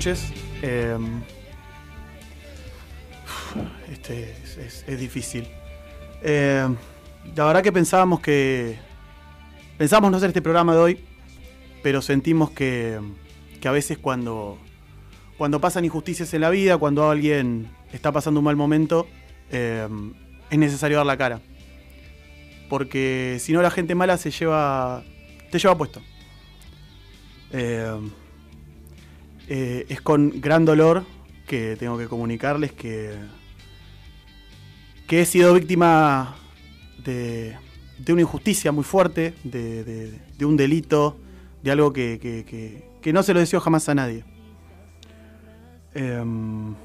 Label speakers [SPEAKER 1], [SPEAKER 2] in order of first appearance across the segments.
[SPEAKER 1] noches. Es difícil. La verdad que pensábamos no hacer este programa de hoy, pero sentimos que a veces cuando pasan injusticias en la vida, cuando alguien está pasando un mal momento, es necesario dar la cara. Porque si no, la gente mala te lleva puesto. Es con gran dolor que tengo que comunicarles que he sido víctima de una injusticia muy fuerte, de un delito, de algo que no se lo deseo jamás a nadie. En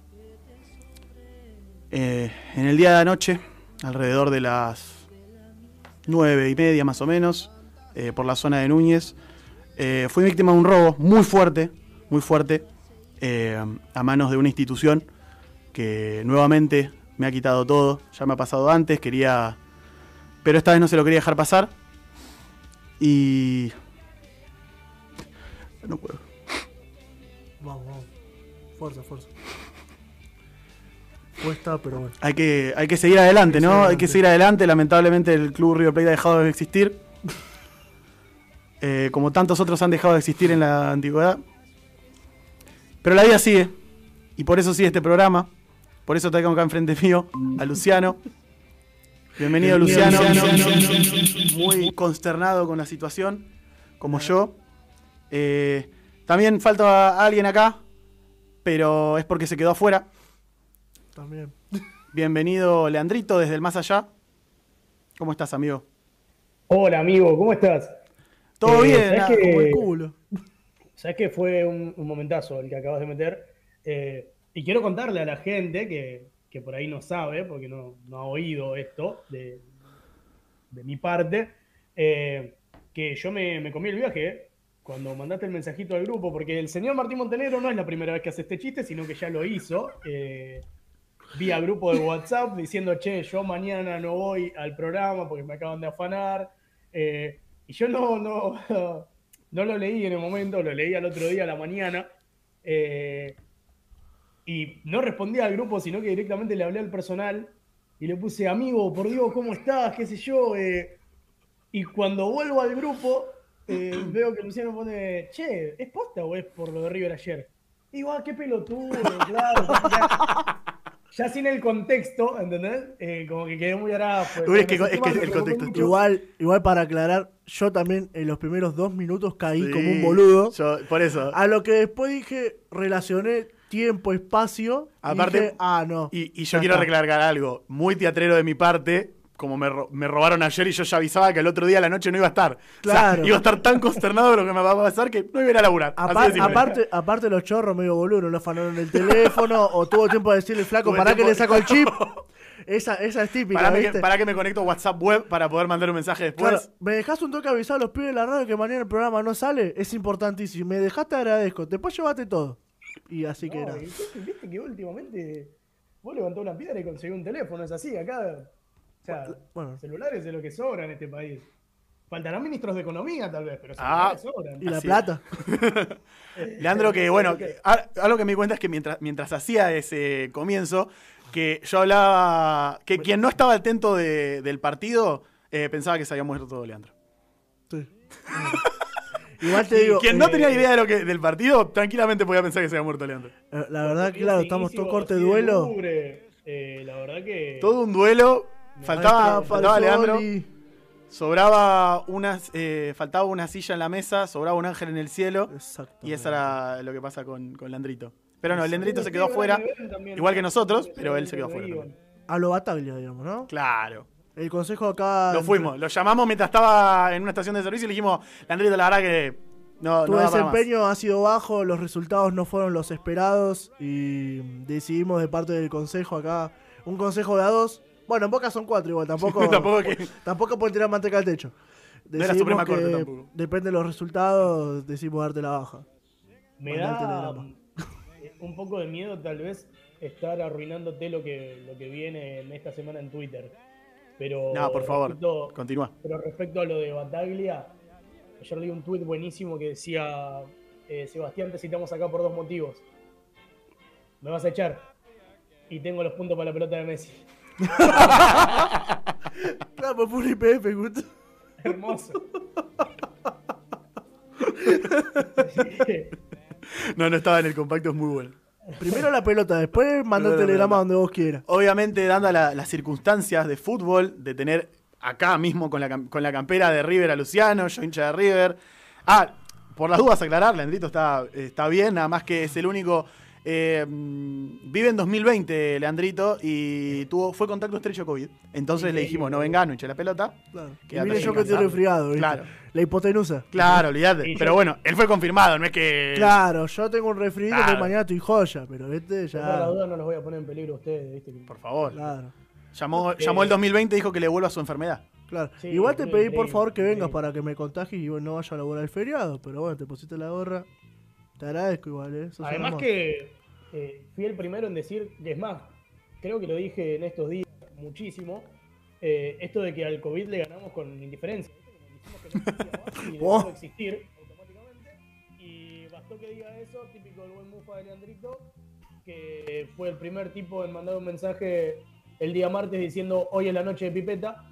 [SPEAKER 1] el día de anoche, alrededor de las 9:30 más o menos, por la zona de Núñez, fui víctima de un robo muy fuerte, a manos de una institución que nuevamente me ha quitado todo. Ya me ha pasado antes, pero esta vez no se lo quería dejar pasar. Y no puedo.
[SPEAKER 2] Vamos. Fuerza. Cuesta, pero bueno.
[SPEAKER 1] Hay que seguir adelante, ¿no? Hay que seguir adelante. Lamentablemente el Club River Plate ha dejado de existir. Como tantos otros han dejado de existir en la antigüedad. Pero la vida sigue. Y por eso sigue este programa. Por eso traigo acá enfrente mío a Luciano. Bienvenido, Luciano. Muy consternado con la situación, como yo. También falta alguien acá, pero es porque se quedó afuera.
[SPEAKER 2] También.
[SPEAKER 3] Bienvenido, Leandrito, desde el más allá. ¿Cómo estás, amigo?
[SPEAKER 4] Hola, amigo, ¿cómo estás?
[SPEAKER 3] Todo bien,
[SPEAKER 2] Como el culo.
[SPEAKER 4] Sabes que fue un momentazo el que acabas de meter. Y quiero contarle a la gente que por ahí no sabe, porque no ha oído esto de mi parte, que yo me comí el viaje cuando mandaste el mensajito al grupo, porque el señor Martín Montenegro no es la primera vez que hace este chiste, sino que ya lo hizo. Vía grupo de WhatsApp diciendo, che, yo mañana no voy al programa porque me acaban de afanar. Y yo no lo leí en el momento, lo leí al otro día a la mañana. Y no respondí al grupo, sino que directamente le hablé al personal y le puse, amigo, por Dios, ¿cómo estás? ¿Qué sé yo? Y cuando vuelvo al grupo, veo que Luciano pone, che, ¿es posta o es por lo de River ayer? Y digo, qué pelotudo, claro. Ya sin el contexto, ¿entendés? Como que quedé muy arado.
[SPEAKER 3] Es que el contexto es
[SPEAKER 2] Igual para aclarar, yo también en los primeros 2 minutos caí como un boludo.
[SPEAKER 3] Por eso.
[SPEAKER 2] A lo que después dije, relacioné tiempo, espacio.
[SPEAKER 3] Aparte,
[SPEAKER 2] y dije, no.
[SPEAKER 3] Y yo quiero recalcar algo muy teatrero de mi parte. Como me robaron ayer y yo ya avisaba que el otro día a la noche no iba a estar.
[SPEAKER 2] Claro.
[SPEAKER 3] O sea, iba a estar tan consternado de lo que me va a pasar que no iba a ir a laburar.
[SPEAKER 2] Aparte los chorros medio boludo, no le afanaron el teléfono o tuvo tiempo de decirle flaco, ¿para que le saco el chip? Esa es típica,
[SPEAKER 3] para que me conecto a WhatsApp web para poder mandar un mensaje después.
[SPEAKER 2] Claro, me dejás un toque avisado a los pibes de la radio que mañana el programa no sale, es importantísimo. Me dejaste, agradezco. Después llévate todo. Y así que era.
[SPEAKER 4] Viste que últimamente vos levantás una piedra y conseguís un teléfono, es así, acá. O sea, celulares es lo que sobra en este país. Faltarán ministros de economía, tal vez, pero celulares sobran.
[SPEAKER 2] Y la plata.
[SPEAKER 3] Leandro, que bueno, algo que me di cuenta es que mientras hacía ese comienzo, que yo hablaba, que quien no estaba atento del partido, pensaba que se había muerto Leandro.
[SPEAKER 2] Sí. Igual te digo.
[SPEAKER 3] Quien no tenía idea del partido, tranquilamente podía pensar que se había muerto Leandro.
[SPEAKER 2] La verdad que, claro, estamos todo corte de duelo.
[SPEAKER 4] La verdad que.
[SPEAKER 3] Todo un duelo. Faltaba Leandro. Faltaba una silla en la mesa, sobraba un ángel en el cielo. Y eso era lo que pasa con Leandrito. Pero no, el Leandrito se quedó afuera, igual que nosotros, pero él se quedó afuera.
[SPEAKER 2] A lo Bataglia, digamos, ¿no?
[SPEAKER 3] Claro.
[SPEAKER 2] El consejo acá.
[SPEAKER 3] Lo llamamos mientras estaba en una estación de servicio y le dijimos, Leandrito, la verdad que
[SPEAKER 2] tu desempeño ha sido bajo, los resultados no fueron los esperados y decidimos de parte del consejo acá, un consejo de a 2. Bueno, en Boca son 4 igual, tampoco pueden tirar manteca al techo.
[SPEAKER 3] No era Suprema Corte tampoco.
[SPEAKER 2] Depende de los resultados, decimos darte la baja.
[SPEAKER 4] Me da un poco de miedo tal vez estar arruinándote lo que viene en esta semana en Twitter. Pero
[SPEAKER 3] no, por favor, continúa.
[SPEAKER 4] Pero respecto a lo de Bataglia, ayer leí un tuit buenísimo que decía Sebastián, te citamos acá por 2 motivos. Me vas a echar y tengo los puntos para la pelota de Messi.
[SPEAKER 2] Claro, fue un IPF, justo.
[SPEAKER 4] Hermoso.
[SPEAKER 3] No estaba en el compacto, es muy bueno.
[SPEAKER 2] Primero la pelota, después manda el telegrama donde vos quieras.
[SPEAKER 3] Obviamente, dando las circunstancias de fútbol, de tener acá mismo con la campera de River a Luciano, yo hincha de River. Por las dudas aclarar, Leandrito está bien, nada más que es el único... vive en 2020 Leandrito y fue contacto estrecho COVID. Entonces le dijimos, no venga, no hinche la pelota.
[SPEAKER 2] Claro. Y mire yo que estoy resfriado, ¿viste?
[SPEAKER 3] Claro.
[SPEAKER 2] La hipotenusa.
[SPEAKER 3] Claro, olvídate. Pero bueno, él fue confirmado, no es que...
[SPEAKER 2] Claro, yo tengo un resfriado que mañana estoy joya, pero este ya...
[SPEAKER 4] Por la duda no los voy a poner en peligro a ustedes, ¿viste?
[SPEAKER 3] Por favor.
[SPEAKER 2] Claro.
[SPEAKER 3] Llamó el 2020 y dijo que le vuelva a su enfermedad.
[SPEAKER 2] Claro. Sí, igual te pedí por favor que vengas para que me contagies y no vaya a laburar el feriado, pero bueno, te pusiste la gorra. Te agradezco igual, Sos
[SPEAKER 4] además que fui el primero en decir, que es más, creo que lo dije en estos días muchísimo, esto de que al COVID le ganamos con indiferencia. Dijimos que no existía más y dejó de existir automáticamente. Y bastó que diga eso, típico del buen mufa de Leandrito, que fue el primer tipo en mandar un mensaje el día martes diciendo hoy es la noche de pipeta.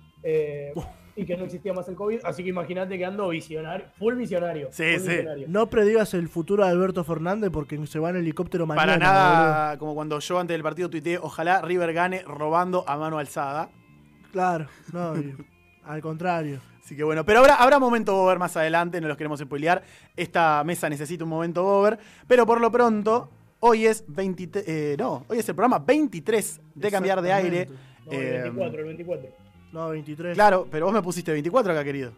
[SPEAKER 4] Y que no existía más el COVID, así que imagínate que ando visionario, full visionario.
[SPEAKER 3] Sí,
[SPEAKER 4] full visionario.
[SPEAKER 2] No predigas el futuro de Alberto Fernández porque se va en helicóptero mañana.
[SPEAKER 3] Para nada, boludo. Como cuando yo antes del partido tuiteé, ojalá River gane robando a mano alzada.
[SPEAKER 2] Claro, no, al contrario.
[SPEAKER 3] Así que bueno, pero habrá momento Bober más adelante, no los queremos spoilear. Esta mesa necesita un momento Bober, pero por lo pronto, hoy es hoy es el programa 23 de Cambiar de Aire.
[SPEAKER 4] No, el 24.
[SPEAKER 2] No, 23.
[SPEAKER 3] Claro, pero vos me pusiste 24 acá, querido.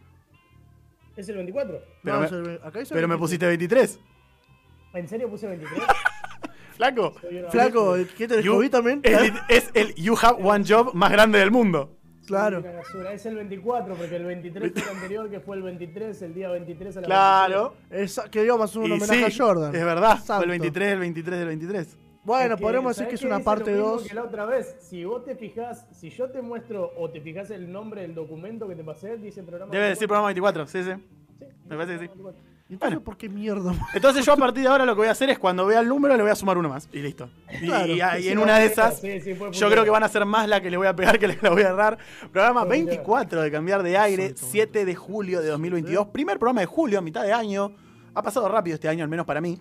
[SPEAKER 4] ¿Es el 24?
[SPEAKER 3] Pero,
[SPEAKER 2] no,
[SPEAKER 3] acá dice pero me pusiste 23.
[SPEAKER 4] ¿En serio puse 23?
[SPEAKER 3] Flaco.
[SPEAKER 2] Flaco, ¿qué te descubrí también?
[SPEAKER 3] Es el You Have One Job más grande del mundo.
[SPEAKER 2] Claro.
[SPEAKER 4] Es el 24, porque el 23 fue el anterior, que fue el 23, el día 23 a la
[SPEAKER 3] Claro.
[SPEAKER 2] Que dio más un homenaje a Jordan.
[SPEAKER 3] Es verdad, Santo. Fue el 23 del 23.
[SPEAKER 2] Bueno, podemos decir que es una parte 2.
[SPEAKER 4] Que la otra vez, si vos te fijás, si yo te muestro o te fijás el nombre del documento que te pasé, dice programa 24.
[SPEAKER 3] Debe decir programa 24, sí. Me parece que sí.
[SPEAKER 2] Entonces, bueno, ¿por qué mierda?
[SPEAKER 3] Entonces yo a partir de ahora lo que voy a hacer es cuando vea el número le voy a sumar uno más y listo. Claro, y en una de esas, yo creo que van a ser más la que le voy a pegar que la voy a errar. Programa 24 de Cambiar de Aire, 7 de julio de 2022. Primer programa de julio, a mitad de año. Ha pasado rápido este año, al menos para mí.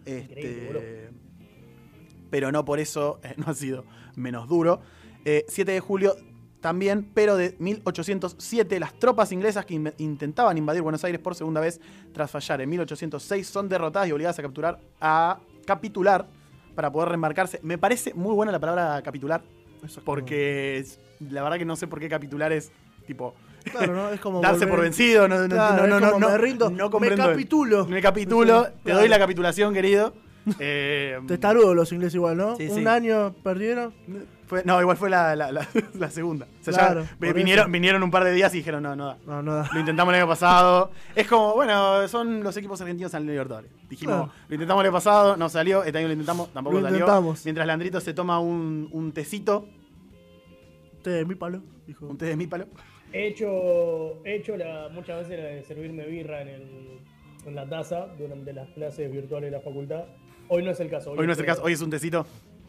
[SPEAKER 3] Pero no por eso no ha sido menos duro. 7 de julio también, pero de 1807, las tropas inglesas que intentaban invadir Buenos Aires por segunda vez tras fallar en 1806 son derrotadas y obligadas a capitular para poder reembarcarse. Me parece muy buena la palabra capitular, porque la verdad que no sé por qué capitular es tipo...
[SPEAKER 2] Claro, ¿no? Es como
[SPEAKER 3] darse por vencido, no
[SPEAKER 2] me rindo, me capitulo.
[SPEAKER 3] Te doy la capitulación, querido.
[SPEAKER 2] Testarudo los ingleses igual, ¿no?
[SPEAKER 3] Sí,
[SPEAKER 2] un año perdieron.
[SPEAKER 3] Igual fue la segunda. O sea,
[SPEAKER 2] claro,
[SPEAKER 3] vinieron un par de días y dijeron, no da.
[SPEAKER 2] No da.
[SPEAKER 3] Lo intentamos el año pasado. Es como, bueno, son los equipos argentinos en el Libertadores. Dijimos, Lo intentamos el año pasado, no salió. Este año lo intentamos, tampoco salió. Mientras Leandrito se toma un tecito.
[SPEAKER 2] Té de mi palo, dijo.
[SPEAKER 3] Un té de mi palo.
[SPEAKER 4] He hecho muchas veces la de servirme birra en la taza durante las clases virtuales de la facultad. Hoy no es el caso.
[SPEAKER 3] Hoy no es el caso, hoy es un tecito.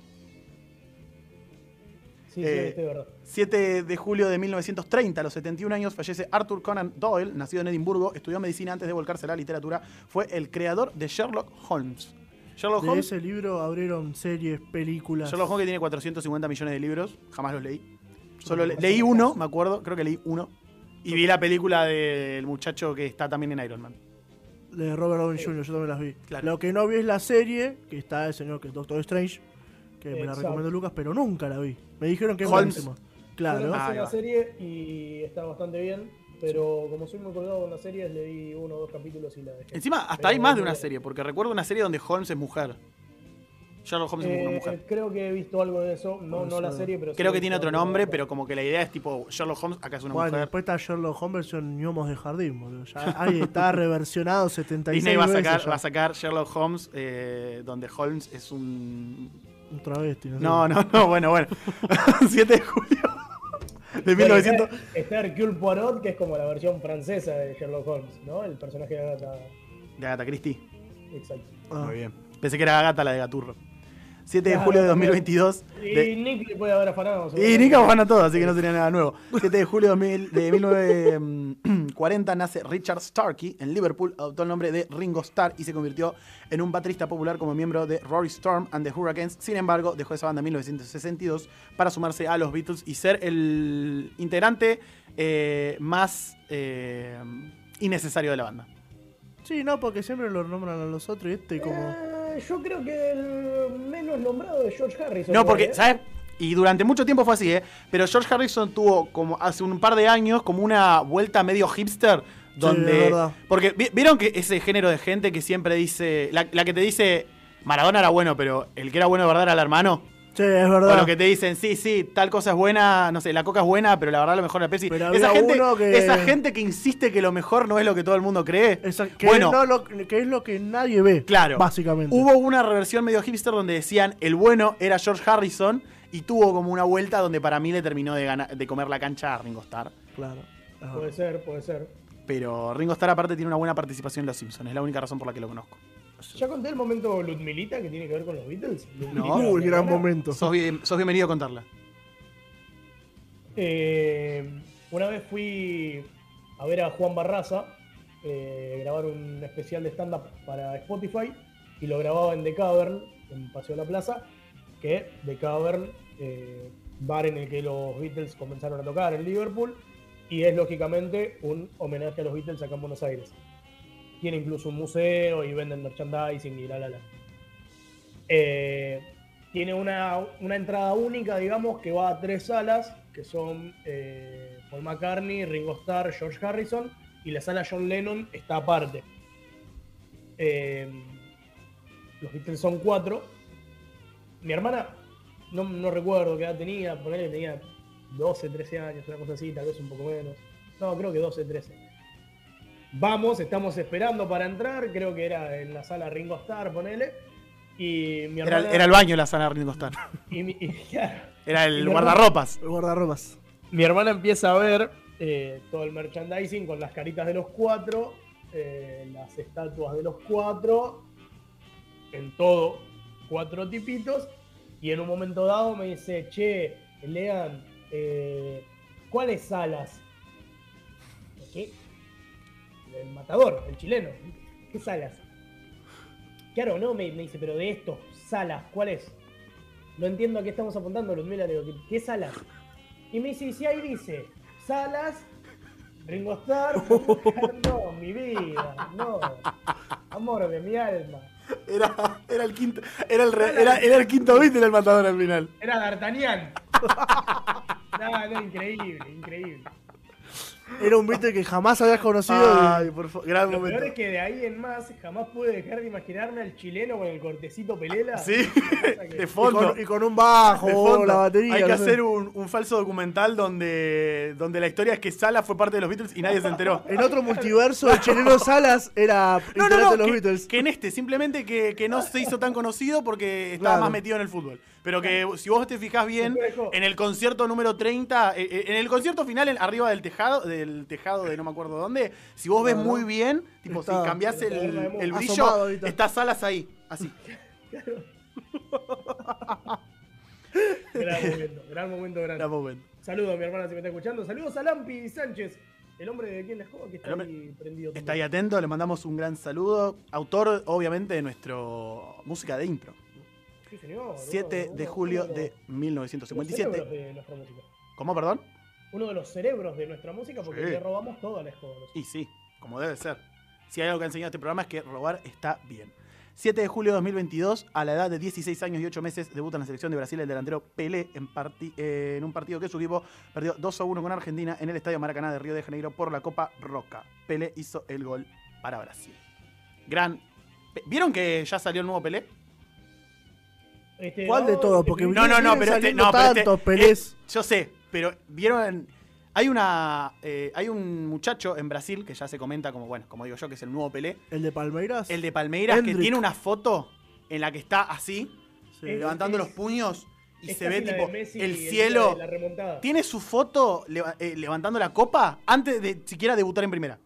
[SPEAKER 4] Sí, es verdad.
[SPEAKER 3] 7 de julio de 1930, a los 71 años, fallece Arthur Conan Doyle, nacido en Edimburgo, estudió medicina antes de volcarse a la literatura. Fue el creador de Sherlock Holmes.
[SPEAKER 2] De ese libro abrieron series, películas.
[SPEAKER 3] Sherlock Holmes, que tiene 450 millones de libros, jamás los leí. Solo leí uno, me acuerdo, creo que leí uno. Y vi la película del muchacho que está también en Iron Man.
[SPEAKER 2] De Robert Downey Jr., yo también las vi.
[SPEAKER 3] Claro.
[SPEAKER 2] Lo que no vi es la serie, que está el señor que es Doctor Strange, que me la recomendó Lucas, pero nunca la vi. Me dijeron que es buenísimo. Claro.
[SPEAKER 4] Yo no la serie y está bastante bien, pero como soy muy colgado con las series, leí 1 o 2 capítulos y la dejé.
[SPEAKER 3] Encima, hasta hay más de una serie, porque recuerdo una serie donde Holmes es mujer. Sherlock Holmes es una mujer.
[SPEAKER 4] Creo que he visto algo de eso, no la serie, pero
[SPEAKER 3] creo que tiene otro nombre, pero como que la idea es tipo Sherlock Holmes, acá es una mujer.
[SPEAKER 2] Después está Sherlock Holmes, son ñomos de jardín, boludo. Ya ahí está reversionado 76
[SPEAKER 3] Disney
[SPEAKER 2] veces.
[SPEAKER 3] va a sacar Sherlock Holmes, donde Holmes es un
[SPEAKER 2] travesti,
[SPEAKER 3] no, bueno. 7 de julio de 1900.
[SPEAKER 4] Está Hercule Poirot, que es como la versión francesa de Sherlock Holmes, ¿no? El personaje de Agatha
[SPEAKER 3] Christie.
[SPEAKER 4] exacto.
[SPEAKER 1] Muy bien. Pensé que era Gata la de Gaturro. 7 de julio de 2022.
[SPEAKER 4] Y Nick le puede haber afanado.
[SPEAKER 1] Y Nick afana todo, así que no sería nada nuevo. 7 de julio de 1940 nace Richard Starkey en Liverpool. Adoptó el nombre de Ringo Starr y se convirtió en un baterista popular como miembro de Rory Storm and the Hurricanes. Sin embargo, dejó esa banda en 1962 para sumarse a los Beatles y ser el integrante más innecesario de la banda.
[SPEAKER 2] Sí, no, porque siempre lo nombran a los otros y como...
[SPEAKER 4] Yo creo que el menos nombrado es George Harrison.
[SPEAKER 1] No, porque, ¿sabes? Y durante mucho tiempo fue así, Pero George Harrison tuvo como hace un par de años como una vuelta medio hipster donde...
[SPEAKER 2] Sí, es verdad.
[SPEAKER 1] Porque vieron que ese género de gente que siempre dice... La que te dice, Maradona era bueno, pero el que era bueno de verdad era el hermano.
[SPEAKER 2] Sí, es verdad.
[SPEAKER 1] O lo que te dicen, sí, tal cosa es buena, no sé, la coca es buena, pero la verdad lo mejor es la Pepsi.
[SPEAKER 2] Pero
[SPEAKER 1] esa gente que insiste que lo mejor no es lo que todo el mundo cree.
[SPEAKER 2] que es lo que nadie ve.
[SPEAKER 1] Claro.
[SPEAKER 2] Básicamente.
[SPEAKER 1] Hubo una reversión medio hipster donde decían el bueno era George Harrison y tuvo como una vuelta donde para mí le terminó de comer la cancha a Ringo Starr.
[SPEAKER 2] Claro.
[SPEAKER 4] Puede ser.
[SPEAKER 1] Pero Ringo Starr aparte tiene una buena participación en Los Simpsons, es la única razón por la que lo conozco.
[SPEAKER 4] ¿Ya conté el momento Ludmilita que tiene que ver con los Beatles?
[SPEAKER 1] No,
[SPEAKER 2] el gran momento.
[SPEAKER 1] Sos bienvenido a contarla.
[SPEAKER 4] Una vez fui a ver a Juan Barraza grabar un especial de stand-up para Spotify y lo grababa en The Cavern, en Paseo de la Plaza, que The Cavern, bar en el que los Beatles comenzaron a tocar en Liverpool, y es lógicamente un homenaje a los Beatles acá en Buenos Aires. Tiene incluso un museo y venden merchandising y la. Tiene una entrada única, digamos, que va a 3 salas, que son Paul McCartney, Ringo Starr, George Harrison, y la sala John Lennon está aparte. Los Beatles son 4. Mi hermana, no recuerdo qué edad tenía, ponele que tenía 12, 13 años, una cosa así, tal vez un poco menos. No, creo que 12, 13. Vamos, estamos esperando para entrar, creo que era en la sala Ringo Starr, ponele. Y mi hermana...
[SPEAKER 1] Era el baño la sala Ringo Starr.
[SPEAKER 4] Claro.
[SPEAKER 1] Era el guardarropas.
[SPEAKER 2] El guardarropas.
[SPEAKER 4] Mi hermana empieza a ver todo el merchandising con las caritas de los 4, las estatuas de los 4, en todo 4 tipitos. Y en un momento dado me dice, che, Lean, ¿cuáles salas? ¿Qué? El Matador, el chileno. ¿Qué salas? Claro, no, me dice, pero de estos, salas, ¿cuáles? No entiendo a qué estamos apuntando, Ludmila. Le digo, ¿qué salas? Y me dice, y si ahí dice, salas, Ringo Starr, no, mi vida, no. Amor de mi alma.
[SPEAKER 1] Era el quinto, era el quinto Beatle el Matador al final.
[SPEAKER 4] Era D'Artagnan. No, increíble.
[SPEAKER 2] Era un Beatle que jamás habías conocido.
[SPEAKER 1] Ay, por favor, gran
[SPEAKER 4] Lo
[SPEAKER 1] momento.
[SPEAKER 4] peor es que de ahí en más jamás pude dejar de imaginarme al chileno con el cortecito Pelela.
[SPEAKER 1] Sí, de fondo.
[SPEAKER 2] Y con un bajo, la batería.
[SPEAKER 1] Hay que hacer un falso documental donde la historia es que Salas fue parte de los Beatles y nadie se enteró.
[SPEAKER 2] En otro multiverso, el chileno Salas era integrante de los Beatles.
[SPEAKER 1] Que en este, simplemente que no se hizo tan conocido porque estaba más metido en el fútbol. Pero que si vos te fijás bien, en el concierto número 30, en el concierto final, arriba del tejado de no me acuerdo dónde, si vos ves muy bien, tipo si cambiás el brillo, está Salas ahí, así.
[SPEAKER 4] Gran momento. Saludos a mi hermana si me está escuchando. Saludos a Lampi Sánchez, el hombre de Quién la Escoba, que está ahí prendido.
[SPEAKER 1] Está ahí atento, le mandamos un gran saludo. Autor, obviamente, de nuestro música de intro.
[SPEAKER 4] Sí, señor.
[SPEAKER 1] 7 de julio de 1957.
[SPEAKER 4] De nuestra música.
[SPEAKER 1] ¿Cómo, perdón?
[SPEAKER 4] Uno de los cerebros de nuestra música porque le robamos todo a la Escoba.
[SPEAKER 1] Y sí, como debe ser. Si hay algo que ha enseñado este programa es que robar está bien. 7 de julio de 2022, a la edad de 16 años y 8 meses, debuta en la selección de Brasil el delantero Pelé en un partido que su equipo perdió 2-1 con Argentina en el Estadio Maracaná de Río de Janeiro por la Copa Roca. Pelé hizo el gol para Brasil. ¿Vieron que ya salió el nuevo Pelé?
[SPEAKER 2] ¿Cuál de todos? Porque
[SPEAKER 1] pero
[SPEAKER 2] tantos Pelés.
[SPEAKER 1] Yo sé, pero vieron. Hay un muchacho en Brasil que ya se comenta como digo yo, que es el nuevo Pelé.
[SPEAKER 2] ¿El de Palmeiras?
[SPEAKER 1] El de Palmeiras, que tiene una foto en la que está así, levantando los puños y se ve tipo el cielo.
[SPEAKER 4] La
[SPEAKER 1] tiene su foto levantando la copa antes de siquiera debutar en primera.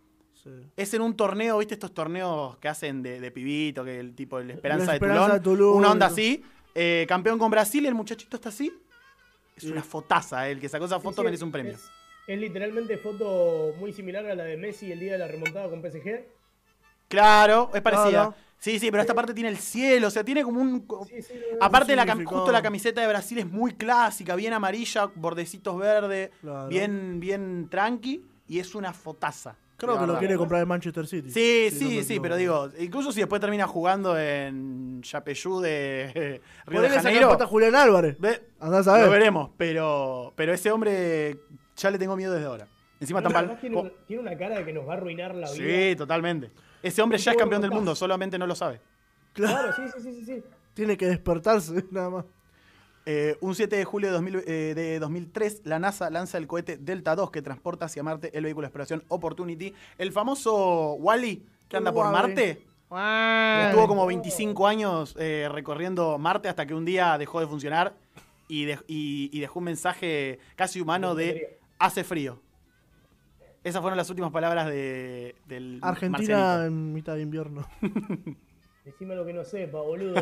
[SPEAKER 1] Sí. Es en un torneo, ¿viste? Estos torneos que hacen de pibito, que el tipo, el Esperanza de Tulón. Una onda así. Campeón con Brasil, el muchachito está así. Es una fotaza, el que sacó esa foto merece un premio.
[SPEAKER 4] Es literalmente foto muy similar a la de Messi el día de la remontada con PSG.
[SPEAKER 1] Claro, es parecida. No. Sí, pero esta parte tiene el cielo, o sea, tiene como un... Aparte, justo la camiseta de Brasil es muy clásica, bien amarilla, bordecitos verdes, claro. bien tranqui, y es una fotaza.
[SPEAKER 2] Creo que lo quiere comprar el Manchester City.
[SPEAKER 1] Sí, pero digo, incluso si después termina jugando en Yapeyú de Río de Janeiro.
[SPEAKER 2] A Julián Álvarez. Andás a ver.
[SPEAKER 1] Lo veremos, pero ese hombre ya le tengo miedo desde ahora. Encima
[SPEAKER 4] tiene una cara de que nos va a arruinar la vida.
[SPEAKER 1] Sí, totalmente. Ese hombre ya es campeón del mundo, solamente no lo sabe.
[SPEAKER 2] Claro, sí. Tiene que despertarse, nada más.
[SPEAKER 1] Un 7 de julio de 2003, la NASA lanza el cohete Delta II que transporta hacia Marte el vehículo de exploración Opportunity. El famoso Wall-E que anda por Marte. Estuvo como 25 años recorriendo Marte hasta que un día dejó de funcionar y dejó un mensaje casi humano de hace frío. Esas fueron las últimas palabras del
[SPEAKER 2] Argentina marcianito. En mitad de invierno.
[SPEAKER 4] Decime lo que no sepa, boludo.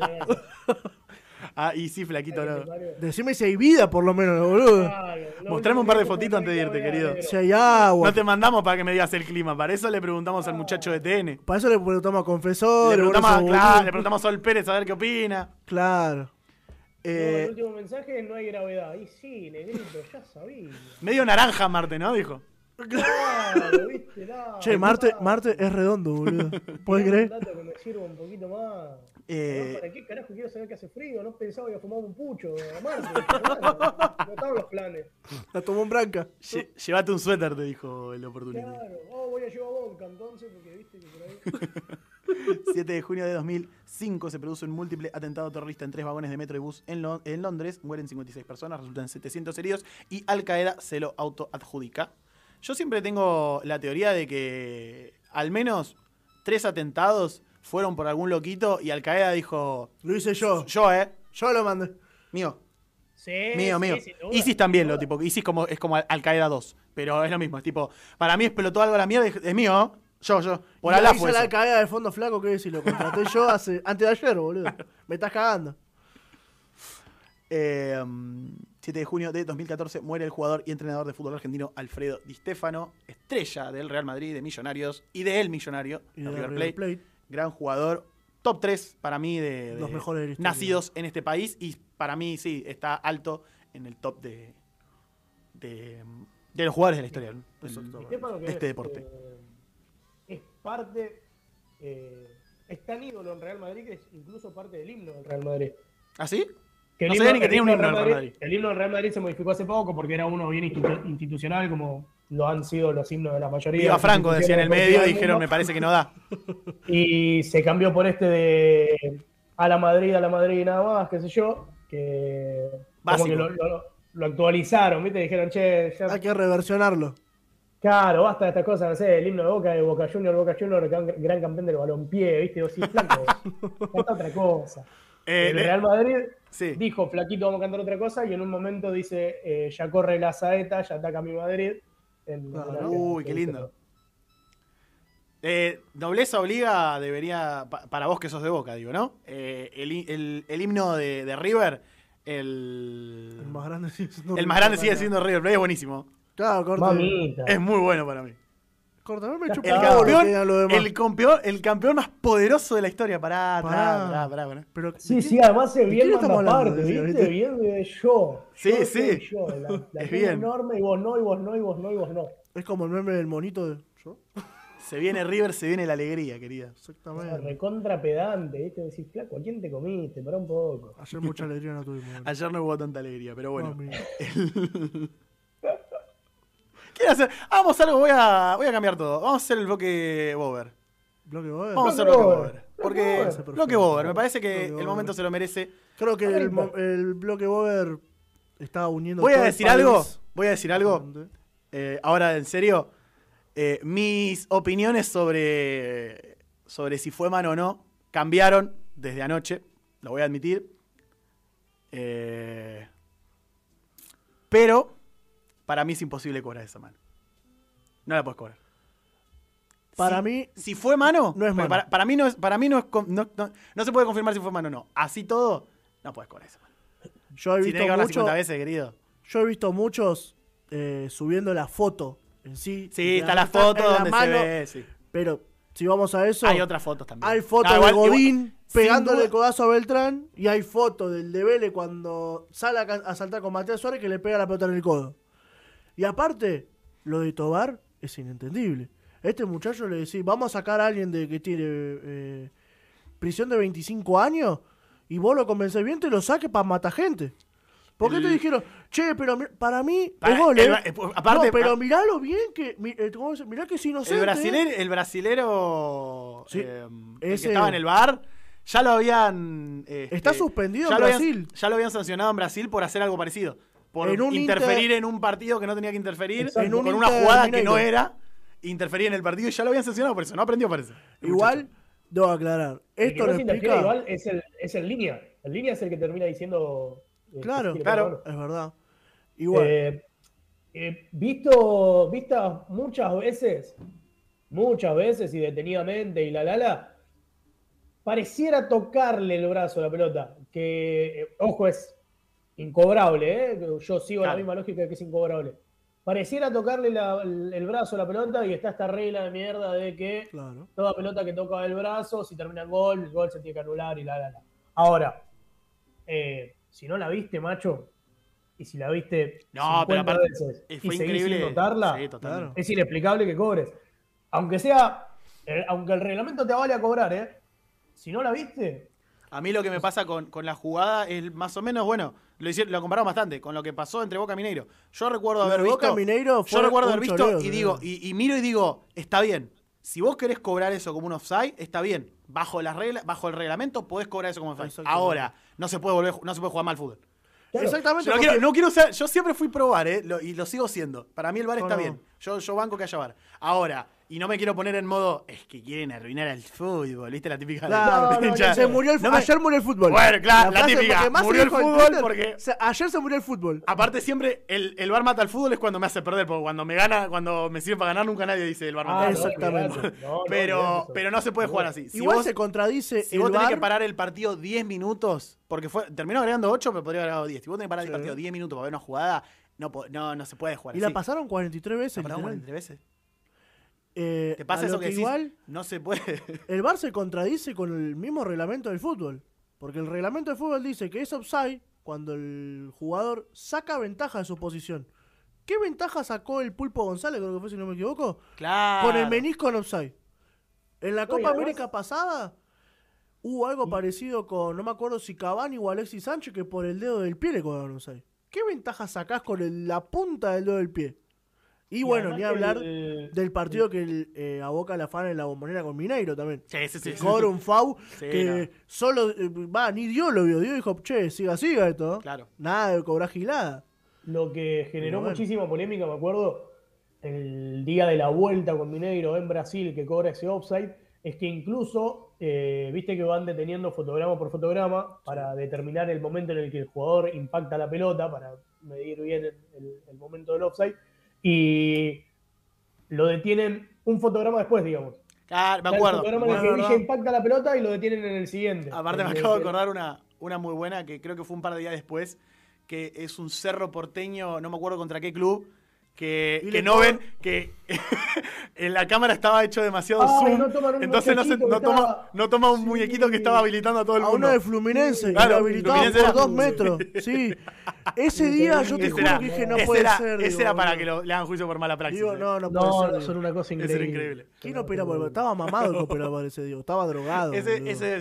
[SPEAKER 1] Y sí, flaquito, no.
[SPEAKER 2] Decime si hay vida, por lo menos, boludo.
[SPEAKER 1] Claro, mostrame un par de fotitos antes de irte, querido.
[SPEAKER 2] Si hay agua.
[SPEAKER 1] No te mandamos para que me digas el clima. Para eso le preguntamos al muchacho de TN.
[SPEAKER 2] Para eso le preguntamos a Confesor.
[SPEAKER 1] Le preguntamos a Sol Pérez a ver qué opina.
[SPEAKER 2] Claro.
[SPEAKER 4] El último mensaje, no hay gravedad. Y sí, negrito, ya sabía.
[SPEAKER 1] Medio naranja Marte, ¿no? Dijo.
[SPEAKER 4] Claro, viste, no.
[SPEAKER 2] Che, Marte es redondo, boludo. ¿Puedes creer?
[SPEAKER 4] Un dato que me sirva un poquito más. ¿Para qué carajo quiero saber que hace frío? No pensaba que iba a fumar un pucho a Marte. No estaban los planes.
[SPEAKER 2] La tomó en branca.
[SPEAKER 1] Llévate un suéter, te dijo el Opportunity.
[SPEAKER 4] Claro, voy a llevar vodka entonces, porque viste que por ahí.
[SPEAKER 1] 7 de junio de 2005 se produce un múltiple atentado terrorista en 3 vagones de metro y bus en Londres. Mueren 56 personas, resultan 700 heridos y Al Qaeda se lo autoadjudica. Yo siempre tengo la teoría de que al menos 3 atentados fueron por algún loquito y Al Qaeda dijo...
[SPEAKER 2] Lo hice yo.
[SPEAKER 1] Yo
[SPEAKER 2] lo mandé.
[SPEAKER 1] Mío.
[SPEAKER 4] Sí,
[SPEAKER 1] mío. ISIS también lo tipo. ISIS es como Al Qaeda 2. Pero es lo mismo. Es tipo, para mí explotó algo a la mierda. Es mío. Yo. Por Alá fue eso.
[SPEAKER 2] Al Qaeda de fondo flaco, ¿qué decir? Lo contraté yo antes de ayer, boludo. Me estás cagando.
[SPEAKER 1] 7 de junio de 2014 muere el jugador y entrenador de fútbol argentino Alfredo Di Stéfano, estrella del Real Madrid, de Millonarios y de El Millonario, de River Plate. Gran jugador, top 3 para mí de
[SPEAKER 2] los mejores
[SPEAKER 1] nacidos en este país y para mí sí, está alto en el top de los jugadores de la historia de este deporte.
[SPEAKER 4] Es parte, es tan ídolo en Real Madrid que es incluso parte del himno del Real Madrid.
[SPEAKER 1] ¿Ah, sí?
[SPEAKER 4] No sabía ni que tenía un himno del Real Madrid. El himno del Real Madrid se modificó hace poco porque era uno bien institucional, como lo han sido los himnos de la mayoría.
[SPEAKER 1] Viva Franco, decía en el medio, y dijeron, me parece que no da.
[SPEAKER 4] Y se cambió por este de a la Madrid y nada más, qué sé yo, que
[SPEAKER 1] básico.
[SPEAKER 4] Como que lo actualizaron, ¿viste? Dijeron, che, ya...
[SPEAKER 2] hay que reversionarlo.
[SPEAKER 4] Claro, basta de estas cosas, no sé, el himno de Boca Junior, gran campeón del balompié, ¿viste? Vos sí, flaco, canta otra cosa. El Real Madrid dijo, flaquito, vamos a cantar otra cosa, y en un momento dice, ya corre la saeta, ya ataca mi Madrid.
[SPEAKER 1] Uy, qué lindo. Nobleza obliga, debería, para vos que sos de Boca, digo, ¿no? El himno de River, el
[SPEAKER 2] más grande
[SPEAKER 1] sigue siendo River Plate, es buenísimo.
[SPEAKER 2] Claro, corta.
[SPEAKER 4] Mamita.
[SPEAKER 1] Es muy bueno para mí.
[SPEAKER 2] Corta, me
[SPEAKER 1] el campeón más poderoso de la historia. Pará.
[SPEAKER 2] Pero,
[SPEAKER 4] sí, además es bien aparte, ¿viste? Bien de yo.
[SPEAKER 1] Sí.
[SPEAKER 4] Yo, la es bien enorme, y vos no.
[SPEAKER 2] Es como el meme del monito de yo.
[SPEAKER 1] Se viene River, se viene la alegría, querida.
[SPEAKER 2] Exactamente.
[SPEAKER 4] Recontra pedante, ¿viste? Decís, flaco, ¿a quién te comiste? Pará un poco.
[SPEAKER 2] Ayer mucha alegría no tuvimos.
[SPEAKER 1] Ayer no hubo tanta alegría, pero bueno. ¿Qué hacer? Vamos a algo, voy a cambiar todo. Vamos a hacer el bloque Bober.
[SPEAKER 2] ¿Bloque Bober?
[SPEAKER 1] Vamos a hacer bloque Bober. Porque bloque Bober, me parece que el momento se lo merece.
[SPEAKER 2] Creo que el bloque Bober está uniendo.
[SPEAKER 1] Voy a decir algo. Ahora, en serio. Mis opiniones sobre si fue mano o no cambiaron desde anoche. Lo voy a admitir. Pero para mí es imposible cobrar esa mano. No la puedes cobrar.
[SPEAKER 2] Para mí...
[SPEAKER 3] Si fue mano,
[SPEAKER 2] no es mano.
[SPEAKER 3] Para mí no se puede confirmar si fue mano o no. Así todo, no puedes cobrar eso.
[SPEAKER 2] Yo he visto
[SPEAKER 3] 50 veces, querido.
[SPEAKER 2] Yo he visto muchos subiendo la foto en sí.
[SPEAKER 3] Sí, está la foto donde se ve, sí.
[SPEAKER 2] Pero si vamos a eso...
[SPEAKER 3] Hay otras fotos también.
[SPEAKER 2] Hay fotos de Godín pegándole el codazo a Beltrán y hay fotos del de Vélez cuando sale a saltar con Matías Suárez que le pega la pelota en el codo. Y aparte, lo de Tobar es inentendible. Este muchacho le decís, vamos a sacar a alguien que tiene prisión de 25 años y vos lo convencés bien, te lo saques para matar gente. ¿Por qué te dijeron, che, pero para mí es gol, aparte, no, pero miralo bien, mirá que es inocente.
[SPEAKER 3] El brasilero
[SPEAKER 2] sí,
[SPEAKER 3] el que estaba en el VAR, ya lo habían...
[SPEAKER 2] está suspendido en Brasil.
[SPEAKER 3] Ya lo habían sancionado en Brasil por hacer algo parecido. Por interferir en un partido que no tenía que interferir, con una jugada que no era, interferir en el partido y ya lo habían sancionado por eso. No aprendió, parece.
[SPEAKER 2] Igual, debo aclarar. Esto lo explica...
[SPEAKER 4] Igual es el línea. El línea es el que termina diciendo...
[SPEAKER 2] Claro, es verdad. Igual.
[SPEAKER 4] Vistas muchas veces y detenidamente y pareciera tocarle el brazo a la pelota. Que, ojo, es incobrable, ¿eh? Yo sigo la misma lógica de que es incobrable. Pareciera tocarle el brazo a la pelota y está esta regla de mierda de que toda pelota que toca el brazo, si termina en gol, el gol se tiene que anular y Ahora, si no la viste, macho, y si la viste 50 veces y seguís sin notarla, es inexplicable que cobres. Aunque el reglamento te avale a cobrar, si no la viste...
[SPEAKER 3] A mí lo que me pasa con la jugada es más o menos, bueno, lo comparamos bastante con lo que pasó entre Boca y Mineiro. Yo recuerdo haber visto y digo, y miro y digo, está bien. Si vos querés cobrar eso como un offside, está bien. Bajo las reglas, bajo el reglamento podés cobrar eso como offside. Ahora, no se puede jugar mal fútbol.
[SPEAKER 2] Claro. Exactamente.
[SPEAKER 3] Yo siempre fui pro VAR, y lo sigo siendo. Para mí el VAR está bien. Yo banco que haya VAR. Ahora, y no me quiero poner en modo, es que quieren arruinar el fútbol, ¿viste? La típica.
[SPEAKER 2] Ayer murió el fútbol.
[SPEAKER 3] Bueno, claro, la típica. Murió el fútbol porque.
[SPEAKER 2] Ayer se murió el fútbol.
[SPEAKER 3] Aparte, siempre el VAR mata el fútbol es cuando me hace perder, porque cuando me sirve para ganar, nunca nadie dice el VAR mata el fútbol.
[SPEAKER 2] Exactamente.
[SPEAKER 3] Pero no se puede jugar así.
[SPEAKER 2] Igual se contradice.
[SPEAKER 3] Si vos tenés que parar el partido 10 minutos, porque terminó agregando 8, pero podría haber agregado 10. Si vos tenés que parar el partido 10 minutos para ver una jugada, no se puede jugar
[SPEAKER 2] así. Y la pasaron 43 veces.
[SPEAKER 3] La pasaron 43 veces.
[SPEAKER 2] ¿Te pasa eso que decís, igual
[SPEAKER 3] no se puede?
[SPEAKER 2] El VAR se contradice con el mismo reglamento del fútbol. Porque el reglamento del fútbol dice que es offside cuando el jugador saca ventaja de su posición. ¿Qué ventaja sacó el Pulpo González, creo que fue, si no me equivoco?
[SPEAKER 3] Claro.
[SPEAKER 2] Con el menisco en offside. En la Copa América pasada hubo algo parecido con, no me acuerdo si Cavani o Alexis Sánchez, que por el dedo del pie le cobraron offside. ¿Qué ventaja sacás con la punta del dedo del pie? Y bueno, ni hablar del partido que aboca la FAN en la Bombonera con Mineiro también.
[SPEAKER 3] Sí.
[SPEAKER 2] Cobra un FAU que solo, ni Dios lo vio. Dios dijo, che, siga esto.
[SPEAKER 3] Claro.
[SPEAKER 2] Nada de cobrar gilada.
[SPEAKER 4] Lo que generó muchísima polémica, me acuerdo, el día de la vuelta con Mineiro en Brasil, que cobra ese offside, es que incluso, viste que van deteniendo fotograma por fotograma para determinar el momento en el que el jugador impacta la pelota, para medir bien el momento del offside. Y lo detienen un fotograma después, digamos.
[SPEAKER 3] Claro, me acuerdo.
[SPEAKER 4] El fotograma en el que Villa impacta la pelota y lo detienen en el siguiente.
[SPEAKER 3] Aparte me acabo de acordar una muy buena, que creo que fue un par de días después, que es un Cerro Porteño, no me acuerdo contra qué club, que no ven que en la cámara estaba hecho demasiado zoom, entonces no toma un muñequito que estaba habilitando a todo el mundo.
[SPEAKER 2] A uno de Fluminense, que lo habilitaba por 2 metros. Sí. Ese día yo te juro que dije, no puede ser.
[SPEAKER 3] Ese era para que le hagan juicio por mala praxis.
[SPEAKER 2] Digo, no puede ser.
[SPEAKER 4] Son una cosa increíble.
[SPEAKER 2] ¿Quién operaba? Estaba mamado el que operaba ese día. Estaba drogado.
[SPEAKER 3] Ese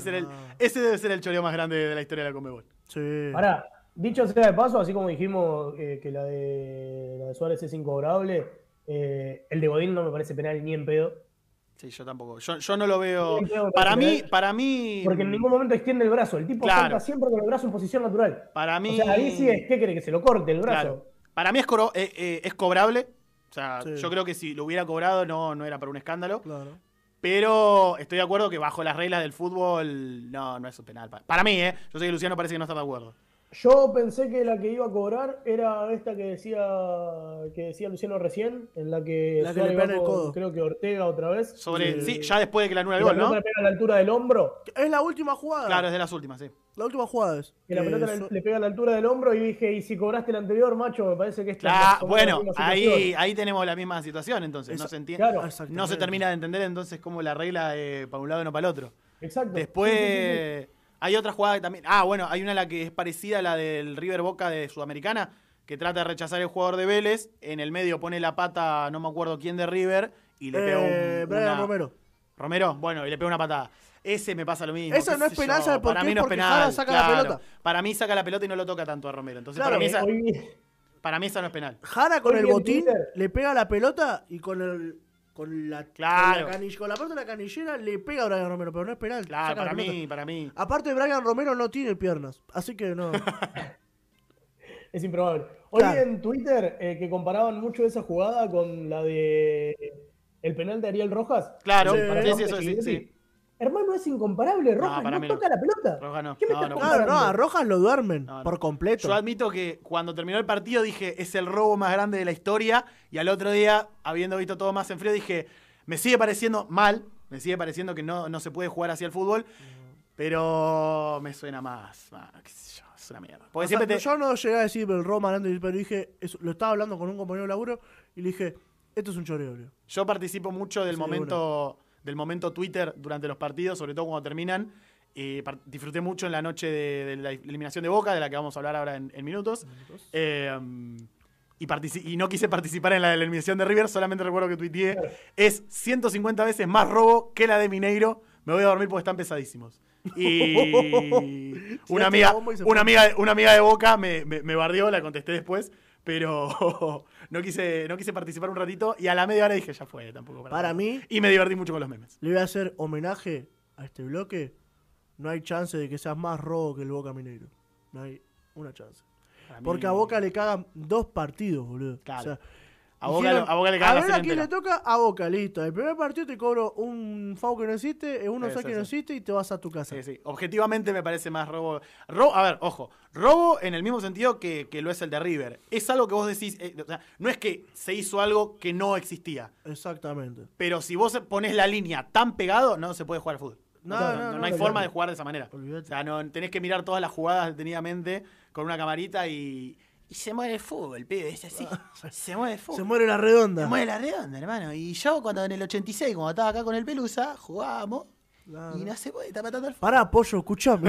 [SPEAKER 3] debe ser el choreo más grande de la historia de la Conmebol.
[SPEAKER 2] Sí.
[SPEAKER 4] Ahora, dicho sea de paso, así como dijimos que la de Suárez es incobrable, el de Godín no me parece penal ni en pedo.
[SPEAKER 3] Sí, yo tampoco. Yo no lo veo. Para mí.
[SPEAKER 4] Porque en ningún momento extiende el brazo. El tipo salta siempre con el brazo en posición natural.
[SPEAKER 3] Para mí.
[SPEAKER 4] O sea, ahí sí es, ¿qué cree? Que se lo corte el brazo.
[SPEAKER 3] Claro. Para mí es cobrable. O sea, yo creo que si lo hubiera cobrado no era para un escándalo.
[SPEAKER 2] Claro.
[SPEAKER 3] Pero estoy de acuerdo que bajo las reglas del fútbol no es un penal. Para mí, Yo sé que Luciano parece que no está de acuerdo.
[SPEAKER 4] Yo pensé que la que iba a cobrar era esta que decía Luciano recién, en la que
[SPEAKER 2] le pega en el codo.
[SPEAKER 4] Creo que Ortega otra vez.
[SPEAKER 3] Sí, ya después de que la anula el gol, ¿no?
[SPEAKER 4] La pega a la altura del hombro.
[SPEAKER 2] Es la última jugada.
[SPEAKER 3] Claro, es de las últimas, sí.
[SPEAKER 2] La última jugada es.
[SPEAKER 4] Que la pelota le pega a la altura del hombro y dije, y si cobraste el anterior, macho, me parece que esta
[SPEAKER 3] claro, bueno, ahí tenemos la misma situación, entonces. No se entiende.
[SPEAKER 4] Claro.
[SPEAKER 3] No se termina de entender entonces cómo la regla para un lado y no para el otro.
[SPEAKER 4] Exacto.
[SPEAKER 3] Después sí. Hay otra jugada que también. Bueno, hay una la que es parecida a la del River Boca de Sudamericana, que trata de rechazar el jugador de Vélez. En el medio pone la pata, no me acuerdo quién de River, y le pega
[SPEAKER 2] Brian Romero.
[SPEAKER 3] Romero, bueno, y le pega una patada. Ese me pasa lo mismo.
[SPEAKER 2] Eso no es penal, ¿sabes por qué?
[SPEAKER 3] Para mí no es penal.
[SPEAKER 2] Jara saca la pelota.
[SPEAKER 3] Para mí saca la pelota y no lo toca tanto a Romero. Entonces,
[SPEAKER 2] claro,
[SPEAKER 3] para mí esa no es penal.
[SPEAKER 2] Jara con el botín le pega la pelota y con la pelota de la canillera le pega a Brian Romero, pero no es penal.
[SPEAKER 3] Claro, para mí.
[SPEAKER 2] Aparte, Brian Romero no tiene piernas, así que no.
[SPEAKER 4] Es improbable. Hoy en Twitter que comparaban mucho esa jugada con la de el penal de Ariel Rojas.
[SPEAKER 3] Claro, sí.
[SPEAKER 4] Hermano, es incomparable. Rojas no toca la pelota.
[SPEAKER 3] Rojas no.
[SPEAKER 4] ¿Qué me estás comparando?
[SPEAKER 2] No, a Rojas lo duermen por completo.
[SPEAKER 3] Yo admito que cuando terminó el partido dije, es el robo más grande de la historia. Y al otro día, habiendo visto todo más en frío, dije, me sigue pareciendo mal. Me sigue pareciendo que no se puede jugar así al fútbol. Pero me suena más qué sé yo, es una mierda. Porque
[SPEAKER 2] yo no llegué a decir el robo más grande, pero dije, lo estaba hablando con un compañero de laburo y le dije, esto es un choreo.
[SPEAKER 3] Yo participo mucho del momento Twitter durante los partidos, sobre todo cuando terminan. Disfruté mucho en la noche de la eliminación de Boca, de la que vamos a hablar ahora en minutos. Y no quise participar en la eliminación de River, solamente recuerdo que tuiteé. Es 150 veces más robo que la de Mineiro. Me voy a dormir porque están pesadísimos. Y una amiga de Boca me bardeó, la contesté después. Pero no quise participar un ratito y a la media hora dije, ya fue, tampoco.
[SPEAKER 2] Para mí.
[SPEAKER 3] Y me divertí mucho con los memes.
[SPEAKER 2] Le voy a hacer homenaje a este bloque. No hay chance de que seas más robo que el Boca Mineiro. No hay una chance. Porque a Boca le cagan 2 partidos, boludo.
[SPEAKER 3] Claro.
[SPEAKER 2] O sea,
[SPEAKER 3] a Boca le cagan.
[SPEAKER 2] A ver a quién le toca, a Boca, listo. El primer partido te cobro un FAU que no existe, un offside que no existe y te vas a tu casa.
[SPEAKER 3] Sí. Objetivamente me parece más robo. A ver, ojo. Robo en el mismo sentido que lo es el de River. Es algo que vos decís. O sea, no es que se hizo algo que no existía.
[SPEAKER 2] Exactamente.
[SPEAKER 3] Pero si vos ponés la línea tan pegado, no se puede jugar al fútbol. No hay forma de jugar de esa manera. Olvidate. O sea, tenés que mirar todas las jugadas detenidamente con una camarita y se muere el fútbol, pibe, es así. Se muere el fútbol.
[SPEAKER 2] Se muere la redonda.
[SPEAKER 3] Se muere la redonda, hermano. Y yo cuando en el 86, cuando estaba acá con el Pelusa, jugábamos y no se puede, está matando el fútbol.
[SPEAKER 2] Pará, pollo, escuchame.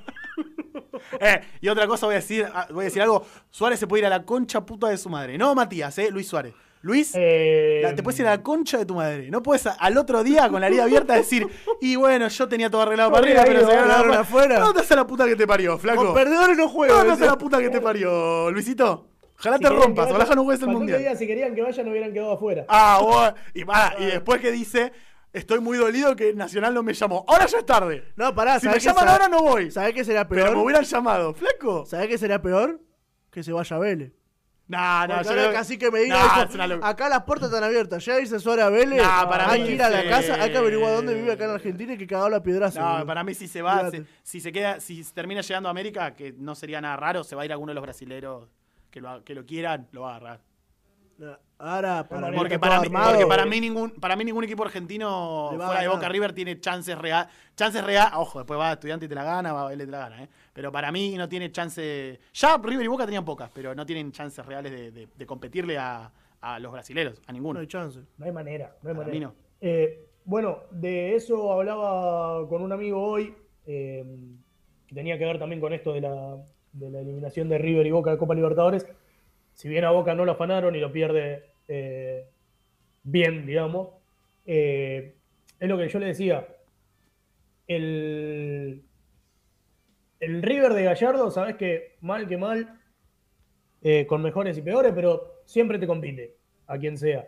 [SPEAKER 3] Y otra cosa voy a decir algo. Suárez se puede ir a la concha puta de su madre. No Matías, Luis Suárez. Luis, te puedes ir a la concha de tu madre. No puedes al otro día con la herida abierta decir, y bueno, yo tenía todo arreglado para arriba, pero se quedaron afuera. No te hace la puta que te parió, flaco.
[SPEAKER 2] Con perdedores no juego.
[SPEAKER 3] No te hace la puta que te parió, Luisito. Ojalá te rompas, ojalá no juegues el mundial.
[SPEAKER 4] Si querían que vayan, no hubieran quedado afuera.
[SPEAKER 3] Y después que dice, estoy muy dolido que Nacional no me llamó. Ahora ya es tarde.
[SPEAKER 2] No, pará.
[SPEAKER 3] Si me llaman ahora no voy.
[SPEAKER 2] ¿Sabés qué sería peor?
[SPEAKER 3] Pero me hubieran llamado, flaco.
[SPEAKER 2] ¿Sabés qué sería peor? Que se vaya a Vélez.
[SPEAKER 3] Yo
[SPEAKER 2] casi que me diga acá las puertas están abiertas. Ya dice Suárez a Vélez. Hay que ir a la casa, hay que averiguar dónde vive acá en Argentina y que cagado la piedraza.
[SPEAKER 3] No, para mí si se va, si termina llegando a América, que no sería nada raro, se va a ir alguno de los brasileros que lo quieran, lo va a agarrar.
[SPEAKER 2] Ahora,
[SPEAKER 3] porque para mí ningún equipo argentino fuera de Boca River tiene chances reales. Ojo, después va Estudiante y te la gana, va Vélez te la gana, pero para mí no tiene chance. Ya River y Boca tenían pocas, pero no tienen chances reales de competirle a los brasileros, a ninguno.
[SPEAKER 2] No hay chance.
[SPEAKER 4] No hay manera.
[SPEAKER 3] Para mí no.
[SPEAKER 4] Bueno, de eso hablaba con un amigo hoy, que tenía que ver también con esto de la eliminación de River y Boca de Copa Libertadores. Si bien a Boca no lo afanaron y lo pierde bien, digamos, es lo que yo le decía. El River de Gallardo, sabes que mal, con mejores y peores, pero siempre te compite, a quien sea.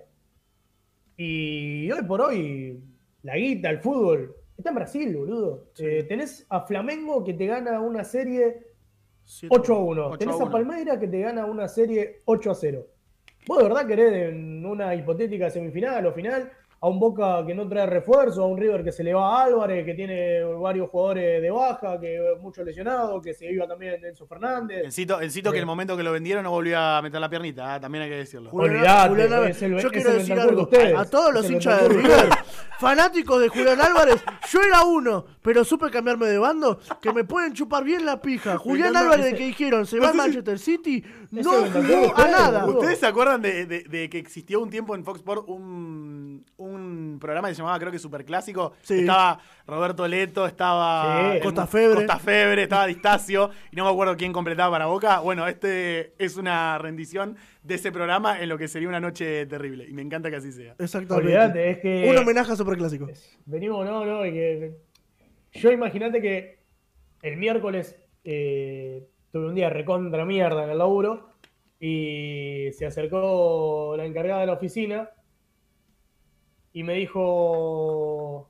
[SPEAKER 4] Y hoy por hoy, la guita, el fútbol, está en Brasil, boludo. Sí. Tenés a Flamengo que te gana una serie 8-1. Tenés a Palmeiras que te gana una serie 8-0. ¿Vos de verdad querés en una hipotética semifinal o final a un Boca que no trae refuerzo, a un River que se le va a Álvarez, que tiene varios jugadores de baja, que muchos lesionados, que se iba también Enzo Fernández.
[SPEAKER 3] El Cito que el momento que lo vendieron no volvió a meter la piernita, también hay que decirlo.
[SPEAKER 2] Yo quiero decir algo a todos los hinchas de River, fanáticos de Julián Álvarez, yo era uno, pero supe cambiarme de bando, que me pueden chupar bien la pija. Julián Álvarez, que dijeron, se va a Manchester City, no jugó a nada.
[SPEAKER 3] ¿Ustedes se acuerdan de que existió un tiempo en Fox Sports un programa que se llamaba, creo que Superclásico? Sí. Estaba Roberto Leto, estaba
[SPEAKER 2] Costa Febre,
[SPEAKER 3] estaba Distacio, y no me acuerdo quién completaba para Boca. Bueno, este es una rendición de ese programa en lo que sería una noche terrible, y me encanta que así sea.
[SPEAKER 2] Exactamente.
[SPEAKER 4] Olvídate, es que
[SPEAKER 2] un homenaje a Superclásico.
[SPEAKER 4] Venimos, y que yo imagínate que el miércoles tuve un día recontra mierda en el laburo y se acercó la encargada de la oficina y me dijo,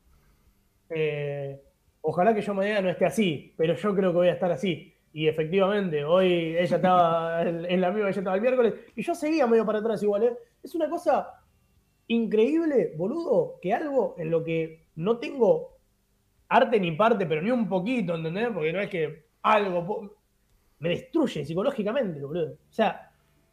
[SPEAKER 4] ojalá que yo mañana no esté así, pero yo creo que voy a estar así. Y efectivamente, hoy ella estaba en la misma, ella estaba el miércoles, y yo seguía medio para atrás igual, ¿eh? Es una cosa increíble, boludo, que algo en lo que no tengo arte ni parte, pero ni un poquito, ¿entendés? Porque no es que algo me destruye psicológicamente, boludo. O sea,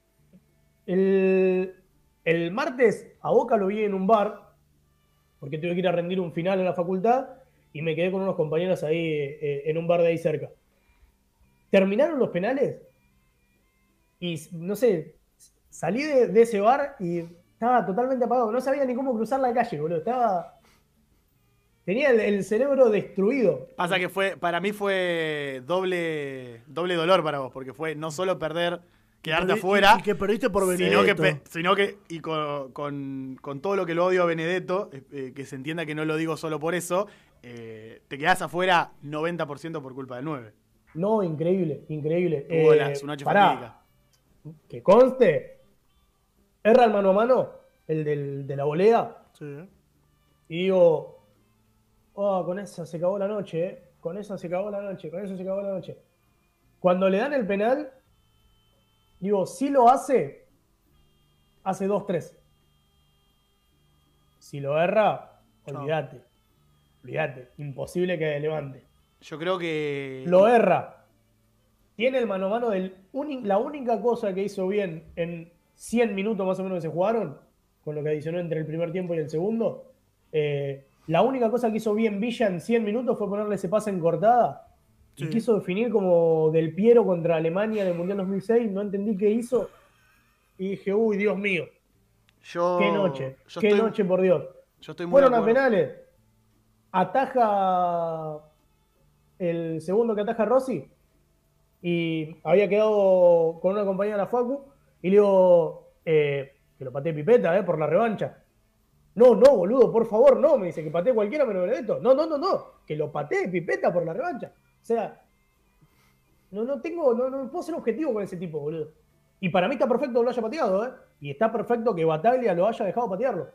[SPEAKER 4] el martes a Boca lo vi en un bar, porque tuve que ir a rendir un final en la facultad, y me quedé con unos compañeros ahí en un bar de ahí cerca. Terminaron los penales y, no sé, salí de ese bar y estaba totalmente apagado. No sabía ni cómo cruzar la calle, boludo. Tenía el cerebro destruido.
[SPEAKER 3] Pasa que para mí fue doble dolor para vos, porque fue no solo quedarte afuera.
[SPEAKER 2] Y que perdiste por Benedetto.
[SPEAKER 3] Sino que y con todo lo que lo odio a Benedetto, que se entienda que no lo digo solo por eso, te quedás afuera 90% por culpa del 9.
[SPEAKER 4] No, increíble.
[SPEAKER 3] Tuvo su noche fatídica.
[SPEAKER 4] Que conste, erra el mano a mano, el de la volea.
[SPEAKER 2] Sí.
[SPEAKER 4] Y digo, con esa se acabó la noche, con eso se acabó la noche. Cuando le dan el penal, digo, si lo hace 2-3. Si lo erra, olvídate. Imposible que levante.
[SPEAKER 3] Yo creo que
[SPEAKER 4] lo erra. Tiene el mano a mano la única cosa que hizo bien en 100 minutos más o menos que se jugaron, con lo que adicionó entre el primer tiempo y el segundo, la única cosa que hizo bien Villa en 100 minutos fue ponerle ese pase en cortada. Sí. Y quiso definir como Del Piero contra Alemania en el Mundial 2006. No entendí qué hizo. Y dije, uy, Dios mío. Qué noche, por Dios.
[SPEAKER 3] Yo estoy muy
[SPEAKER 4] fueron a penales. Ataja el segundo que ataja Rossi. Y había quedado con una compañera de la Facu. Y le digo, que lo patee Pipeta, por la revancha. No, boludo, por favor, no. Me dice que patee cualquiera menos Benedetto. No. Que lo patee Pipeta por la revancha. O sea, no puedo ser objetivo con ese tipo, boludo. Y para mí está perfecto que lo haya pateado, ¿eh? Y está perfecto que Bataglia lo haya dejado patearlo.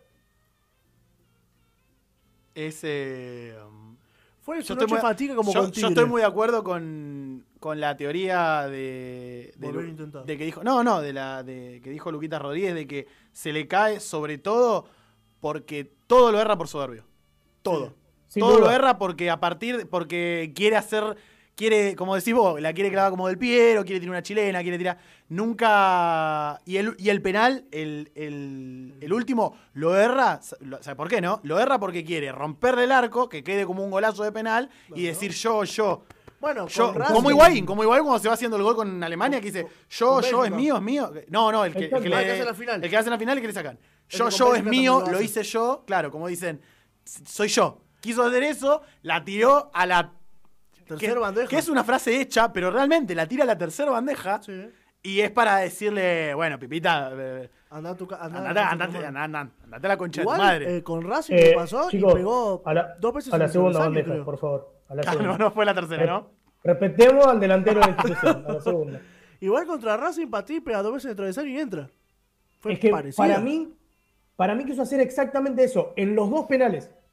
[SPEAKER 2] Fue su noche fatiga como con Tigre.
[SPEAKER 3] Yo estoy muy de acuerdo con la teoría de que dijo. Que dijo Luquitas Rodríguez, de que se le cae sobre todo porque todo lo erra por soberbio. Todo. Sí. Todo lo erra porque porque quiere, como decís vos, la quiere clavar como Del Piero, quiere tirar una chilena, quiere tirar. Nunca. Y el penal, el último, lo erra. ¿Sabes por qué, no? Lo erra porque quiere romperle el arco, que quede como un golazo de penal, y decir yo.
[SPEAKER 2] Bueno,
[SPEAKER 3] como Higuaín cuando se va haciendo el gol con Alemania, que dice, yo, es mío. No, el que hace la final. El que hace la final y que le sacan. Yo, es mío, lo hice yo. Claro, como dicen, soy yo. Quiso hacer eso, la tiró a la
[SPEAKER 2] tercera bandeja.
[SPEAKER 3] Que es una frase hecha, pero realmente la tira a la tercera bandeja. Sí. Y es para decirle, bueno, Pipita, andate a la concha de tu madre.
[SPEAKER 2] Con Racing le pasó,
[SPEAKER 4] chicos,
[SPEAKER 2] y pegó
[SPEAKER 4] dos veces a la segunda bandeja, creo. Por favor.
[SPEAKER 3] No fue la tercera, ¿no?
[SPEAKER 4] Respetemos al delantero de la institución, a la segunda.
[SPEAKER 2] Igual contra Racing, Patí pega dos veces en el travesaño y entra.
[SPEAKER 4] Fue es que para mí quiso hacer exactamente eso, en los dos penales.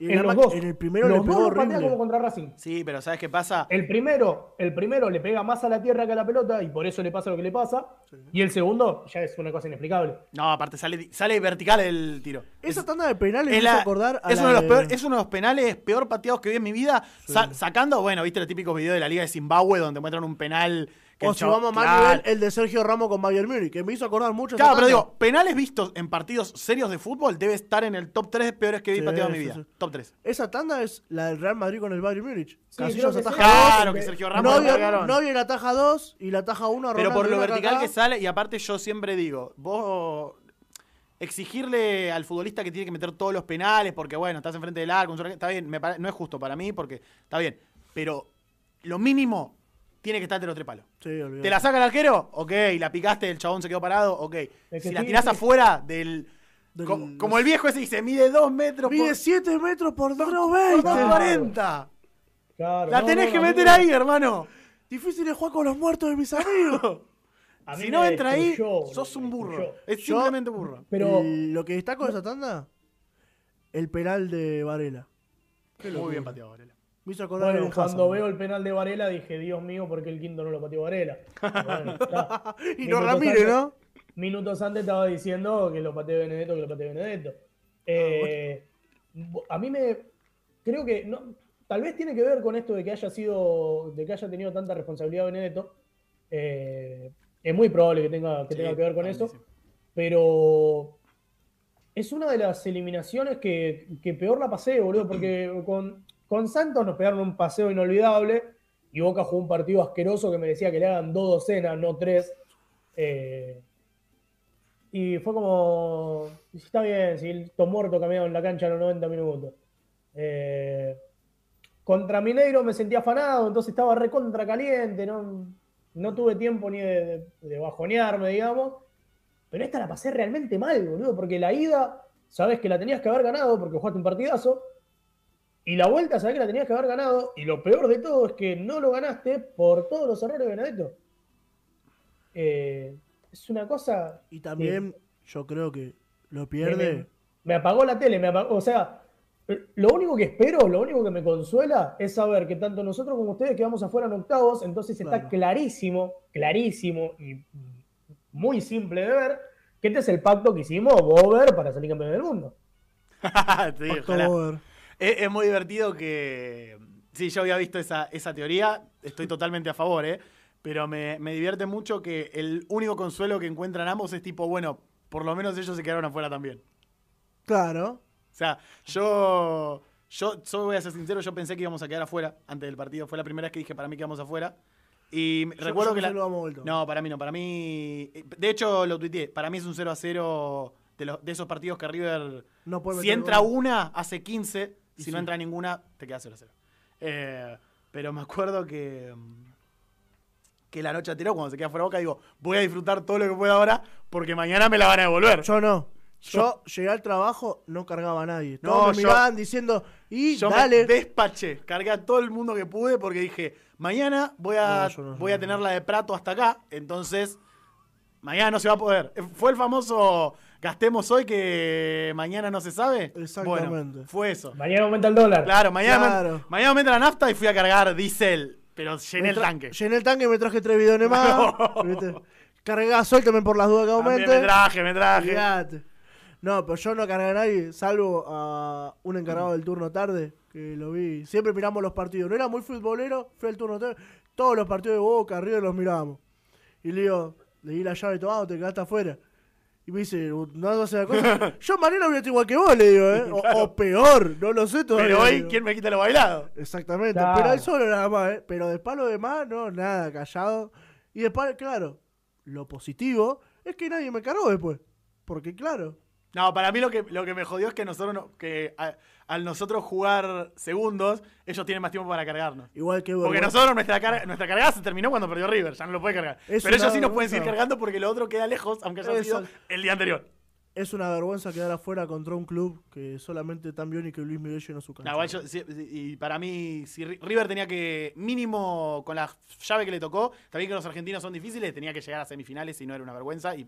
[SPEAKER 2] Y en los dos. En el primero le pegó horrible.
[SPEAKER 4] Patea como contra Racing.
[SPEAKER 3] Sí, pero ¿sabes qué pasa?
[SPEAKER 4] El primero le pega más a la tierra que a la pelota y por eso le pasa lo que le pasa. Sí. Y el segundo ya es una cosa inexplicable.
[SPEAKER 3] No, aparte sale vertical el tiro.
[SPEAKER 2] Esa tanda de penales me hizo acordar a
[SPEAKER 3] es uno de los penales peor pateados que vi en mi vida. Sí. Sacando, bueno, viste los típicos videos de la Liga de Zimbabue donde muestran un penal.
[SPEAKER 2] O si vamos a más nivel, el de Sergio Ramos con Bayern Múnich, que me hizo acordar mucho.
[SPEAKER 3] Claro, pero digo, penales vistos en partidos serios de fútbol debe estar en el top 3 de peores que vi pateado en mi vida. Sí. Top 3.
[SPEAKER 2] Esa tanda es la del Real Madrid con el Bayern Múnich.
[SPEAKER 4] Sí, Casillas ataja 2.
[SPEAKER 3] Claro, que Sergio Ramos
[SPEAKER 2] Novia la ataja 2 y la ataja 1.
[SPEAKER 3] Pero por lo vertical que sale, y aparte yo siempre digo, vos exigirle al futbolista que tiene que meter todos los penales porque, bueno, estás enfrente del arco, está bien, no es justo para mí porque está bien, pero lo mínimo tiene que estar entre los 3 palos.
[SPEAKER 2] Sí,
[SPEAKER 3] ¿Te la saca el arquero? Ok. ¿La picaste, el chabón se quedó parado? Ok. Si la tirás afuera como el viejo ese dice, mide 2 metros.
[SPEAKER 2] Mide 7 metros por 2,20.
[SPEAKER 3] 2,40. Claro, la tenés que meter ahí, hermano.
[SPEAKER 2] Difícil es jugar con los muertos de mis amigos.
[SPEAKER 3] Si no entra ahí, sos un burro. Es simplemente burro.
[SPEAKER 2] Pero lo que destaco de esa tanda, el penal de Varela.
[SPEAKER 3] Muy bien pateado, Varela.
[SPEAKER 2] Me hizo acordar
[SPEAKER 4] cuando veo el penal de Varela dije, Dios mío, ¿por qué el quinto no lo pateó Varela? Bueno,
[SPEAKER 2] y no Ramírez, ¿no?
[SPEAKER 4] Minutos antes estaba diciendo que lo pateó Benedetto, A mí creo que tal vez tiene que ver con esto de que haya tenido tanta responsabilidad Benedetto. Es muy probable que tenga que ver con eso. Sí. Pero es una de las eliminaciones que peor la pasé, boludo, porque con Santos nos pegaron un paseo inolvidable y Boca jugó un partido asqueroso que me decía que le hagan 2 docenas, no 3. Y fue como, está bien, si el Muerto caminaba en la cancha a los 90 minutos. Contra Mineiro me sentía afanado, entonces estaba recontra caliente, no tuve tiempo ni de bajonearme, digamos. Pero esta la pasé realmente mal, boludo, porque la ida, sabés que la tenías que haber ganado porque jugaste un partidazo. Y la vuelta, sabés que la tenías que haber ganado. Y lo peor de todo es que no lo ganaste por todos los errores de Benedetto. Es una cosa...
[SPEAKER 2] Y también yo creo que lo pierde...
[SPEAKER 4] Me apagó la tele, o sea, lo único que espero, lo único que me consuela es saber que tanto nosotros como ustedes quedamos afuera en octavos, entonces está clarísimo y muy simple de ver que este es el pacto que hicimos Bober para salir campeón del mundo.
[SPEAKER 3] Sí, ojalá. Es muy divertido que... Sí, yo había visto esa teoría, estoy totalmente a favor, pero me divierte mucho que el único consuelo que encuentran ambos es tipo, bueno, por lo menos ellos se quedaron afuera también.
[SPEAKER 2] Claro.
[SPEAKER 3] O sea, yo voy a ser sincero, yo pensé que íbamos a quedar afuera antes del partido. Fue la primera vez que dije para mí que íbamos afuera. Y recuerdo que No, para mí no. Para mí... De hecho, lo tuiteé. Para mí es un 0-0 de esos partidos que River...
[SPEAKER 2] No puede
[SPEAKER 3] si entra una, hace 15... Si no entra ninguna, te queda 0-0. Pero me acuerdo que la noche anterior, cuando se queda fuera Boca, digo, voy a disfrutar todo lo que pueda ahora, porque mañana me la van a devolver.
[SPEAKER 2] Yo no. Yo llegué al trabajo, no cargaba a nadie. Todos me miraban diciendo, dale.
[SPEAKER 3] Me despaché, cargué a todo el mundo que pude, porque dije, mañana voy a tener la de Prato hasta acá, entonces mañana no se va a poder. Fue el famoso... Gastemos hoy que mañana no se sabe.
[SPEAKER 2] Exactamente.
[SPEAKER 3] Bueno, fue eso.
[SPEAKER 4] Mañana aumenta el dólar.
[SPEAKER 3] Claro, mañana aumenta la nafta y fui a cargar diésel, pero llené el tanque.
[SPEAKER 2] Llené el tanque y me traje 3 bidones más. Cargué gasoil también por las dudas que aumente.
[SPEAKER 3] Me traje.
[SPEAKER 2] Fíjate. No, pero yo no cargué a nadie, salvo a un encargado del turno tarde, que lo vi. Siempre miramos los partidos. No era muy futbolero, fue el turno tarde. Todos los partidos de Boca, River los mirábamos. Y le digo, le di la llave, tomado, te quedaste afuera. Y me dice, no hace la cosa. Yo mañana voy a estar igual que vos, le digo, Claro. O peor, no lo sé todavía.
[SPEAKER 3] Pero hoy, ¿quién me quita lo bailado?
[SPEAKER 2] Exactamente, claro. Pero él solo nada más, Pero después lo demás, no, nada, callado. Y después, claro, lo positivo es que nadie me cargó después. Porque, claro.
[SPEAKER 3] No, para mí lo que me jodió es que al nosotros jugar segundos, ellos tienen más tiempo para cargarnos.
[SPEAKER 2] Igual que
[SPEAKER 3] porque nosotros nuestra cargada se terminó cuando perdió River, ya no lo puede cargar. Pero ellos sí nos pueden seguir cargando porque lo otro queda lejos, aunque haya sido el día anterior.
[SPEAKER 2] Es una vergüenza quedar afuera contra un club que solamente tan bien y que Luis Miguel llenó su cancha.
[SPEAKER 3] Y para mí, si River tenía que, mínimo con la llave que le tocó, también que los argentinos son difíciles, tenía que llegar a semifinales y no era una vergüenza. Y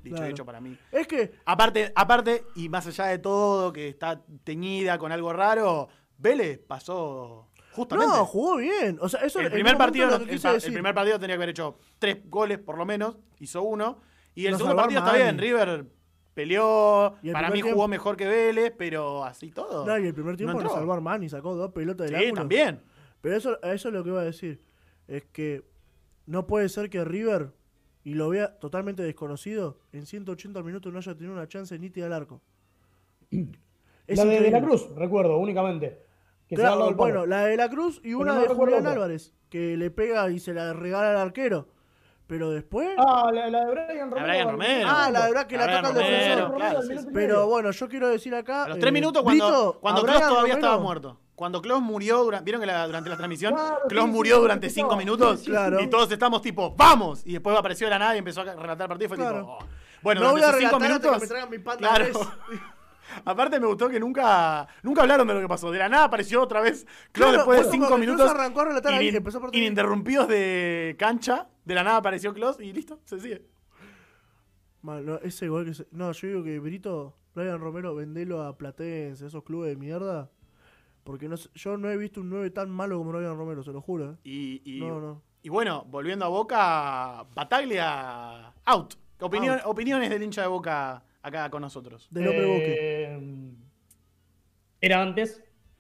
[SPEAKER 3] dicho y hecho para mí.
[SPEAKER 2] Es que...
[SPEAKER 3] Aparte, y más allá de todo, que está teñida con algo raro, Vélez pasó justamente.
[SPEAKER 2] No, jugó bien. O sea, eso
[SPEAKER 3] el primer partido tenía que haber hecho 3 goles por lo menos, hizo 1. Y el segundo partido está bien, River peleó, para mí jugó mejor que Vélez, pero así todo.
[SPEAKER 2] No, y el primer tiempo lo salvó Armani, sacó 2 pelotas del ángulo.
[SPEAKER 3] Sí, también.
[SPEAKER 2] Pero eso es lo que iba a decir. Es que no puede ser que River, y lo vea totalmente desconocido, en 180 minutos no haya tenido una chance nítida al arco.
[SPEAKER 4] La de la Cruz, recuerdo, únicamente.
[SPEAKER 2] Claro, bueno, la de la Cruz y una de Julián Álvarez, que le pega y se la regala al arquero. Pero después...
[SPEAKER 4] la de Brian Romero.
[SPEAKER 2] La de Brian, que la toca el defensor.
[SPEAKER 3] Claro,
[SPEAKER 2] pero bueno, yo quiero decir acá...
[SPEAKER 3] A los 3 minutos cuando Klose todavía estaba muerto. Cuando Klose murió, vieron que durante la transmisión, Klose murió durante 5 minutos y todos estamos tipo, ¡vamos! Y después apareció de la nada y empezó a relatar el partido y fue tipo, oh. Bueno,
[SPEAKER 2] no voy a
[SPEAKER 3] relatar
[SPEAKER 2] 5 minutos, que me traigan mi pata.
[SPEAKER 3] Claro. Aparte me gustó que nunca hablaron de lo que pasó. De la nada apareció otra vez Klose después de 5 minutos
[SPEAKER 2] arrancó a relatar ahí, empezó por
[SPEAKER 3] ininterrumpidos de cancha. De la nada apareció Klose y listo, se sigue.
[SPEAKER 2] No, ese gol que no, yo digo que Brian Romero, vendelo a Platense, esos clubes de mierda. Porque yo no he visto un 9 tan malo como Brian Romero, se lo juro.
[SPEAKER 3] Y bueno, volviendo a Boca, Bataglia out. Opiniones del hincha de Boca acá con nosotros.
[SPEAKER 2] Del hombre Boque.
[SPEAKER 4] Era antes.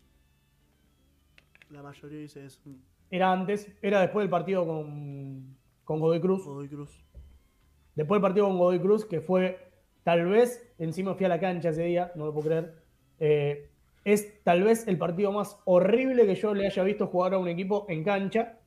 [SPEAKER 2] La mayoría dice eso.
[SPEAKER 4] Era antes. Era después del partido con Godoy Cruz. Después del partido con Godoy Cruz, que fue, tal vez, encima fui a la cancha ese día, no lo puedo creer. Es tal vez el partido más horrible que yo le haya visto jugar a un equipo en cancha.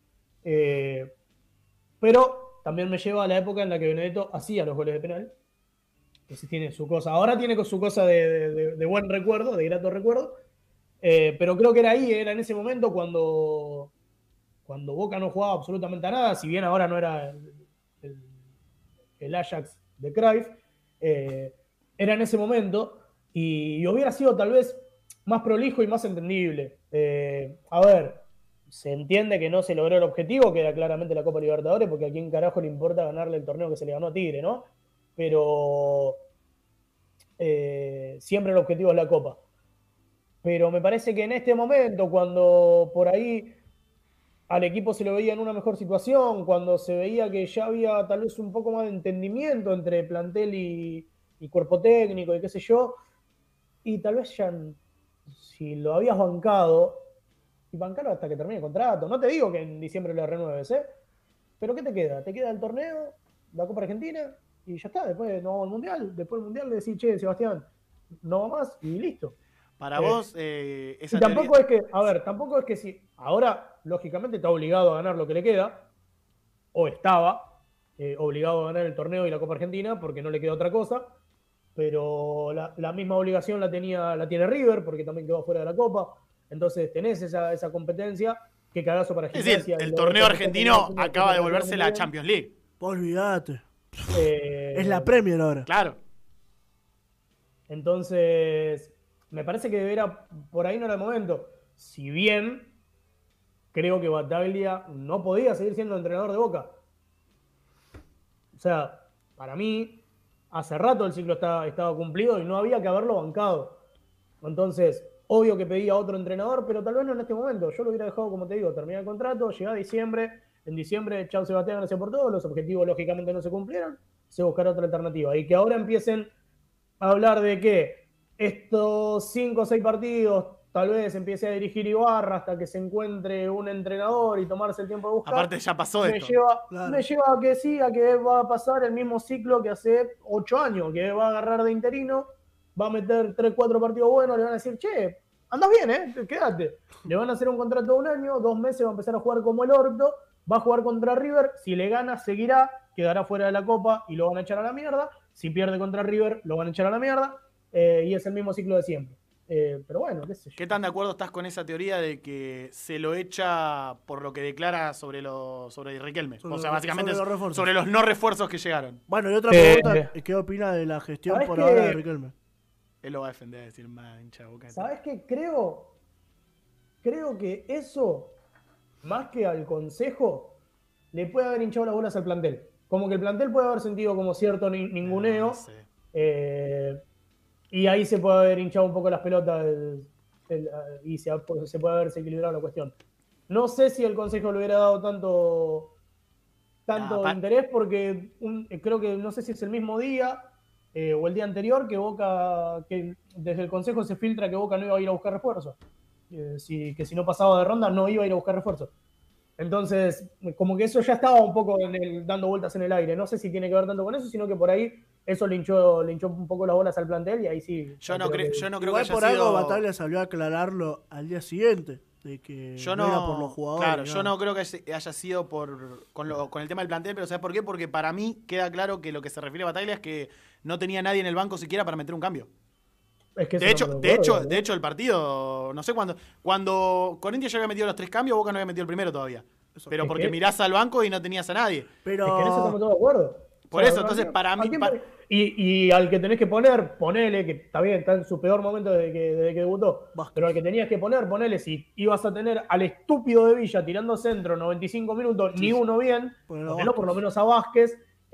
[SPEAKER 4] Pero también me lleva a la época en la que Benedetto hacía los goles de penal. Entonces tiene su cosa. Ahora tiene su cosa de buen recuerdo, de grato recuerdo. Pero creo que era en ese momento cuando Boca no jugaba absolutamente a nada, si bien ahora no era el Ajax de Cruyff. Era en ese momento y hubiera sido tal vez más prolijo y más entendible. A ver, se entiende que no se logró el objetivo, que era claramente la Copa Libertadores, porque a quién carajo le importa ganarle el torneo que se le ganó a Tigre, ¿no? Pero siempre el objetivo es la Copa. Pero me parece que en este momento, cuando por ahí al equipo se lo veía en una mejor situación, cuando se veía que ya había tal vez un poco más de entendimiento entre plantel y cuerpo técnico y qué sé yo, y tal vez ya... Si lo habías bancado, y bancarlo hasta que termine el contrato. No te digo que en diciembre lo renueves, pero ¿qué te queda? Te queda el torneo, la Copa Argentina, y ya está. Después no vamos al Mundial. Después del Mundial le decís, che, Sebastián, no va más, y listo.
[SPEAKER 3] Para vos, esa
[SPEAKER 4] y tampoco es que si ahora, lógicamente, está obligado a ganar lo que le queda, o estaba obligado a ganar el torneo y la Copa Argentina, porque no le queda otra cosa. Pero la misma obligación la tiene River, porque también quedó fuera de la Copa. Entonces tenés esa competencia. Qué cagazo para Gimnasia.
[SPEAKER 3] Es decir, el torneo argentino acaba de volverse la Champions League.
[SPEAKER 2] Olvídate. Es la Premier ahora.
[SPEAKER 3] Claro.
[SPEAKER 4] Entonces, me parece que por ahí no era el momento. Si bien creo que Bataglia no podía seguir siendo entrenador de Boca. O sea, para mí... Hace rato el ciclo estaba cumplido y no había que haberlo bancado. Entonces, obvio que pedía otro entrenador, pero tal vez no en este momento. Yo lo hubiera dejado, como te digo, terminar el contrato, llegaba diciembre. En diciembre, chao Sebastián, gracias por todo. Los objetivos, lógicamente, no se cumplieron. Se buscará otra alternativa. Y que ahora empiecen a hablar de que estos 5 o 6 partidos tal vez empiece a dirigir Ibarra hasta que se encuentre un entrenador y tomarse el tiempo de buscar.
[SPEAKER 3] Aparte ya pasó esto.
[SPEAKER 4] Me lleva a que sí, a que va a pasar el mismo ciclo que hace 8 años, que va a agarrar de interino, va a meter 3, 4 partidos buenos, le van a decir, che, andás bien, quédate. Le van a hacer un contrato de 1 año, 2 meses, va a empezar a jugar como el orto, va a jugar contra River, si le gana, seguirá, quedará fuera de la Copa y lo van a echar a la mierda. Si pierde contra River, lo van a echar a la mierda. Y es el mismo ciclo de siempre. Pero bueno, qué sé yo.
[SPEAKER 3] ¿Qué tan de acuerdo estás con esa teoría de que se lo echa por lo que declara sobre Riquelme? O sea, básicamente sobre los no refuerzos que llegaron.
[SPEAKER 2] Bueno, y otra pregunta, ¿qué opina de la gestión por ahora de Riquelme?
[SPEAKER 3] Él lo va a defender, decir más hincha de Boca.
[SPEAKER 4] ¿Sabés qué? Creo que eso, más que al consejo, le puede haber hinchado las bolas al plantel. como que el plantel puede haber sentido como cierto ninguneo. Sí. Y ahí se puede haber hinchado un poco las pelotas y se puede haber desequilibrado la cuestión. No sé si el Consejo le hubiera dado tanto interés, porque creo que no sé si es el mismo día o el día anterior que desde el Consejo se filtra que Boca no iba a ir a buscar refuerzos. Que si no pasaba de ronda no iba a ir a buscar refuerzos. Entonces, como que eso ya estaba un poco dando vueltas en el aire. No sé si tiene que ver tanto con eso, sino que por ahí eso le hinchó un poco las bolas al plantel y ahí sí.
[SPEAKER 3] Yo no creo que haya
[SPEAKER 2] por
[SPEAKER 3] sido...
[SPEAKER 2] algo Bataglia salió a aclararlo al día siguiente. De que no era por los jugadores.
[SPEAKER 3] Claro, yo no creo que haya sido con el tema del plantel, pero ¿sabes por qué? Porque para mí queda claro que lo que se refiere a Bataglia es que no tenía nadie en el banco siquiera para meter un cambio. Es que de hecho, el partido, no sé cuando Corinthians ya había metido los 3 cambios, Boca no había metido el primero todavía. Pero porque mirás al banco y no tenías a nadie.
[SPEAKER 4] Pero es que en eso estamos todos de acuerdo.
[SPEAKER 3] Por eso, entonces, para mí...
[SPEAKER 4] Y al que tenés que ponele, que está bien, está en su peor momento desde que debutó, pero al que tenías que ponele, si ibas a tener al estúpido de Villa tirando centro 95 minutos, ni uno bien, ponelo por lo menos a Vázquez.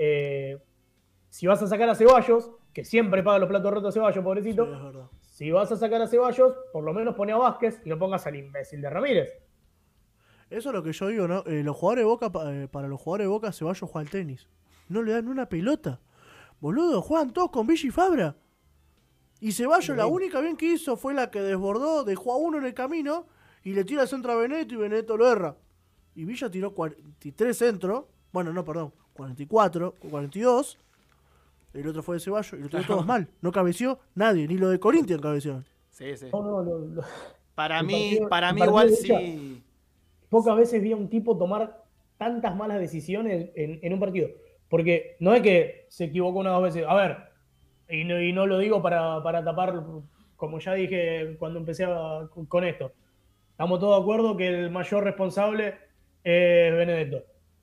[SPEAKER 4] Si vas a sacar a Ceballos, que siempre paga los platos rotos a Ceballos, pobrecito, si vas a sacar a Ceballos, por lo menos pone a Vázquez y no pongas al imbécil de Ramírez.
[SPEAKER 2] Eso es lo que yo digo, ¿no? Los jugadores de Boca, para los jugadores de Boca, Ceballos juega al tenis. No le dan una pelota. Boludo, juegan todos con Villa y Fabra. Y Ceballos, la única bien que hizo fue la que desbordó, dejó a uno en el camino y le tira el centro a Benedetto y Benedetto lo erra. Y Villa tiró 43 centros. Bueno, no, perdón, 44, 42. El otro fue de Ceballos y lo tiró todos mal. No cabeció nadie, ni lo de Corinthians cabeció.
[SPEAKER 3] Sí.
[SPEAKER 4] No.
[SPEAKER 3] Para mí igual sí.
[SPEAKER 4] Pocas veces vi a un tipo tomar tantas malas decisiones en un partido. Porque no es que se equivocó una o 2 veces. A ver, y no lo digo para tapar, como ya dije cuando empecé con esto. Estamos todos de acuerdo que el mayor responsable es Benedetto.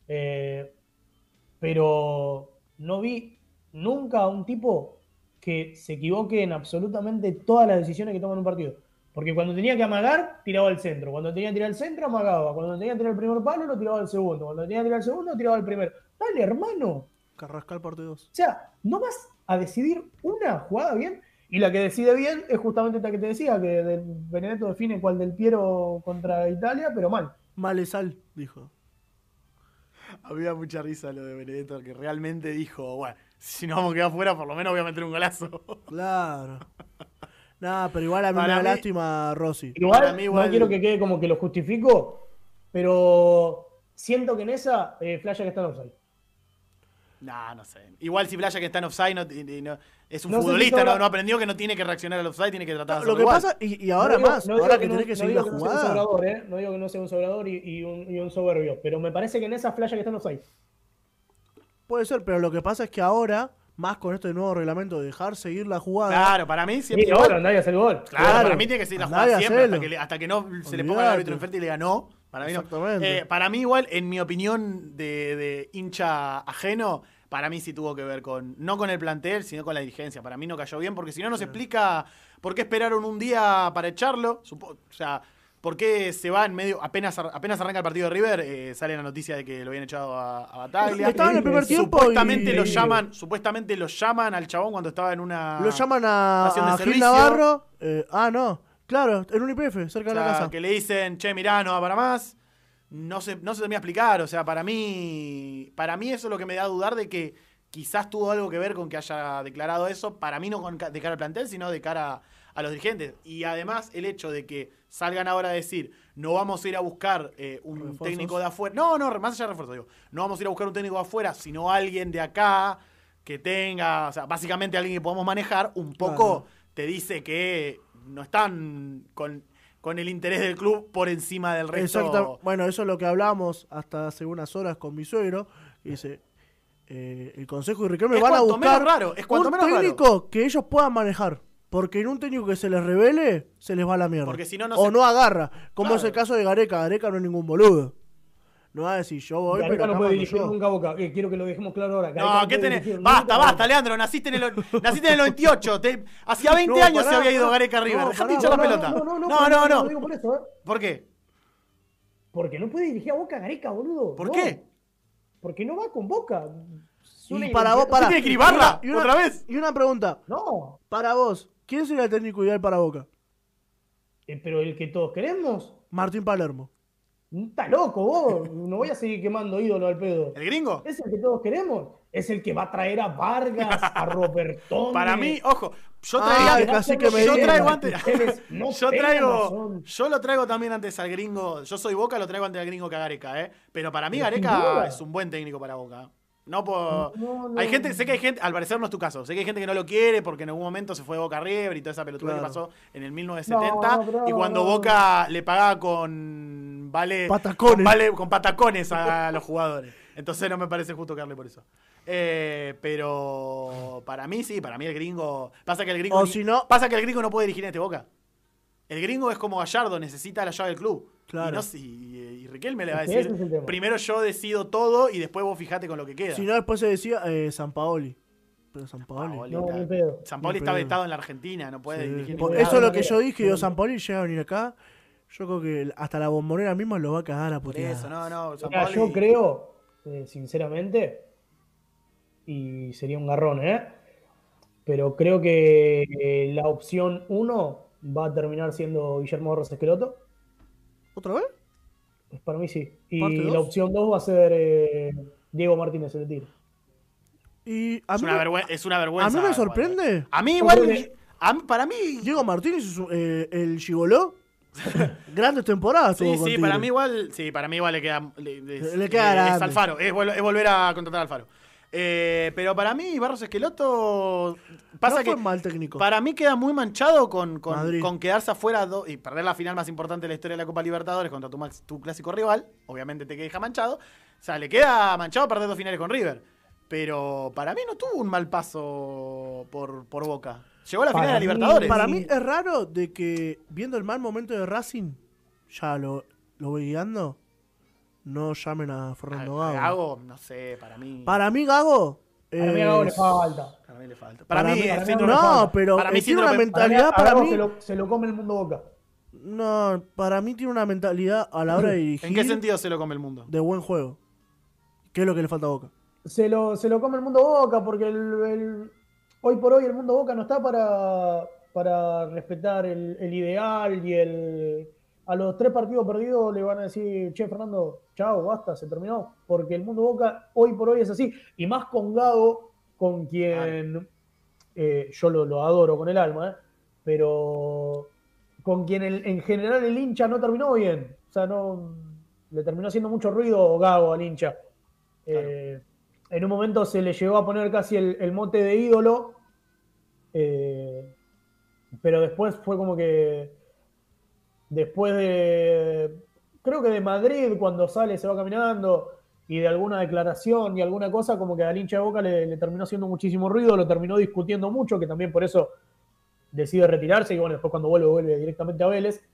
[SPEAKER 4] Pero no vi nunca a un tipo que se equivoque en absolutamente todas las decisiones que toma en un partido. Porque cuando tenía que amagar, tiraba al centro. Cuando tenía que tirar al centro, amagaba. Cuando tenía que tirar el primer palo, lo tiraba al segundo. Cuando tenía que tirar el segundo, tiraba al primero. Dale, hermano.
[SPEAKER 2] Carrascal parte 2.
[SPEAKER 4] O sea, no vas a decidir una jugada bien. Y la que decide bien es justamente esta que te decía, que Benedetto define cuál del Piero contra Italia, pero mal.
[SPEAKER 2] Malesal, dijo.
[SPEAKER 3] Había mucha risa lo de Benedetto, que realmente dijo, bueno, si nos vamos a quedar afuera, por lo menos voy a meter un golazo.
[SPEAKER 2] Claro. Nah, pero igual a mí me da lástima Rossi.
[SPEAKER 4] Igual no quiero que quede como que lo justifico, pero siento que en esa Flasha que está en offside.
[SPEAKER 3] No sé. Igual si Playa que está en offside es un futbolista, no aprendió que no tiene que reaccionar al offside, tiene que tratar de hacerlo
[SPEAKER 2] igual. Lo que pasa, y ahora ahora que tenés que seguir la jugada.
[SPEAKER 4] No digo que no sea un sobrador y un soberbio, pero me parece que en esa Flasha que está en offside.
[SPEAKER 2] Puede ser, pero lo que pasa es que ahora, más con este nuevo reglamento de dejar seguir la jugada.
[SPEAKER 3] Claro, para mí siempre.
[SPEAKER 4] Y ahora nadie hace el gol.
[SPEAKER 3] Claro, para mí tiene que seguir la jugada siempre, hasta que no se le ponga el árbitro enfrente y le diga no. Para mí, no. Para mí igual, en mi opinión de hincha ajeno, para mí sí tuvo que ver no con el plantel, sino con la dirigencia. Para mí no cayó bien, porque si no nos explica por qué esperaron un día para echarlo. O sea, por qué se va en medio, apenas arranca el partido de River, sale la noticia de que lo habían echado a Bataglia.
[SPEAKER 2] Estaba en el primer tiempo
[SPEAKER 3] Supuestamente lo llaman al chabón cuando estaba en una...
[SPEAKER 2] Lo llaman a Gil Navarro. No. Claro, en un IPF, cerca de la casa.
[SPEAKER 3] Que le dicen, che, mirá, no va para más. No se termina de explicar. O sea, para mí eso es lo que me da a dudar de que quizás tuvo algo que ver con que haya declarado eso. Para mí no de cara al plantel, sino de cara a los dirigentes. Y además el hecho de que salgan ahora a decir, no vamos a ir a buscar un ¿refuerzos? Técnico de afuera. No, más allá de refuerzo, digo. No vamos a ir a buscar un técnico de afuera, sino alguien de acá que tenga, o sea, básicamente alguien que podamos manejar. Un poco te dice que no están con el interés del club por encima del resto.
[SPEAKER 2] Exacto. Bueno, eso es lo que hablamos hasta hace unas horas con mi suegro. Que dice, el Consejo y Riquelme van a buscar un técnico que ellos puedan manejar. Porque en un técnico que se les revele, se les va a la mierda.
[SPEAKER 3] Porque si no,
[SPEAKER 2] no agarra. Como es el caso de Gareca. Gareca no es ningún boludo. No va a decir, yo voy,
[SPEAKER 4] Gareca pero no puede dirigir nunca Boca. Quiero que lo dejemos claro ahora.
[SPEAKER 3] Gareca no, ¿qué tenés? Basta, Leandro. Naciste en el 98. Hacía 20 años se había ido Gareca River. Dejate hinchar la pelota. No.
[SPEAKER 4] No digo por eso,
[SPEAKER 3] ¿Por qué?
[SPEAKER 4] Porque no puede dirigir a Boca Gareca, boludo.
[SPEAKER 3] ¿Por qué?
[SPEAKER 4] porque no va con Boca.
[SPEAKER 2] Y para vos,
[SPEAKER 3] tiene que cribarla otra vez.
[SPEAKER 2] Y una pregunta.
[SPEAKER 4] No.
[SPEAKER 2] Para vos, ¿quién sería el técnico ideal para Boca?
[SPEAKER 4] Pero el que todos queremos.
[SPEAKER 2] Martín Palermo.
[SPEAKER 4] Estás loco vos. No voy a seguir quemando ídolo al pedo.
[SPEAKER 3] ¿El gringo?
[SPEAKER 4] Es el que todos queremos. Es el que va a traer a Vargas, a Robertone.
[SPEAKER 3] Para mí, ojo, yo lo traigo también antes al gringo. Yo soy Boca, lo traigo antes al gringo que a Gareca, Pero para mí Gareca es un buen técnico para Boca. No, hay gente, sé que hay gente, al parecer no es tu caso, sé que hay gente que no lo quiere porque en algún momento se fue de Boca River y toda esa pelotuda que pasó en el 1970 y cuando Boca le pagaba con patacones a los jugadores. Entonces no me parece justo que hable por eso. Pero para mí sí, para mí el gringo. Pasa que el gringo no puede dirigir en este Boca. El gringo es como Gallardo, necesita la llave del club. Claro. Y Riquelme le va a decir, primero yo decido todo y después vos fijate con lo que queda.
[SPEAKER 2] Si no, después se decía Sampaoli. Pero Sampaoli
[SPEAKER 3] está vetado en la Argentina, no puede dirigir.
[SPEAKER 2] Eso es lo que yo dije, digo, Sampaoli llega a venir acá. Yo creo que hasta la Bombonera misma lo va a cagar a puteadas.
[SPEAKER 3] Por eso, no.
[SPEAKER 4] Sampaoli... Yo creo, sinceramente, y sería un garrón, pero creo que la opción 1 va a terminar siendo Guillermo Barros Esqueloto.
[SPEAKER 2] ¿Otra vez?
[SPEAKER 4] Para mí sí. Y la opción 2 va a ser Diego Martínez, el Tigre.
[SPEAKER 2] Y
[SPEAKER 3] es una vergüenza.
[SPEAKER 2] A mí me sorprende.
[SPEAKER 3] A mí igual, para mí...
[SPEAKER 2] Diego Martínez es el gigoló. Grandes temporadas.
[SPEAKER 3] Sí, para mí igual le queda... Le queda es Alfaro, es volver a contratar a Alfaro. Pero para mí, Barros Esqueloto pasa que
[SPEAKER 2] mal técnico.
[SPEAKER 3] Para mí queda muy manchado con quedarse afuera y perder la final más importante de la historia de la Copa Libertadores contra tu clásico rival. Obviamente te deja manchado. O sea, le queda manchado perder 2 finales con River. Pero para mí no tuvo un mal paso por Boca. Llegó a la final de la Libertadores.
[SPEAKER 2] Para mí es raro de que, viendo el mal momento de Racing, ya lo voy guiando. No llamen a Fernando Gago.
[SPEAKER 3] Gago, no sé, para mí.
[SPEAKER 2] Para mí, Gago.
[SPEAKER 4] Para mí, Gago le falta.
[SPEAKER 3] Para mí le falta.
[SPEAKER 2] Pero tiene una mentalidad. Para mí
[SPEAKER 4] se lo come el mundo Boca.
[SPEAKER 2] No, para mí tiene una mentalidad a la hora de dirigir.
[SPEAKER 3] ¿En qué sentido se lo come el mundo?
[SPEAKER 2] De buen juego. ¿Qué es lo que le falta a Boca?
[SPEAKER 4] Se lo come el mundo Boca porque hoy por hoy el mundo Boca no está para respetar el ideal y a los 3 partidos perdidos le van a decir, che, Fernando, chao, basta, se terminó. Porque el mundo Boca hoy por hoy es así. Y más con Gago, con quien yo lo adoro con el alma, pero con quien en general el hincha no terminó bien. O sea, no le terminó haciendo mucho ruido Gago al hincha. Claro. En un momento se le llegó a poner casi el mote de ídolo, pero después fue como que después creo que de Madrid, cuando sale, se va caminando, y de alguna declaración y alguna cosa, como que al hincha de Boca le terminó haciendo muchísimo ruido, lo terminó discutiendo mucho, que también por eso decide retirarse, y bueno, después cuando vuelve directamente a Vélez.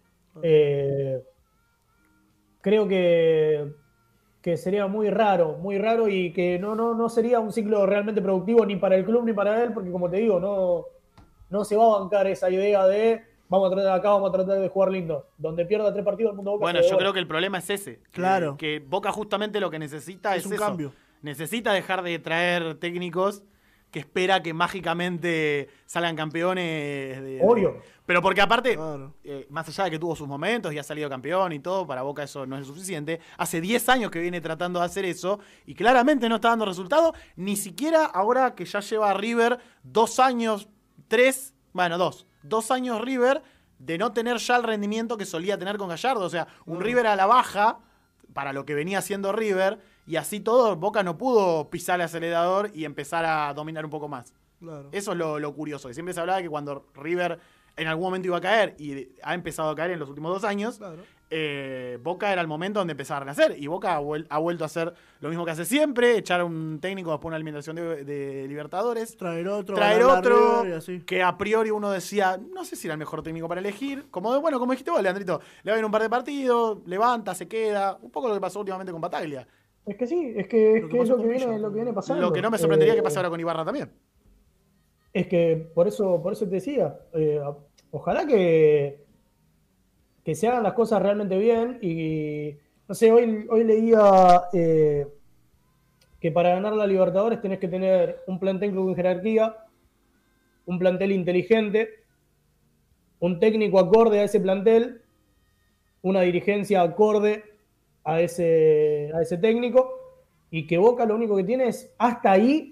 [SPEAKER 4] Creo que sería muy raro, y que no sería un ciclo realmente productivo ni para el club ni para él, porque como te digo, no se va a bancar esa idea de vamos a tratar de jugar lindo. Donde pierda 3 partidos el mundo Boca.
[SPEAKER 3] Bueno, yo creo que el problema es ese.
[SPEAKER 2] Claro.
[SPEAKER 3] Que Boca justamente lo que necesita es
[SPEAKER 2] un
[SPEAKER 3] eso.
[SPEAKER 2] Cambio.
[SPEAKER 3] Necesita dejar de traer técnicos que espera que mágicamente salgan campeones.
[SPEAKER 4] Obvio.
[SPEAKER 3] Pero porque aparte,
[SPEAKER 2] claro.
[SPEAKER 3] Más allá de que tuvo sus momentos y ha salido campeón y todo, para Boca eso no es suficiente. Hace 10 años que viene tratando de hacer eso y claramente no está dando resultado. Ni siquiera ahora que ya lleva a River 2 años, 3, bueno, 2 años River de no tener ya el rendimiento que solía tener con Gallardo. O sea, un River a la baja para lo que venía haciendo River, y así todo Boca no pudo pisar el acelerador y empezar a dominar un poco más.
[SPEAKER 2] Claro.
[SPEAKER 3] Eso es lo curioso, que siempre se hablaba que cuando River en algún momento iba a caer, y ha empezado a caer en los últimos 2 años,
[SPEAKER 2] claro.
[SPEAKER 3] Boca era el momento donde empezaba a renacer, y Boca ha vuelto a hacer lo mismo que hace siempre, echar a un técnico después de una eliminación de Libertadores,
[SPEAKER 2] traer otro
[SPEAKER 3] que a priori uno decía, no sé si era el mejor técnico para elegir, como dijiste vos, Leandrito, le va a ir un par de partidos, levanta, se queda, un poco lo que pasó últimamente con Bataglia.
[SPEAKER 4] Es que sí, es que es lo que viene pasando.
[SPEAKER 3] Lo que no me sorprendería que pase ahora con Ibarra también.
[SPEAKER 4] Es que por eso te decía, ojalá que se hagan las cosas realmente bien. Y no sé, hoy leía que para ganar la Libertadores tenés que tener un plantel con jerarquía, un plantel inteligente, un técnico acorde a ese plantel, una dirigencia acorde a ese técnico, y que Boca lo único que tiene es hasta ahí,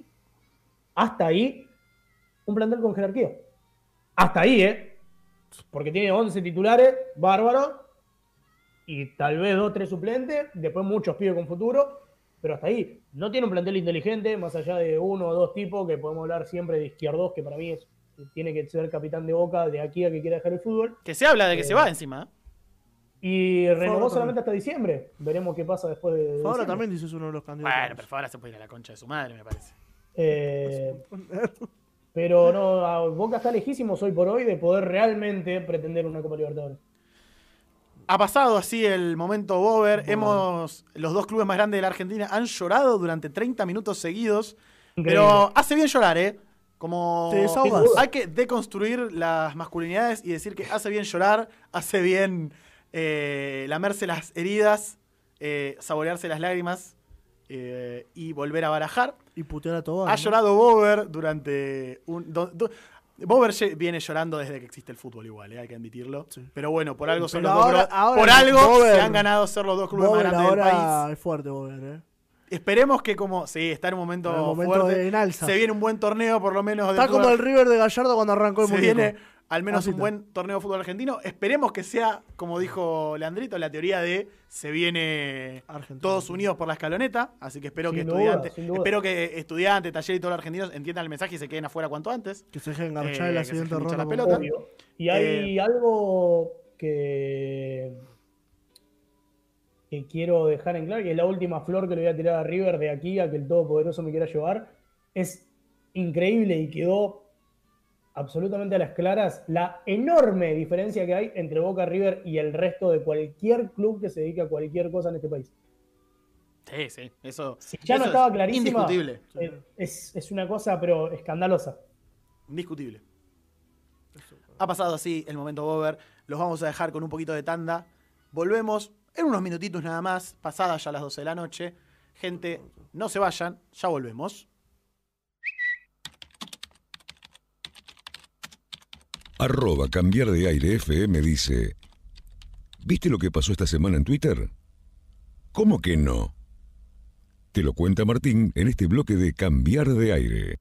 [SPEAKER 4] un plantel con jerarquía. Hasta ahí, porque tiene 11 titulares, bárbaro, y tal vez 2, 3 suplentes, después muchos pibes con futuro, pero hasta ahí. No tiene un plantel inteligente, más allá de 1 o 2 tipos, que podemos hablar siempre de Izquierdos, que para mí tiene que ser capitán de Boca de aquí a que quiera dejar el fútbol.
[SPEAKER 3] Que se habla de que se va encima.
[SPEAKER 4] Y renovó solamente hasta diciembre. Veremos qué pasa después de
[SPEAKER 2] Fabra también dice es uno de los candidatos.
[SPEAKER 3] Bueno, pero Fabra se puede ir a la concha de su madre, me parece.
[SPEAKER 4] Pero no, Boca está lejísimos hoy por hoy de poder realmente pretender una Copa Libertadores.
[SPEAKER 3] Ha pasado así el momento Bober. Los dos clubes más grandes de la Argentina han llorado durante 30 minutos seguidos. Increíble. Pero hace bien llorar, Como hay que deconstruir las masculinidades y decir que hace bien llorar, hace bien lamerse las heridas, saborearse las lágrimas y volver a barajar.
[SPEAKER 2] Y putear a todo.
[SPEAKER 3] Ha llorado Bober durante Bober viene llorando desde que existe el fútbol igual, hay que admitirlo. Sí. Pero bueno, por algo son los dos. Por algo Bober, se han ganado ser los dos clubes más grandes del país.
[SPEAKER 2] Es fuerte Bober,
[SPEAKER 3] Esperemos que está en un momento fuerte.
[SPEAKER 2] En alza.
[SPEAKER 3] Se viene un buen torneo, por lo menos.
[SPEAKER 2] Está como el River de Gallardo cuando arrancó el muñeco.
[SPEAKER 3] Se viene al menos un buen torneo de fútbol argentino. Esperemos que sea, como dijo Leandrito, la teoría de se viene Argentina, todos unidos por la escaloneta. Así que espero que estudiantes, Talleres y todos los argentinos entiendan el mensaje y se queden afuera cuanto antes.
[SPEAKER 2] Que se dejen enganchar en la siguiente ronda.
[SPEAKER 3] La pelota.
[SPEAKER 4] Y hay algo que quiero dejar en claro, que es la última flor que le voy a tirar a River de aquí a que el Todopoderoso me quiera llevar. Es increíble y quedó absolutamente a las claras la enorme diferencia que hay entre Boca, River y el resto de cualquier club que se dedique a cualquier cosa en este país.
[SPEAKER 3] Sí, eso.
[SPEAKER 4] Si ya no estaba clarísima,
[SPEAKER 3] indiscutible.
[SPEAKER 4] Es una cosa, pero escandalosa.
[SPEAKER 3] Indiscutible. Ha pasado así el momento Bober. Los vamos a dejar con un poquito de tanda. Volvemos en unos minutitos nada más, pasadas ya las 12 de la noche. Gente, no se vayan, ya volvemos.
[SPEAKER 5] @cambiar de aire FM dice: ¿viste lo que pasó esta semana en Twitter? ¿Cómo que no? Te lo cuenta Martín en este bloque de Cambiar de Aire.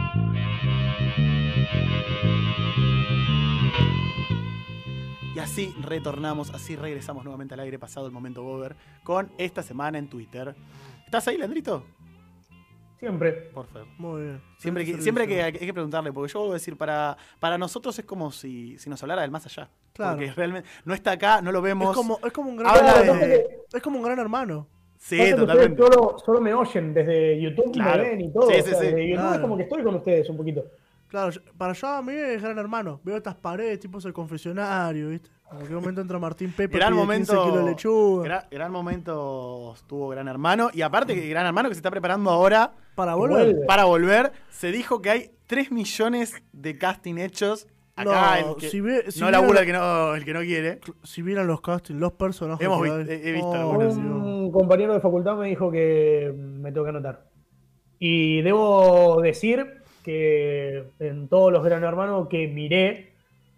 [SPEAKER 3] Y así retornamos, así regresamos nuevamente al aire pasado el momento Bober con esta semana en Twitter. ¿Estás ahí, Leandrito?
[SPEAKER 4] Siempre.
[SPEAKER 3] Por favor.
[SPEAKER 2] Muy bien.
[SPEAKER 3] Siempre que hay que preguntarle, porque yo voy a decir, para nosotros es como si nos hablara del más allá.
[SPEAKER 2] Claro.
[SPEAKER 3] Porque realmente no está acá, no lo vemos.
[SPEAKER 2] Es como un gran es como un gran hermano.
[SPEAKER 3] Sí, totalmente.
[SPEAKER 4] Solo me oyen desde YouTube,
[SPEAKER 3] claro.
[SPEAKER 4] Me ven y todo.
[SPEAKER 3] Sí.
[SPEAKER 4] Desde YouTube es como que estoy con ustedes un poquito.
[SPEAKER 2] Claro, a mí es gran hermano. Veo estas paredes, tipo el confesionario, ¿viste? En cualquier momento entra Martín Pepe,
[SPEAKER 3] gran
[SPEAKER 2] pide
[SPEAKER 3] momento,
[SPEAKER 2] 15 kilos de lechuga.
[SPEAKER 3] Gran momento tuvo Gran Hermano. Y aparte que Gran Hermano que se está preparando ahora
[SPEAKER 2] para
[SPEAKER 3] volver. Se dijo que hay 3 millones de casting hechos. Acá no labura el que no quiere.
[SPEAKER 2] Si vieran los castings, los personajes.
[SPEAKER 3] He visto algunos.
[SPEAKER 4] Un compañero de facultad me dijo que me tengo que anotar. Y debo decir que en todos los Gran Hermanos que miré,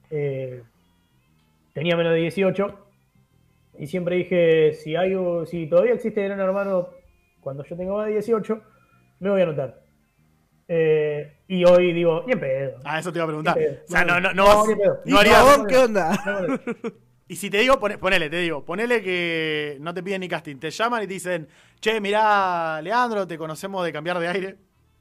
[SPEAKER 4] tenía menos de 18 y siempre dije, si todavía existe Gran Hermano cuando yo tenga más de 18, me voy a anotar. Y hoy digo, ni en pedo.
[SPEAKER 3] Eso te iba a preguntar.
[SPEAKER 4] O sea, no
[SPEAKER 2] harías. ¿Qué onda?
[SPEAKER 3] Y si te digo, ponele que no te piden ni casting, te llaman y te dicen, che, mirá, Leandro, te conocemos de Cambiar de Aire.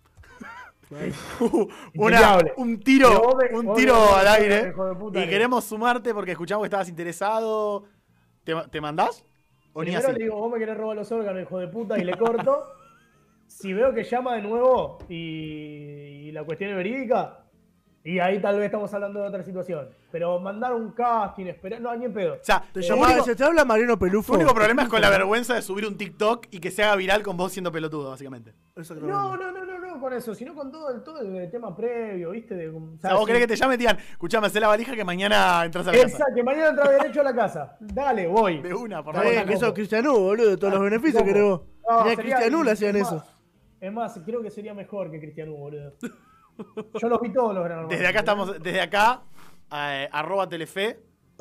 [SPEAKER 3] un tiro al aire y queremos sumarte porque escuchamos que estabas interesado. ¿Te mandás?
[SPEAKER 4] Primero le digo, vos me querés robar los órganos, hijo de puta, y le corto. Si veo que llama de nuevo y la cuestión es verídica, y ahí tal vez estamos hablando de otra situación. Pero mandar un casting, esperar, no, ni en pedo.
[SPEAKER 3] O sea,
[SPEAKER 2] te habla Mariano Pelufo.
[SPEAKER 3] Tu único problema es con la vergüenza de subir un TikTok y que se haga viral con vos siendo pelotudo, básicamente.
[SPEAKER 4] No, con eso, sino con todo el tema previo, ¿viste?
[SPEAKER 3] O sea, vos querés que te llame y te digan, escuchame, hacé la valija que mañana entras a la casa.
[SPEAKER 4] Exacto, que mañana entras derecho a la casa. Dale, voy.
[SPEAKER 3] De una, por favor.
[SPEAKER 2] Que eso es Cristianú, boludo, de todos los beneficios que vos. Ni a Cristianú le hacían eso.
[SPEAKER 4] Es más, creo que sería mejor que Cristian Hugo, boludo. Yo los vi todos los Gran Hermanos.
[SPEAKER 3] Desde acá, @Telefe,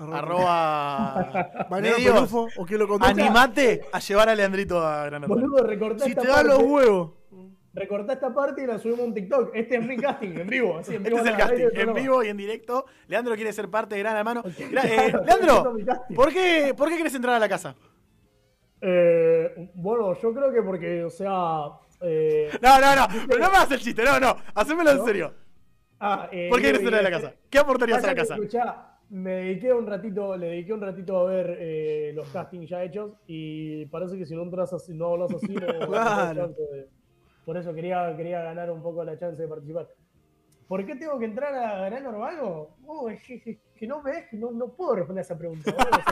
[SPEAKER 3] @medios,
[SPEAKER 2] ¿o quién lo contó?
[SPEAKER 3] animate a llevar a Leandrito a Gran Hermano.
[SPEAKER 4] Boludo, recortá
[SPEAKER 2] Si
[SPEAKER 4] esta
[SPEAKER 2] te dan
[SPEAKER 4] parte.
[SPEAKER 2] los huevos.
[SPEAKER 4] Recortá esta parte y la subimos a un TikTok. Este es mi casting en vivo. Así, en vivo
[SPEAKER 3] Este es el casting, en vivo y en directo. Leandro quiere ser parte de Gran Hermano. Leandro, ¿por qué querés entrar a la casa?
[SPEAKER 4] Bueno, yo creo que porque, o sea...
[SPEAKER 3] No, pero no me hagas el chiste, no, hacémelo en serio. ¿Por qué querés entrar a la casa? ¿Qué aportarías a la casa?
[SPEAKER 4] Escuchá, le dediqué un ratito a ver los castings ya hechos y parece que si no entras así, no hablas así, no
[SPEAKER 2] Claro.
[SPEAKER 4] chance de... Por eso quería ganar un poco la chance de participar. ¿Por qué tengo que entrar a Gran Hermano? Es que no ves, que no puedo responder a esa pregunta.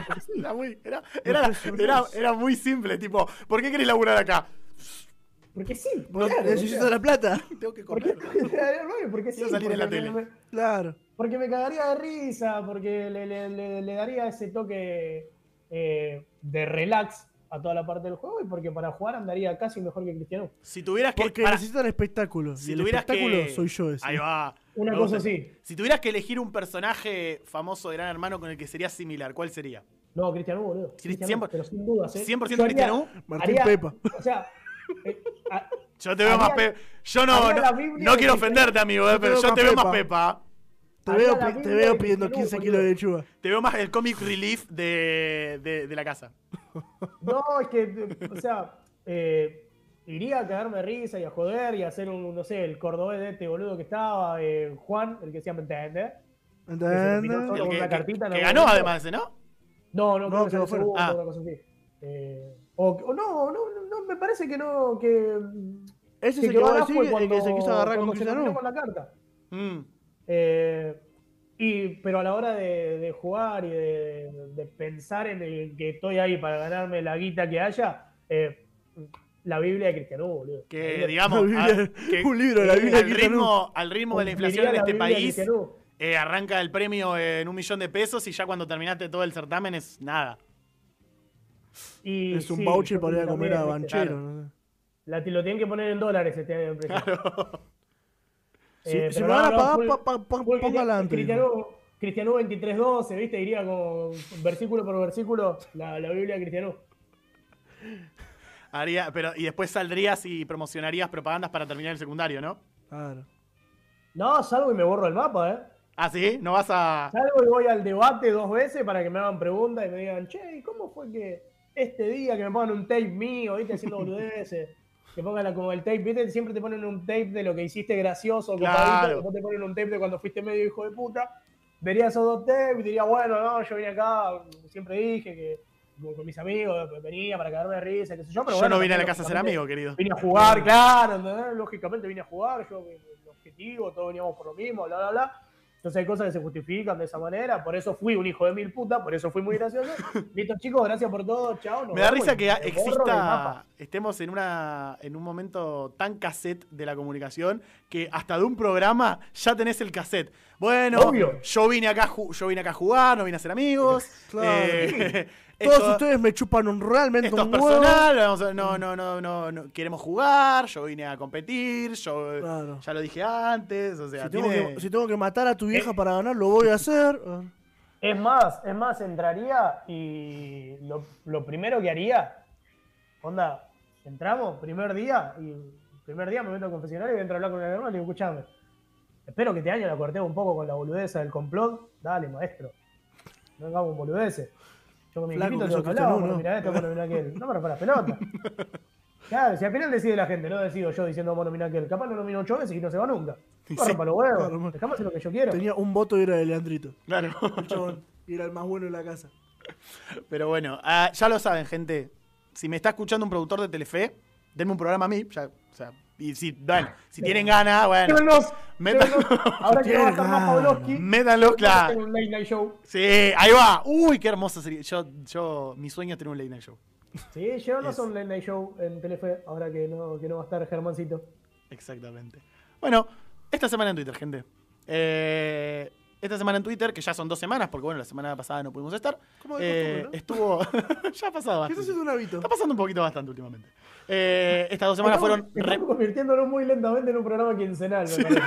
[SPEAKER 3] Era muy simple, tipo, ¿por qué querés laburar acá?
[SPEAKER 4] Porque sí.
[SPEAKER 2] Necesito la plata.
[SPEAKER 3] Tengo que
[SPEAKER 4] ¿Por qué
[SPEAKER 3] comer.
[SPEAKER 4] tengo que entrar a Gran Hermano? Porque sí.
[SPEAKER 3] Quiero salir en la tele.
[SPEAKER 2] Claro.
[SPEAKER 4] Porque me cagaría de risa, porque le daría ese toque de relax a toda la parte del juego y porque para jugar andaría casi mejor que Cristiano.
[SPEAKER 3] Si tuvieras que...
[SPEAKER 2] Porque necesitan espectáculo.
[SPEAKER 3] Si
[SPEAKER 2] y el
[SPEAKER 3] tuvieras
[SPEAKER 2] espectáculo
[SPEAKER 3] que...
[SPEAKER 2] soy yo ese.
[SPEAKER 3] Ahí va.
[SPEAKER 4] Una
[SPEAKER 3] Me
[SPEAKER 4] cosa
[SPEAKER 3] gusta.
[SPEAKER 4] así.
[SPEAKER 3] Si tuvieras que elegir un personaje famoso de Gran Hermano con el que serías similar, ¿cuál sería?
[SPEAKER 4] No, Cristiano, boludo. Cristiano, pero sin dudas,
[SPEAKER 3] 100%
[SPEAKER 4] Yo haría-
[SPEAKER 3] Cristiano.
[SPEAKER 2] Martín Pepa.
[SPEAKER 4] O sea,
[SPEAKER 3] Yo te veo más Pepa. Yo no
[SPEAKER 4] haría la Biblia
[SPEAKER 3] no
[SPEAKER 4] de
[SPEAKER 3] quiero
[SPEAKER 4] Cristiano.
[SPEAKER 3] ofenderte, amigo,
[SPEAKER 2] Yo te
[SPEAKER 3] pero
[SPEAKER 2] veo
[SPEAKER 3] yo
[SPEAKER 2] más
[SPEAKER 3] te veo más
[SPEAKER 2] Pepa.
[SPEAKER 3] Pepa.
[SPEAKER 2] Te
[SPEAKER 4] Haría
[SPEAKER 2] veo,
[SPEAKER 4] la
[SPEAKER 2] te
[SPEAKER 4] Biblia
[SPEAKER 2] veo
[SPEAKER 4] de
[SPEAKER 2] pidiendo
[SPEAKER 4] Cristiano,
[SPEAKER 2] 15
[SPEAKER 4] boludo.
[SPEAKER 2] kilos de lechuga.
[SPEAKER 3] Te veo más el comic relief de la casa.
[SPEAKER 4] no, es que, o sea, iría a cagarme de risa y a joder y a hacer un, no sé, el cordobés de este boludo que estaba, Juan, el que se llama ¿entendés?
[SPEAKER 2] ¿Entendés?
[SPEAKER 4] Con
[SPEAKER 3] El
[SPEAKER 4] una cartita en
[SPEAKER 3] que
[SPEAKER 4] algún
[SPEAKER 3] ganó
[SPEAKER 4] momento.
[SPEAKER 3] además, ¿no?
[SPEAKER 4] No,
[SPEAKER 2] No,
[SPEAKER 4] creo que
[SPEAKER 2] quedó
[SPEAKER 4] salió
[SPEAKER 2] fuera.
[SPEAKER 4] segundo, una cosa así. O no, me parece que no, que...
[SPEAKER 2] Ese es
[SPEAKER 4] que
[SPEAKER 2] el que
[SPEAKER 4] quedó
[SPEAKER 2] va a
[SPEAKER 4] atrás
[SPEAKER 2] decir
[SPEAKER 4] fue
[SPEAKER 2] el que se quiso agarrar con
[SPEAKER 4] cuando se terminó
[SPEAKER 2] Cristiano.
[SPEAKER 4] con la carta.
[SPEAKER 3] Mm.
[SPEAKER 4] Pero a la hora de jugar y de pensar en el que estoy ahí para ganarme la guita que haya, la Biblia de Cristiano, boludo.
[SPEAKER 3] Que digamos,
[SPEAKER 2] Un libro de la Biblia de Cristiano.
[SPEAKER 3] al ritmo de la inflación en
[SPEAKER 4] Diría la
[SPEAKER 3] este
[SPEAKER 4] Biblia de
[SPEAKER 3] país,
[SPEAKER 4] Cristiano.
[SPEAKER 3] arranca el premio en $1.000.000 y ya cuando terminaste todo el certamen es nada.
[SPEAKER 4] Y
[SPEAKER 2] Es un
[SPEAKER 4] sí,
[SPEAKER 2] voucher
[SPEAKER 4] yo
[SPEAKER 2] para ir a
[SPEAKER 4] creo
[SPEAKER 2] comer a
[SPEAKER 4] también, ¿viste?
[SPEAKER 2] Banchero. ¿no?
[SPEAKER 4] Lo tienen que poner en dólares este año de precio.
[SPEAKER 2] Si
[SPEAKER 4] Pero
[SPEAKER 2] me van a
[SPEAKER 4] no,
[SPEAKER 2] pagar,
[SPEAKER 4] full
[SPEAKER 2] póngala antes.
[SPEAKER 4] Cristiano 23:12, ¿viste? Iría con versículo por versículo la Biblia de Cristiano.
[SPEAKER 3] Y después saldrías y promocionarías propagandas para terminar el secundario, ¿no?
[SPEAKER 2] Claro.
[SPEAKER 4] No, salgo y me borro el mapa,
[SPEAKER 3] ¿Ah, sí? ¿No vas a...?
[SPEAKER 4] Salgo y voy al debate 2 veces para que me hagan preguntas y me digan, che, ¿y cómo fue que este día que me pongan un tape mío, viste, haciendo boludeces? Que pongan como el tape, viste, siempre te ponen un tape de lo que hiciste gracioso,
[SPEAKER 3] Claro.
[SPEAKER 4] y después te ponen un tape de cuando fuiste medio hijo de puta. Vería esos 2 tapes y diría, bueno, no, yo vine acá, siempre dije que con mis amigos venía para cagarme de risa, qué sé yo, pero
[SPEAKER 3] Yo
[SPEAKER 4] bueno,
[SPEAKER 3] no vine a la
[SPEAKER 4] también,
[SPEAKER 3] casa a ser amigo, querido.
[SPEAKER 4] Vine a jugar, claro, ¿entendés? Lógicamente vine a jugar, yo, el objetivo, todos veníamos por lo mismo, bla, bla, bla. Entonces hay cosas que se justifican de esa manera, por eso fui un hijo de mil puta, por eso fui muy gracioso. Listo, chicos, gracias por todo, chao.
[SPEAKER 3] Me da risa que estemos en un momento tan cassette de la comunicación que hasta de un programa ya tenés el cassette. Bueno,
[SPEAKER 4] Obvio.
[SPEAKER 3] yo vine acá a jugar, no vine a ser amigos.
[SPEAKER 2] Claro. Todos ustedes me chupan realmente
[SPEAKER 3] esto es
[SPEAKER 2] un huevo.
[SPEAKER 3] personal, no, queremos jugar, yo vine a competir, yo
[SPEAKER 2] Claro.
[SPEAKER 3] ya lo dije antes, o sea,
[SPEAKER 2] Si tengo que matar a tu vieja para ganar, lo voy a hacer.
[SPEAKER 4] Es más, entraría y lo primero que haría, onda, entramos, primer día me meto al confesionario y entro a hablar con el hermano y digo, escuchame, espero que este año la cortemos un poco con la boludeza del complot, dale, maestro, no hagamos boludeces. Yo con mi
[SPEAKER 2] Flaco,
[SPEAKER 4] equipito
[SPEAKER 2] que
[SPEAKER 4] tengo
[SPEAKER 2] sos
[SPEAKER 4] que hablar,
[SPEAKER 2] Cristiano,
[SPEAKER 4] mira esto, mono, mira aquel. No me rompa las pelotas. Claro, si al final decide la gente, no decido yo diciendo mono, mira aquel. Capaz lo nomino 8 veces y no se va nunca. No me rompa los huevos.
[SPEAKER 2] Claro,
[SPEAKER 4] Dejame hacer lo que yo quiero.
[SPEAKER 2] Tenía un voto y era de Leandrito.
[SPEAKER 3] Claro.
[SPEAKER 2] El chabón. Y era el más bueno de la casa.
[SPEAKER 3] Pero bueno, ya lo saben, gente. Si me está escuchando un productor de Telefe, denme un programa a mí. Y si tienen ganas, bueno. Métanlo.
[SPEAKER 4] Ahora que no va a estar más Pavlovsky,
[SPEAKER 3] Métanlo, claro.
[SPEAKER 4] un late night show.
[SPEAKER 3] Sí, ahí va. Uy, qué hermoso sería. Mi sueño es tener un late night show.
[SPEAKER 4] Sí, llévanos a un late night show en Telefe, ahora que no va a estar Germancito.
[SPEAKER 3] Exactamente. Bueno, esta semana en Twitter, gente. esta semana en Twitter, que ya son 2 semanas, porque bueno, la semana pasada no pudimos estar.
[SPEAKER 2] Como de costumbre, ¿no?
[SPEAKER 3] Estuvo... ya ha pasado bastante.
[SPEAKER 2] ¿Qué está haciendo un hábito?
[SPEAKER 3] Está pasando un poquito bastante últimamente. Estas 2 semanas fueron...
[SPEAKER 4] Estamos convirtiéndolo muy lentamente en un programa quincenal, me parece.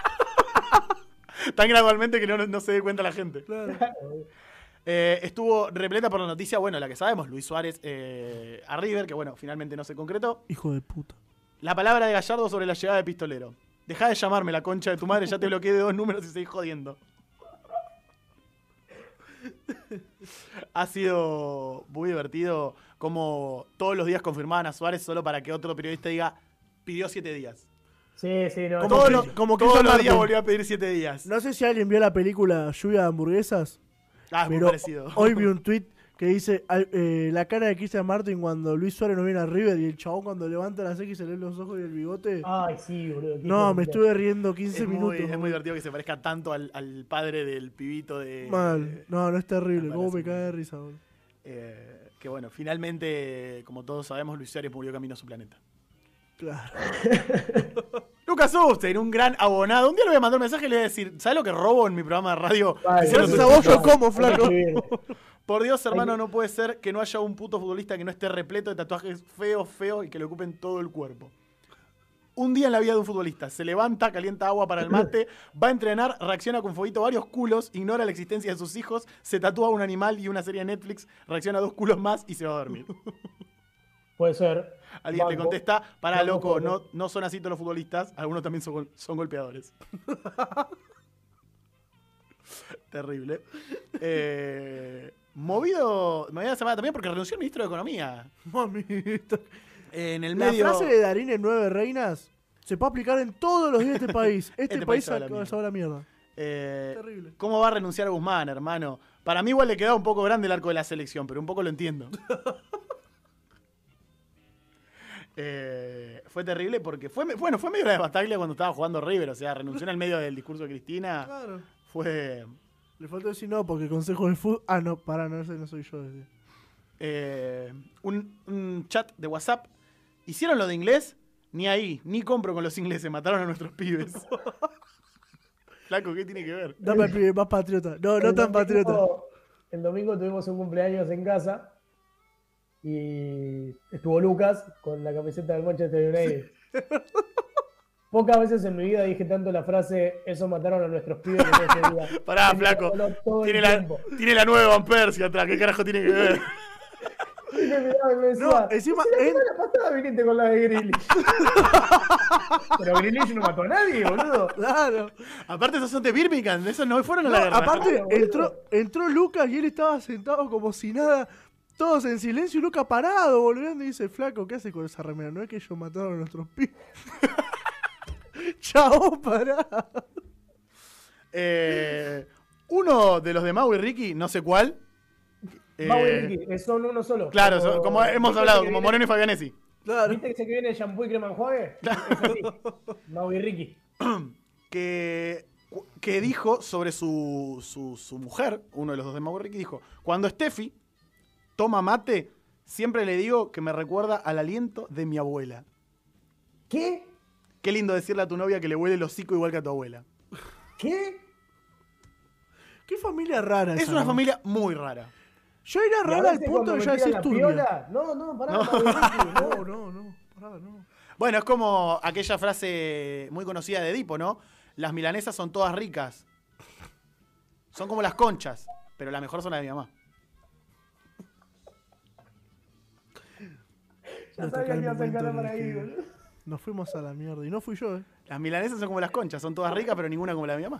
[SPEAKER 3] Tan gradualmente que no se dé cuenta la gente.
[SPEAKER 2] Claro.
[SPEAKER 3] Estuvo repleta por la noticia, bueno, la que sabemos, Luis Suárez a River, que bueno, finalmente no se concretó.
[SPEAKER 2] Hijo de puta.
[SPEAKER 3] La palabra de Gallardo sobre la llegada de Pistolero. Dejá de llamarme la concha de tu madre, ya te bloqueé de 2 números y seguís jodiendo. Ha sido muy divertido como todos los días confirmaban a Suárez solo para que otro periodista diga, pidió 7 días.
[SPEAKER 4] Sí, no.
[SPEAKER 3] Como todos los días volvió a pedir 7 días.
[SPEAKER 2] No sé si alguien vio la película Lluvia de hamburguesas.
[SPEAKER 3] Ah, muy
[SPEAKER 2] pero
[SPEAKER 3] parecido.
[SPEAKER 2] Hoy vi un tweet que dice la cara de Cristian Martin cuando Luis Suárez no viene a River y el chabón cuando levanta la ceja y se lee los ojos y el bigote.
[SPEAKER 4] Ay, sí, boludo.
[SPEAKER 2] No, me estuve riendo 15 minutos.
[SPEAKER 3] Es muy divertido que se parezca tanto al padre del pibito de...
[SPEAKER 2] Mal. No, es terrible. Cómo me cae de risa, boludo.
[SPEAKER 3] Que bueno, finalmente, como todos sabemos, Luis Suárez murió camino a su planeta.
[SPEAKER 2] Claro.
[SPEAKER 3] Lucas Ustein, un gran abonado. Un día le voy a mandar un mensaje y le voy a decir, ¿sabes lo que robo en mi programa de radio?
[SPEAKER 2] Gracias a vos yo como, flaco.
[SPEAKER 3] Por Dios, hermano, no puede ser que no haya un puto futbolista que no esté repleto de tatuajes feos y que le ocupen todo el cuerpo. Un día en la vida de un futbolista, se levanta, calienta agua para el mate, va a entrenar, reacciona con fueguito a varios culos, ignora la existencia de sus hijos, se tatúa un animal y una serie de Netflix, reacciona a 2 culos más y se va a dormir.
[SPEAKER 4] Puede ser.
[SPEAKER 3] Alguien le contesta, pará, loco, no son así todos los futbolistas, algunos también son golpeadores. Terrible. Movida la semana también porque renunció el ministro de Economía.
[SPEAKER 2] Mamita.
[SPEAKER 3] En el
[SPEAKER 2] la
[SPEAKER 3] medio...
[SPEAKER 2] frase de Darín en 9 Reinas se puede aplicar en todos los días de este país. Este país se va a la mierda.
[SPEAKER 3] Terrible. ¿Cómo va a renunciar a Guzmán, hermano? Para mí igual le quedaba un poco grande el arco de la selección, pero un poco lo entiendo. Fue terrible porque fue medio la de Bataglia cuando estaba jugando River, o sea, renunció en el medio del discurso de Cristina.
[SPEAKER 2] Claro.
[SPEAKER 3] Fue...
[SPEAKER 2] Le faltó decir no, porque consejo del fútbol... Ah, no, ese no soy yo.
[SPEAKER 3] Un chat de WhatsApp. ¿Hicieron lo de inglés? Ni ahí, ni compro con los ingleses, mataron a nuestros pibes. Flaco, ¿qué tiene que ver?
[SPEAKER 2] Dame al pibe más patriota. No tan patriota.
[SPEAKER 4] El domingo tuvimos un cumpleaños en casa y estuvo Lucas con la camiseta del Manchester United. Sí. Pocas veces en mi vida dije tanto la frase, eso mataron a nuestros pibes que no se diga.
[SPEAKER 3] Pará, flaco. Tiene la nueva Van Persie atrás, ¿qué carajo tiene que ver?
[SPEAKER 4] Y me miraba y me decía,
[SPEAKER 2] no, encima
[SPEAKER 4] la pasada viniste con la de Grealish. Pero Grealish no mató a nadie, boludo.
[SPEAKER 2] Claro.
[SPEAKER 3] Aparte esos son de Birmingham, esos no fueron a la guerra.
[SPEAKER 2] Aparte entró Lucas y él estaba sentado como si nada, todos en silencio y Lucas parado, volviendo y dice, flaco, ¿qué hace con esa remera? No es que ellos mataron a nuestros pibes. Chao, pará.
[SPEAKER 3] Uno de los de Mau y Ricky, no sé cuál.
[SPEAKER 4] Mau y Ricky, son uno solo.
[SPEAKER 3] Claro, como hemos hablado, como Moreno y Fabianesi.
[SPEAKER 2] Claro.
[SPEAKER 4] ¿Viste que viene el shampoo y crema enjuague? Es así. Mau y Ricky.
[SPEAKER 3] Que dijo sobre su mujer, uno de los dos de Mau y Ricky, dijo, cuando Steffi toma mate, siempre le digo que me recuerda al aliento de mi abuela.
[SPEAKER 4] ¿Qué?
[SPEAKER 3] Qué lindo decirle a tu novia que le huele el hocico igual que a tu abuela.
[SPEAKER 4] ¿Qué?
[SPEAKER 2] Qué familia rara esa.
[SPEAKER 3] Es una familia muy rara.
[SPEAKER 2] Yo era rara al punto de ya decir turbia.
[SPEAKER 4] No, pará.
[SPEAKER 2] No.
[SPEAKER 3] Bueno, es como aquella frase muy conocida de Edipo, ¿no? Las milanesas son todas ricas. Son como las conchas, pero la mejor son las de mi mamá.
[SPEAKER 4] Ya sabía que ibas a encarar para ahí, boludo.
[SPEAKER 2] Nos fuimos a la mierda. Y no fui yo,
[SPEAKER 3] Las milanesas son como las conchas, son todas ricas, pero ninguna como la de mi mamá.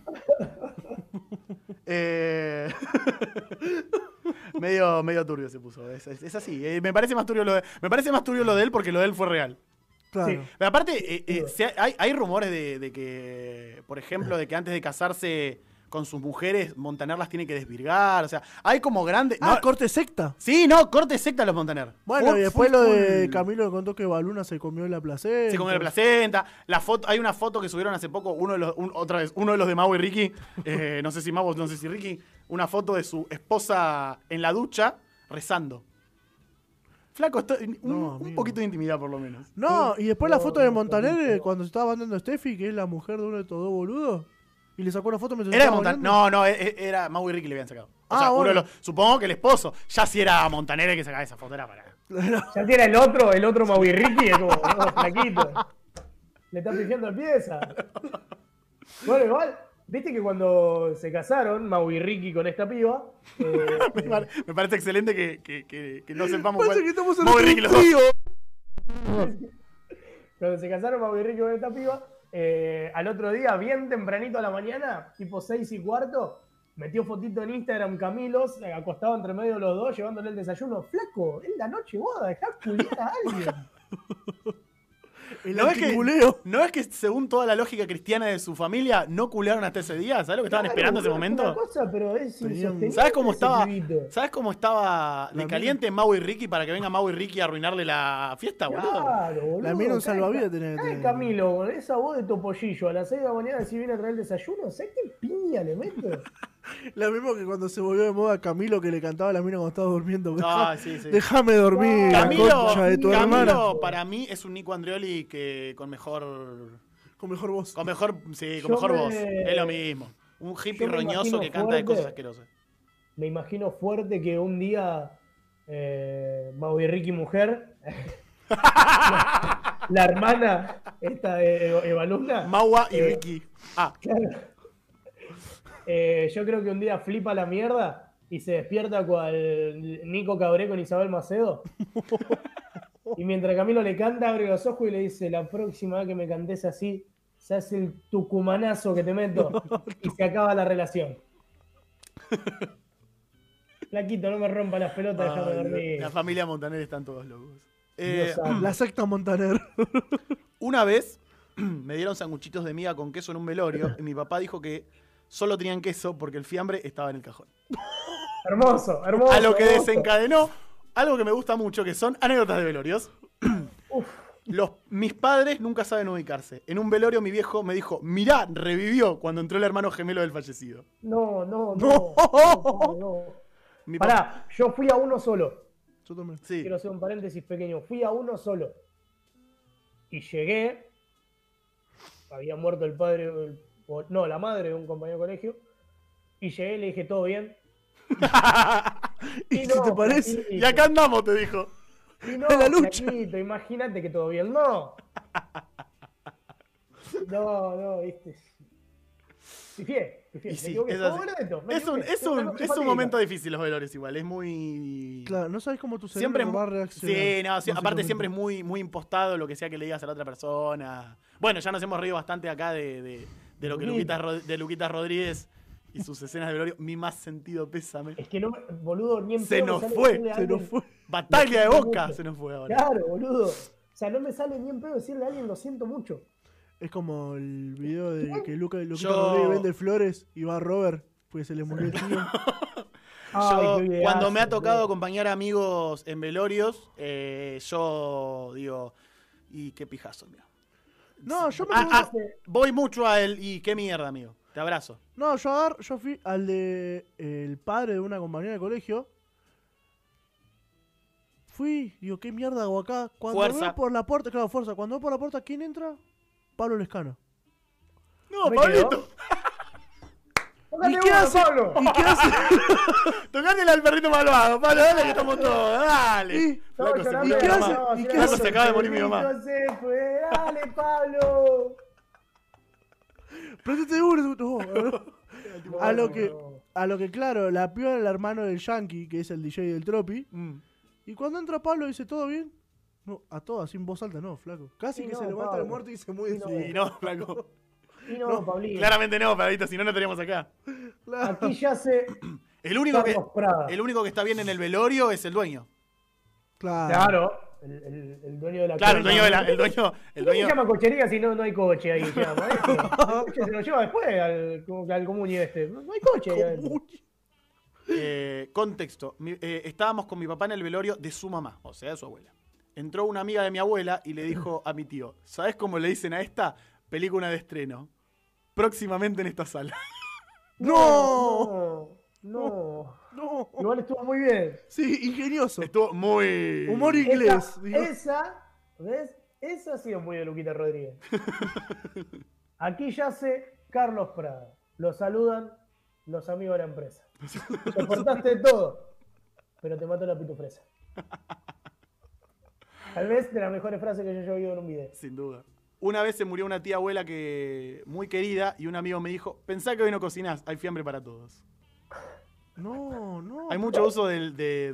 [SPEAKER 3] medio turbio se puso. Es así. Me parece más turbio lo de él porque lo de él fue real.
[SPEAKER 2] Claro.
[SPEAKER 3] Sí. Pero aparte, hay rumores de que, por ejemplo, de que antes de casarse con sus mujeres, Montaner las tiene que desvirgar. O sea, hay como grandes...
[SPEAKER 2] corte secta.
[SPEAKER 3] Sí, corte secta los Montaner.
[SPEAKER 2] Bueno, y después lo de Camilo contó que Baluna se comió la placenta.
[SPEAKER 3] Se comió la placenta. Hay una foto que subieron hace poco, uno de los de Mau y Ricky, no sé si Mau, no sé si Ricky, una foto de su esposa en la ducha rezando. Flaco, un poquito de intimidad por lo menos.
[SPEAKER 2] No, y después la foto de Montaner cuando se estaba mandando Steffi, que es la mujer de uno de estos dos boludos. Y le sacó una foto mientras
[SPEAKER 3] ¿Era de
[SPEAKER 2] estaba
[SPEAKER 3] Montaner? No, era Mau y Ricky le habían sacado. O sea,
[SPEAKER 2] bueno.
[SPEAKER 3] supongo que el esposo. Ya si era Montaner el que sacaba esa foto, era para...
[SPEAKER 4] Ya tiene el otro Mau y Ricky, es como, flaquito. Le está pifiando la pieza. Bueno, igual, viste que cuando se casaron, Mau y Ricky con esta piba...
[SPEAKER 3] me parece excelente que no sepamos
[SPEAKER 2] Parece que estamos en
[SPEAKER 3] Mau y Ricky los dos.
[SPEAKER 4] Cuando se casaron Mau y Ricky con esta piba, al otro día, bien tempranito a la mañana, tipo 6:15, metió fotito en Instagram Camilos, acostado entre medio de los dos, llevándole el desayuno. Flaco, es la noche boda, dejá culiar a alguien.
[SPEAKER 3] ¿No es que según toda la lógica cristiana de su familia no culearon hasta ese día? ¿Sabes lo que estaban esperando ese momento?
[SPEAKER 4] Una cosa, pero es insostenible.
[SPEAKER 3] ¿Sabes cómo estaba de caliente Mau y Ricky para que venga Mau y Ricky a arruinarle la fiesta, boludo?
[SPEAKER 4] Claro, boludo.
[SPEAKER 2] La mina un salvavidas tenía que tener.
[SPEAKER 4] Camilo, con esa voz de topollillo a las 6 de la mañana si viene a traer el desayuno, ¿sabes qué piña le meto?
[SPEAKER 2] La misma que cuando se volvió de moda Camilo que le cantaba a la mina cuando estaba durmiendo.
[SPEAKER 3] Sí.
[SPEAKER 2] Déjame dormir, concha de tu hermana.
[SPEAKER 3] Camilo para mí es un Nico Andreoli que con mejor
[SPEAKER 2] voz.
[SPEAKER 3] Con mejor voz. Es lo mismo. Un hippie roñoso que canta de cosas asquerosas.
[SPEAKER 4] Me imagino fuerte que un día Mau y Ricky mujer, la hermana esta de Evaluna,
[SPEAKER 3] Maua y Ricky.
[SPEAKER 4] Claro. Yo creo que un día flipa la mierda y se despierta cual Nico Cabré con Isabel Macedo. Y mientras Camilo le canta, abre los ojos y le dice: la próxima vez que me cantes así, se hace el tucumanazo que te meto. Y se acaba la relación. Flaquito, no me rompa las pelotas, déjame dormir.
[SPEAKER 3] La familia Montaner están todos locos.
[SPEAKER 2] La secta Montaner.
[SPEAKER 3] Una vez me dieron sanguchitos de miga con queso en un velorio y mi papá dijo que solo tenían queso porque el fiambre estaba en el cajón.
[SPEAKER 4] Hermoso.
[SPEAKER 3] A lo que desencadenó algo que me gusta mucho, que son anécdotas de velorios. Mis padres nunca saben ubicarse. En un velorio mi viejo me dijo: mirá, revivió cuando entró el hermano gemelo del fallecido.
[SPEAKER 4] No. Pará, yo fui a uno solo.
[SPEAKER 2] Yo también.
[SPEAKER 3] Sí.
[SPEAKER 4] Quiero hacer un paréntesis pequeño. Fui a uno solo. Y llegué. Había muerto el padre... la madre de un compañero de colegio. Y llegué y le dije: ¿todo bien?
[SPEAKER 2] ¿Y si te parece?
[SPEAKER 3] Y acá andamos, te dijo.
[SPEAKER 4] Y no,
[SPEAKER 2] la lucha.
[SPEAKER 4] Flaquito, imagínate que todo bien. No, viste. Pifié.
[SPEAKER 3] Sí, es un momento difícil los velorios igual. Es muy...
[SPEAKER 2] Claro, no sabes cómo tu cerebro va a reaccionar.
[SPEAKER 3] Sí, aparte siempre es muy, muy impostado lo que sea que le digas a la otra persona. Bueno, ya nos hemos reído bastante acá de lo que Luquitas Rodríguez y sus escenas de velorio. Mi más sentido pésame.
[SPEAKER 4] Es que no, boludo, ni en
[SPEAKER 3] Se nos fue. Batalla de Boca se nos fue ahora.
[SPEAKER 4] Claro, boludo. O sea, no me sale ni en pedo decirle a alguien: lo siento mucho.
[SPEAKER 2] Es como el video de que Luquitas Rodríguez vende flores y va a Robert, pues se le murió el tío.
[SPEAKER 3] Cuando me ha tocado acompañar a amigos en velorios, yo digo: y qué pijazo, mira.
[SPEAKER 2] No, yo
[SPEAKER 3] voy mucho a él y qué mierda, amigo. Te abrazo.
[SPEAKER 2] No, yo fui al de el padre de una compañera de colegio. Digo, ¿qué mierda hago acá? Cuando veo por la puerta, claro, fuerza. Cuando veo por la puerta, ¿quién entra? Pablo Lescano.
[SPEAKER 3] No, Pablito.
[SPEAKER 2] ¿Y qué hace?
[SPEAKER 3] Tocátela al perrito malvado. Pablo, dale que estamos todos. Dale.
[SPEAKER 2] ¿Y qué hace?
[SPEAKER 3] Se acaba de morir mi mamá.
[SPEAKER 4] Dale, Pablo.
[SPEAKER 2] Prendete uno. No. A lo que, claro, la piba era el hermano del Yankee, que es el DJ del Tropi. Y cuando entra Pablo dice: ¿todo bien? No, a todas, sin voz alta, no, flaco. Casi que se levanta el muerto y se mueve.
[SPEAKER 3] Sí, no, flaco.
[SPEAKER 4] Y no, Pablito.
[SPEAKER 3] Claramente no, Pablito, si no, no estaríamos acá.
[SPEAKER 2] Claro.
[SPEAKER 4] Aquí ya se...
[SPEAKER 3] El único que está bien en el velorio es el dueño.
[SPEAKER 4] Claro. El dueño de la
[SPEAKER 3] Claro, el dueño.
[SPEAKER 4] ¿Cómo se llama cochería si no hay coche ahí? Se llama, el coche se lo lleva después al comuni este. No hay coche ahí adentro.
[SPEAKER 3] Contexto. Estábamos con mi papá en el velorio de su mamá, o sea, de su abuela. Entró una amiga de mi abuela y le dijo a mi tío: ¿sabes cómo le dicen a esta? Película de estreno. Próximamente en esta sala.
[SPEAKER 2] ¡No!
[SPEAKER 4] Igual estuvo muy bien.
[SPEAKER 2] Sí, ingenioso.
[SPEAKER 3] Estuvo muy...
[SPEAKER 2] Humor inglés.
[SPEAKER 4] ¿Ves? Esa ha sido muy de Luquitas Rodríguez. Aquí yace Carlos Prada. lo saludan los amigos de la empresa. Te cortaste todo, pero te mató la pitufresa. Tal vez de las mejores frases que yo he oído en un video.
[SPEAKER 3] Sin duda. Una vez se murió una tía abuela muy querida y un amigo me dijo, pensá que hoy no cocinás, hay fiambre para todos.
[SPEAKER 2] No.
[SPEAKER 3] Hay mucho uso del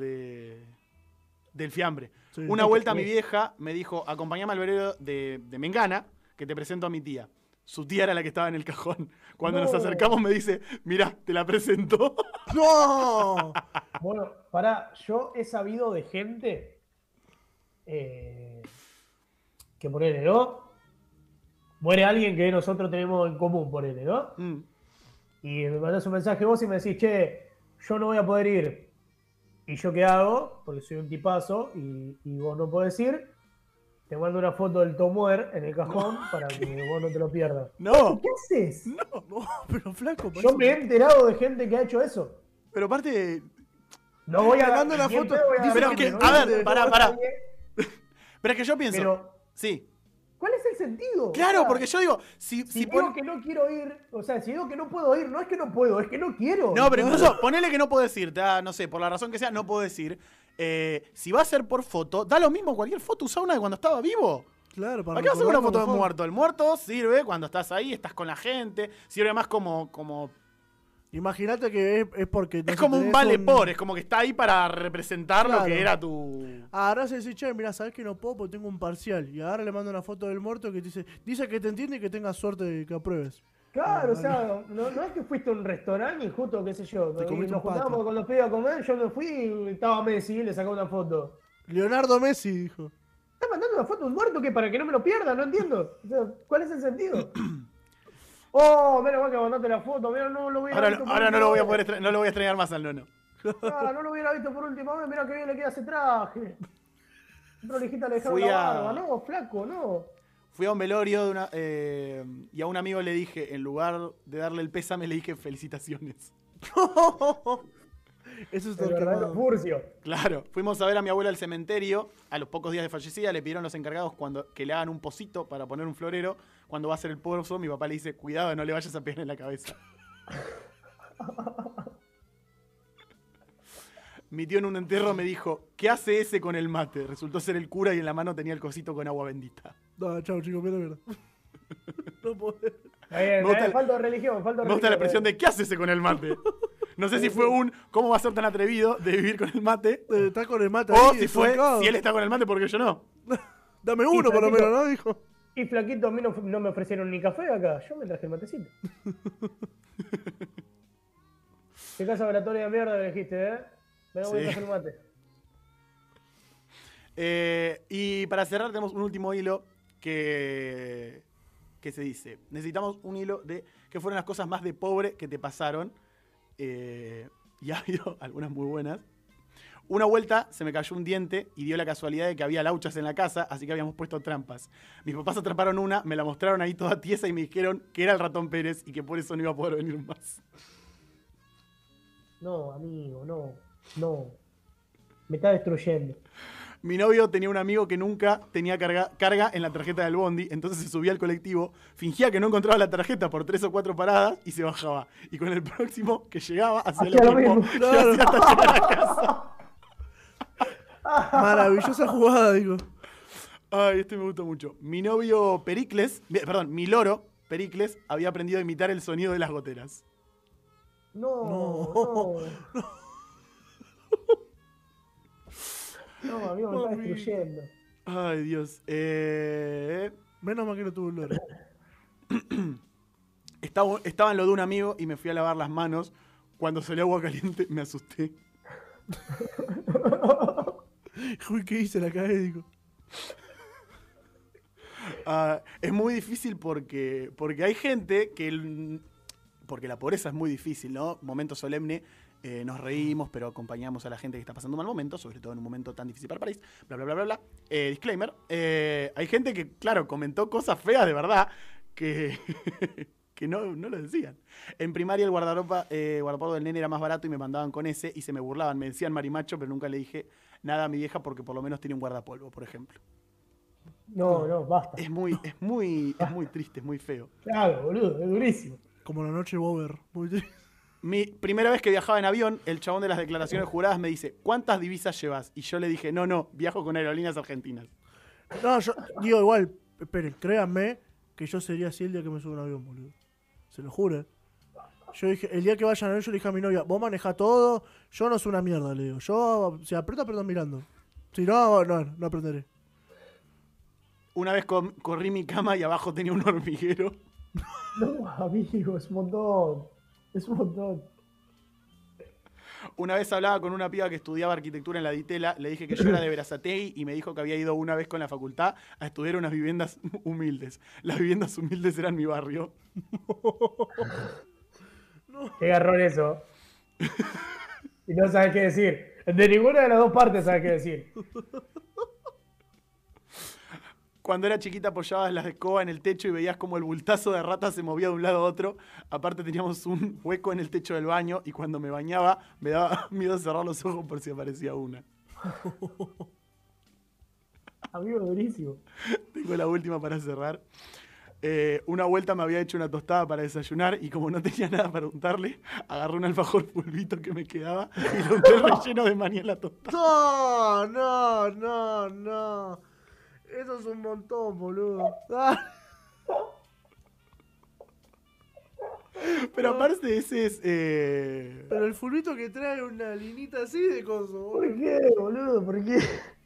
[SPEAKER 3] fiambre. Sí. Una vuelta mi vieja me dijo, acompañame al velero de Mengana, que te presento a mi tía. Su tía era la que estaba en el cajón. Cuando nos acercamos me dice, mirá, te la presentó.
[SPEAKER 2] ¡No!
[SPEAKER 4] Bueno, yo he sabido de gente que ponele, ¿no? Muere alguien que nosotros tenemos en común, ponele, ¿no? Y me mandas un mensaje vos y me decís, che, yo no voy a poder ir. ¿Y yo qué hago? Porque soy un tipazo y vos no podés ir. Te mando una foto del Tomuer en el cajón para que vos no te lo pierdas.
[SPEAKER 3] No.
[SPEAKER 4] ¿Qué haces?
[SPEAKER 2] No, pero flaco.
[SPEAKER 4] Yo me he enterado de gente que ha hecho eso.
[SPEAKER 3] Pero aparte...
[SPEAKER 4] No voy a...
[SPEAKER 2] Te mando una foto...
[SPEAKER 3] Pero que, a ver, pará. Pero es que yo pienso...
[SPEAKER 4] Pero,
[SPEAKER 3] sí.
[SPEAKER 4] ¿Cuál es el sentido?
[SPEAKER 3] Claro, o sea, porque yo digo... Si
[SPEAKER 4] digo que no quiero ir, o sea, si digo que no puedo ir, no es que no puedo, es que no quiero.
[SPEAKER 3] No, pero incluso ponele que no puedes ir, no sé, por la razón que sea, no puedes ir. Si va a ser por foto, da lo mismo cualquier foto, usá una de cuando estaba vivo.
[SPEAKER 2] Claro,
[SPEAKER 3] ¿Para qué hacer una foto de muerto? El muerto sirve cuando estás ahí, estás con la gente, sirve más como...
[SPEAKER 2] Imagínate que es porque...
[SPEAKER 3] Es como un vale por, es como que está ahí para representar lo que era tu...
[SPEAKER 2] Ahora se dice, che, mira, sabes que no puedo porque tengo un parcial. Y ahora le mando una foto del muerto que dice que te entiende y que tengas suerte de que apruebes.
[SPEAKER 4] Claro, o sea, no es que fuiste a un restaurante y justo, qué sé yo, nos juntábamos con los pibes a comer, yo me fui y estaba Messi y le sacaba una foto.
[SPEAKER 2] Leonardo Messi, dijo.
[SPEAKER 4] ¿Estás mandando una foto de un muerto que para que no me lo pierda? No entiendo. O sea, ¿cuál es el sentido? Menos mal que mandaste la foto, mira, no lo voy a ver.
[SPEAKER 3] Ahora no lo voy a poder no lo voy a extrañar más al nono.
[SPEAKER 4] No lo hubiera visto por última vez, mira que bien le queda ese traje. Prolijita le dejaron la barba, no, flaco, no.
[SPEAKER 3] Fui a un velorio y a un amigo le dije, en lugar de darle el pésame, le dije felicitaciones.
[SPEAKER 2] Eso es
[SPEAKER 4] todo furcio.
[SPEAKER 3] Claro, fuimos a ver a mi abuela al cementerio, a los pocos días de fallecida, le pidieron los encargados que le hagan un pocito para poner un florero. Cuando va a hacer el pozo, mi papá le dice, cuidado, no le vayas a pegar en la cabeza. Mi tío en un entierro me dijo, ¿qué hace ese con el mate? Resultó ser el cura y en la mano tenía el cosito con agua bendita.
[SPEAKER 2] No, chao, chicos, mira. No puedo.
[SPEAKER 4] Falta de religión,
[SPEAKER 3] Me gusta la expresión de ¿qué hace ese con el mate? No sé si fue ¿cómo va a ser tan atrevido de vivir con el mate?
[SPEAKER 2] Está con el mate
[SPEAKER 3] o
[SPEAKER 2] ahí,
[SPEAKER 3] si él está con el mate, porque yo no.
[SPEAKER 2] Dame uno por lo menos, ¿no? Dijo.
[SPEAKER 4] Y flaquito, a mí no me ofrecieron ni café acá, yo me traje el matecito. Qué casa oratoria de mierda que dijiste, Me voy a traer el mate.
[SPEAKER 3] Y para cerrar tenemos un último hilo que se dice, necesitamos un hilo de qué fueron las cosas más de pobre que te pasaron. Y ha habido algunas muy buenas. Una vuelta se me cayó un diente y dio la casualidad de que había lauchas en la casa, así que habíamos puesto trampas. Mis papás atraparon una, me la mostraron ahí toda tiesa y me dijeron que era el ratón Pérez y que por eso no iba a poder venir más.
[SPEAKER 4] No, amigo, no. Me está destruyendo.
[SPEAKER 3] Mi novio tenía un amigo que nunca tenía carga en la tarjeta del bondi, entonces se subía al colectivo, fingía que no encontraba la tarjeta por 3 o 4 paradas y se bajaba. Y con el próximo que llegaba hacía lo mismo.
[SPEAKER 2] Claro. Hasta llegar a casa. Maravillosa jugada, digo.
[SPEAKER 3] Ay, me gusta mucho. Mi loro Pericles, había aprendido a imitar el sonido de las goteras.
[SPEAKER 4] No, amigo, me está destruyendo.
[SPEAKER 3] Ay, Dios.
[SPEAKER 2] Menos mal que no tuvo un loro.
[SPEAKER 3] Estaba en lo de un amigo y me fui a lavar las manos. Cuando salió agua caliente, me asusté.
[SPEAKER 2] Uy, ¿qué hice? La cagué, digo.
[SPEAKER 3] Es muy difícil porque hay gente que... Porque la pobreza es muy difícil, ¿no? Momento solemne, nos reímos, pero acompañamos a la gente que está pasando un mal momento, sobre todo en un momento tan difícil para el país. Bla, bla, bla, bla, bla. Disclaimer. Hay gente que, claro, comentó cosas feas de verdad que no lo decían. En primaria el guardapolvo del nene era más barato y me mandaban con ese y se me burlaban. Me decían marimacho, pero nunca le dije nada a mi vieja porque por lo menos tiene un guardapolvo, por ejemplo.
[SPEAKER 4] No, basta.
[SPEAKER 3] Es muy triste, es muy feo.
[SPEAKER 4] Claro, boludo, es durísimo.
[SPEAKER 2] Como la noche Bober.
[SPEAKER 1] Mi primera vez que viajaba en avión, el chabón de las declaraciones juradas me dice, ¿cuántas divisas llevas? Y yo le dije, no, viajo con Aerolíneas Argentinas.
[SPEAKER 2] No, yo digo igual, esperen, créanme que yo sería así el día que me subo a un avión, boludo. Se lo juro. Yo dije, el día que vayan a avión, yo le dije a mi novia, vos manejá todo, yo no soy una mierda, le digo. Yo, si aprieto mirando. Si no, no aprenderé.
[SPEAKER 1] Una vez corrí mi cama y abajo tenía un hormiguero.
[SPEAKER 4] No, amigo, es un montón. Es un montón.
[SPEAKER 1] Una vez hablaba con una piba que estudiaba arquitectura en la Ditela, le dije que yo era de Berazategui y me dijo que había ido una vez con la facultad a estudiar unas viviendas humildes. Las viviendas humildes eran mi barrio.
[SPEAKER 4] Qué garrón eso. Y no sabes qué decir. De ninguna de las dos partes sabes qué decir.
[SPEAKER 1] Cuando era chiquita apoyabas las escobas en el techo y veías como el bultazo de rata se movía de un lado a otro. Aparte teníamos un hueco en el techo del baño y cuando me bañaba me daba miedo cerrar los ojos por si aparecía una.
[SPEAKER 4] Amigo, durísimo.
[SPEAKER 1] Tengo la última para cerrar. Una vuelta me había hecho una tostada para desayunar y como no tenía nada para untarle, agarré un alfajor pulvito que me quedaba y lo unté relleno de maní en la tostada.
[SPEAKER 2] No. Eso es un montón, boludo.
[SPEAKER 1] Pero aparte de ese es...
[SPEAKER 2] Pero el fulbito que trae una linita así de coso, boludo.
[SPEAKER 4] ¿Por qué, boludo? ¿Por qué?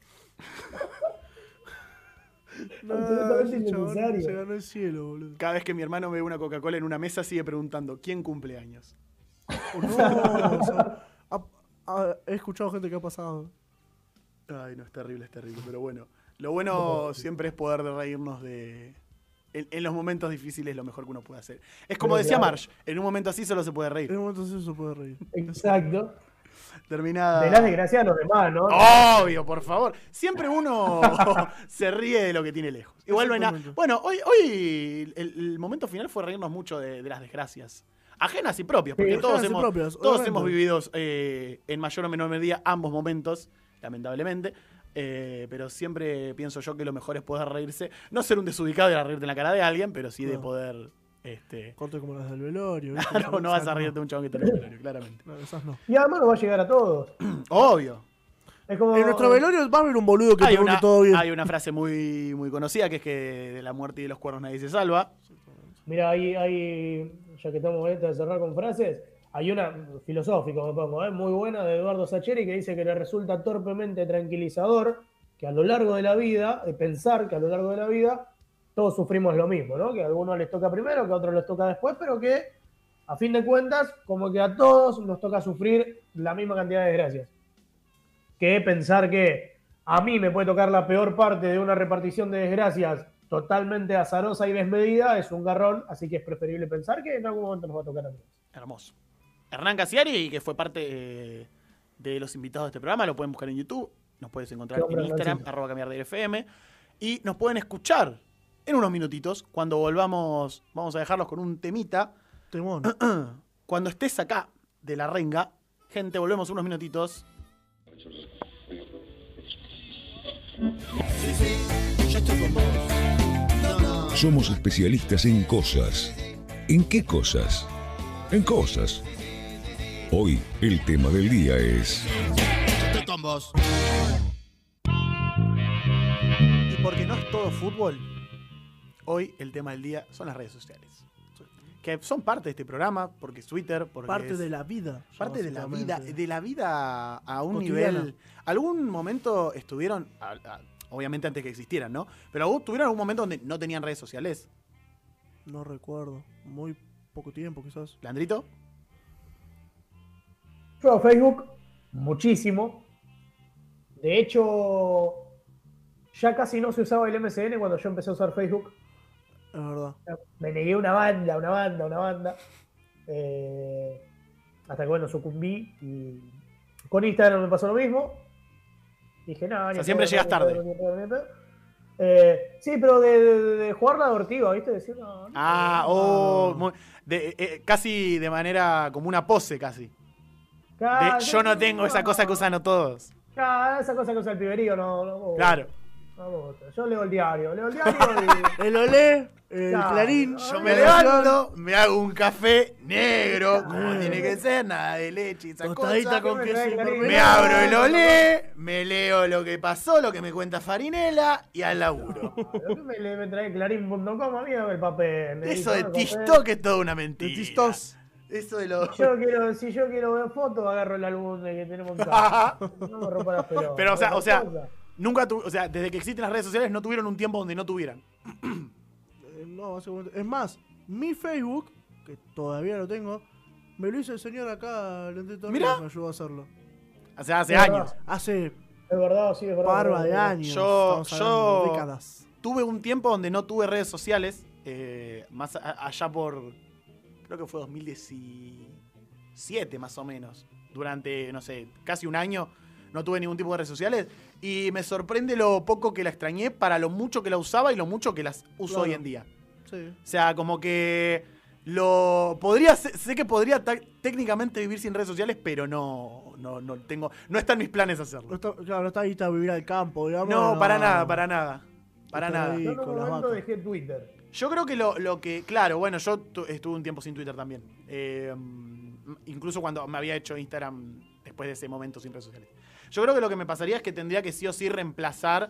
[SPEAKER 2] No,
[SPEAKER 4] absolutamente innecesario.
[SPEAKER 2] Se ganó el cielo, boludo.
[SPEAKER 1] Cada vez que mi hermano ve una Coca-Cola en una mesa sigue preguntando, ¿quién cumple años?
[SPEAKER 2] No, o sea, he escuchado gente que ha pasado.
[SPEAKER 1] Ay, no, es terrible, pero bueno. Lo bueno siempre es poder reírnos de... En los momentos difíciles lo mejor que uno puede hacer. Es como decía Marsh, en un momento así solo se puede reír.
[SPEAKER 2] En un momento así se puede reír.
[SPEAKER 4] Exacto.
[SPEAKER 1] Terminada...
[SPEAKER 4] De las desgracias de los demás, ¿no?
[SPEAKER 1] Obvio, por favor. Siempre uno se ríe de lo que tiene lejos. Igual no hay nada... Bueno, hoy el momento final fue reírnos mucho de las desgracias. Ajenas y propias, porque
[SPEAKER 2] sí,
[SPEAKER 1] todos hemos vivido en mayor o menor medida ambos momentos, lamentablemente. Pero siempre pienso yo que lo mejor es poder reírse. No ser un desubicado y reírte en la cara de alguien, pero sí de poder...
[SPEAKER 2] Corte como las del velorio.
[SPEAKER 1] Claro, no vas a reírte de un chabón que está en el velorio, claramente.
[SPEAKER 2] No, esas no.
[SPEAKER 4] Y además no va a llegar a todos.
[SPEAKER 1] Obvio.
[SPEAKER 4] Es como,
[SPEAKER 2] en nuestro velorio va a haber un boludo que te que todo bien.
[SPEAKER 1] Hay una frase muy, muy conocida que es que de la muerte y de los cuernos nadie se salva.
[SPEAKER 4] Mira, hay ya que estamos en esto de cerrar con frases, hay una filosófica, me pongo, muy buena de Eduardo Sacheri que dice que le resulta torpemente tranquilizador que a lo largo de la vida, pensar que a lo largo de la vida todos sufrimos lo mismo, ¿no? Que a algunos les toca primero, que a otros les toca después, pero que a fin de cuentas como que a todos nos toca sufrir la misma cantidad de desgracias. Que pensar que a mí me puede tocar la peor parte de una repartición de desgracias totalmente azarosa y desmedida es un garrón, así que es preferible pensar que en algún momento nos va a tocar a todos.
[SPEAKER 1] Hermoso. Hernán Casiari, que fue parte de los invitados de este programa, lo pueden buscar en YouTube, nos puedes encontrar en Instagram, @cambiardeFM, y nos pueden escuchar en unos minutitos. Cuando volvamos, vamos a dejarlos con un temita.
[SPEAKER 2] Temón.
[SPEAKER 1] Cuando estés acá de la renga, gente, volvemos unos minutitos.
[SPEAKER 5] Somos especialistas en cosas. ¿En qué cosas? En cosas. Hoy el tema del día es...
[SPEAKER 3] Estoy con vos. Y porque no es todo fútbol, hoy el tema del día son las redes sociales. Que son parte de este programa, porque es Twitter, porque
[SPEAKER 2] parte de la vida.
[SPEAKER 3] Parte de la vida a un cotidiana. Nivel... Algún momento estuvieron, obviamente antes que existieran, ¿no? Pero tuvieron algún momento donde no tenían redes sociales.
[SPEAKER 2] No recuerdo. Muy poco tiempo, quizás.
[SPEAKER 1] ¿Landrito?
[SPEAKER 4] Yo a Facebook, muchísimo. De hecho, ya casi no se usaba el MSN cuando yo empecé a usar Facebook.
[SPEAKER 2] Es verdad.
[SPEAKER 4] Me negué una banda. Hasta que, bueno, sucumbí. Y con Instagram me pasó lo mismo. Dije, no,
[SPEAKER 1] o sea, siempre llegas tarde.
[SPEAKER 4] Sí, pero de jugar la abortiva, ¿viste? Decir,
[SPEAKER 1] casi de manera como una pose, casi.
[SPEAKER 4] Claro,
[SPEAKER 1] yo no tengo esa cosa que usan todos.
[SPEAKER 4] Claro, esa cosa que usa el piberío, no.
[SPEAKER 1] Claro.
[SPEAKER 4] Yo leo el diario y...
[SPEAKER 2] El Olé, el Clarín.
[SPEAKER 3] Yo me levanto, me hago un café negro, como tiene que ser, nada de leche y esas
[SPEAKER 2] Tostadita
[SPEAKER 3] cosas.
[SPEAKER 2] con queso y
[SPEAKER 3] Me abro el Olé, me leo lo que pasó, lo que me cuenta Farinela y al laburo.
[SPEAKER 4] Me trae clarín.com a mí el papel.
[SPEAKER 3] Eso de TikTok es toda una mentira.
[SPEAKER 2] De Tistos.
[SPEAKER 3] Eso de lo...
[SPEAKER 4] Si yo quiero ver fotos, agarro el álbum que tenemos acá. No me rompa las pelotas.
[SPEAKER 3] Pero, o sea, nunca desde que existen las redes sociales no tuvieron un tiempo donde no tuvieran.
[SPEAKER 2] No, básicamente. Es más, mi Facebook, que todavía lo tengo, me lo hizo el señor acá, el Andrito Ríos, me ayudó a hacerlo.
[SPEAKER 3] O sea, hace años.
[SPEAKER 2] Hace
[SPEAKER 4] es verdad, sí, es verdad.
[SPEAKER 2] Parva de años.
[SPEAKER 3] Yo
[SPEAKER 2] décadas.
[SPEAKER 3] Tuve un tiempo donde no tuve redes sociales, más allá por, creo que fue 2017 más o menos. Durante, no sé, casi un año no tuve ningún tipo de redes sociales. Y me sorprende lo poco que la extrañé para lo mucho que la usaba y lo mucho que las uso hoy en día.
[SPEAKER 2] Sí.
[SPEAKER 3] O sea, como que sé que podría técnicamente vivir sin redes sociales, pero no está en mis planes hacerlo.
[SPEAKER 2] No está ahí a vivir al campo, digamos.
[SPEAKER 3] No, para nada. Para nada.
[SPEAKER 4] Yo en un momento dejé Twitter.
[SPEAKER 3] Yo creo que lo que, claro, bueno, yo estuve un tiempo sin Twitter también. Incluso cuando me había hecho Instagram después de ese momento sin redes sociales. Yo creo que lo que me pasaría es que tendría que sí o sí reemplazar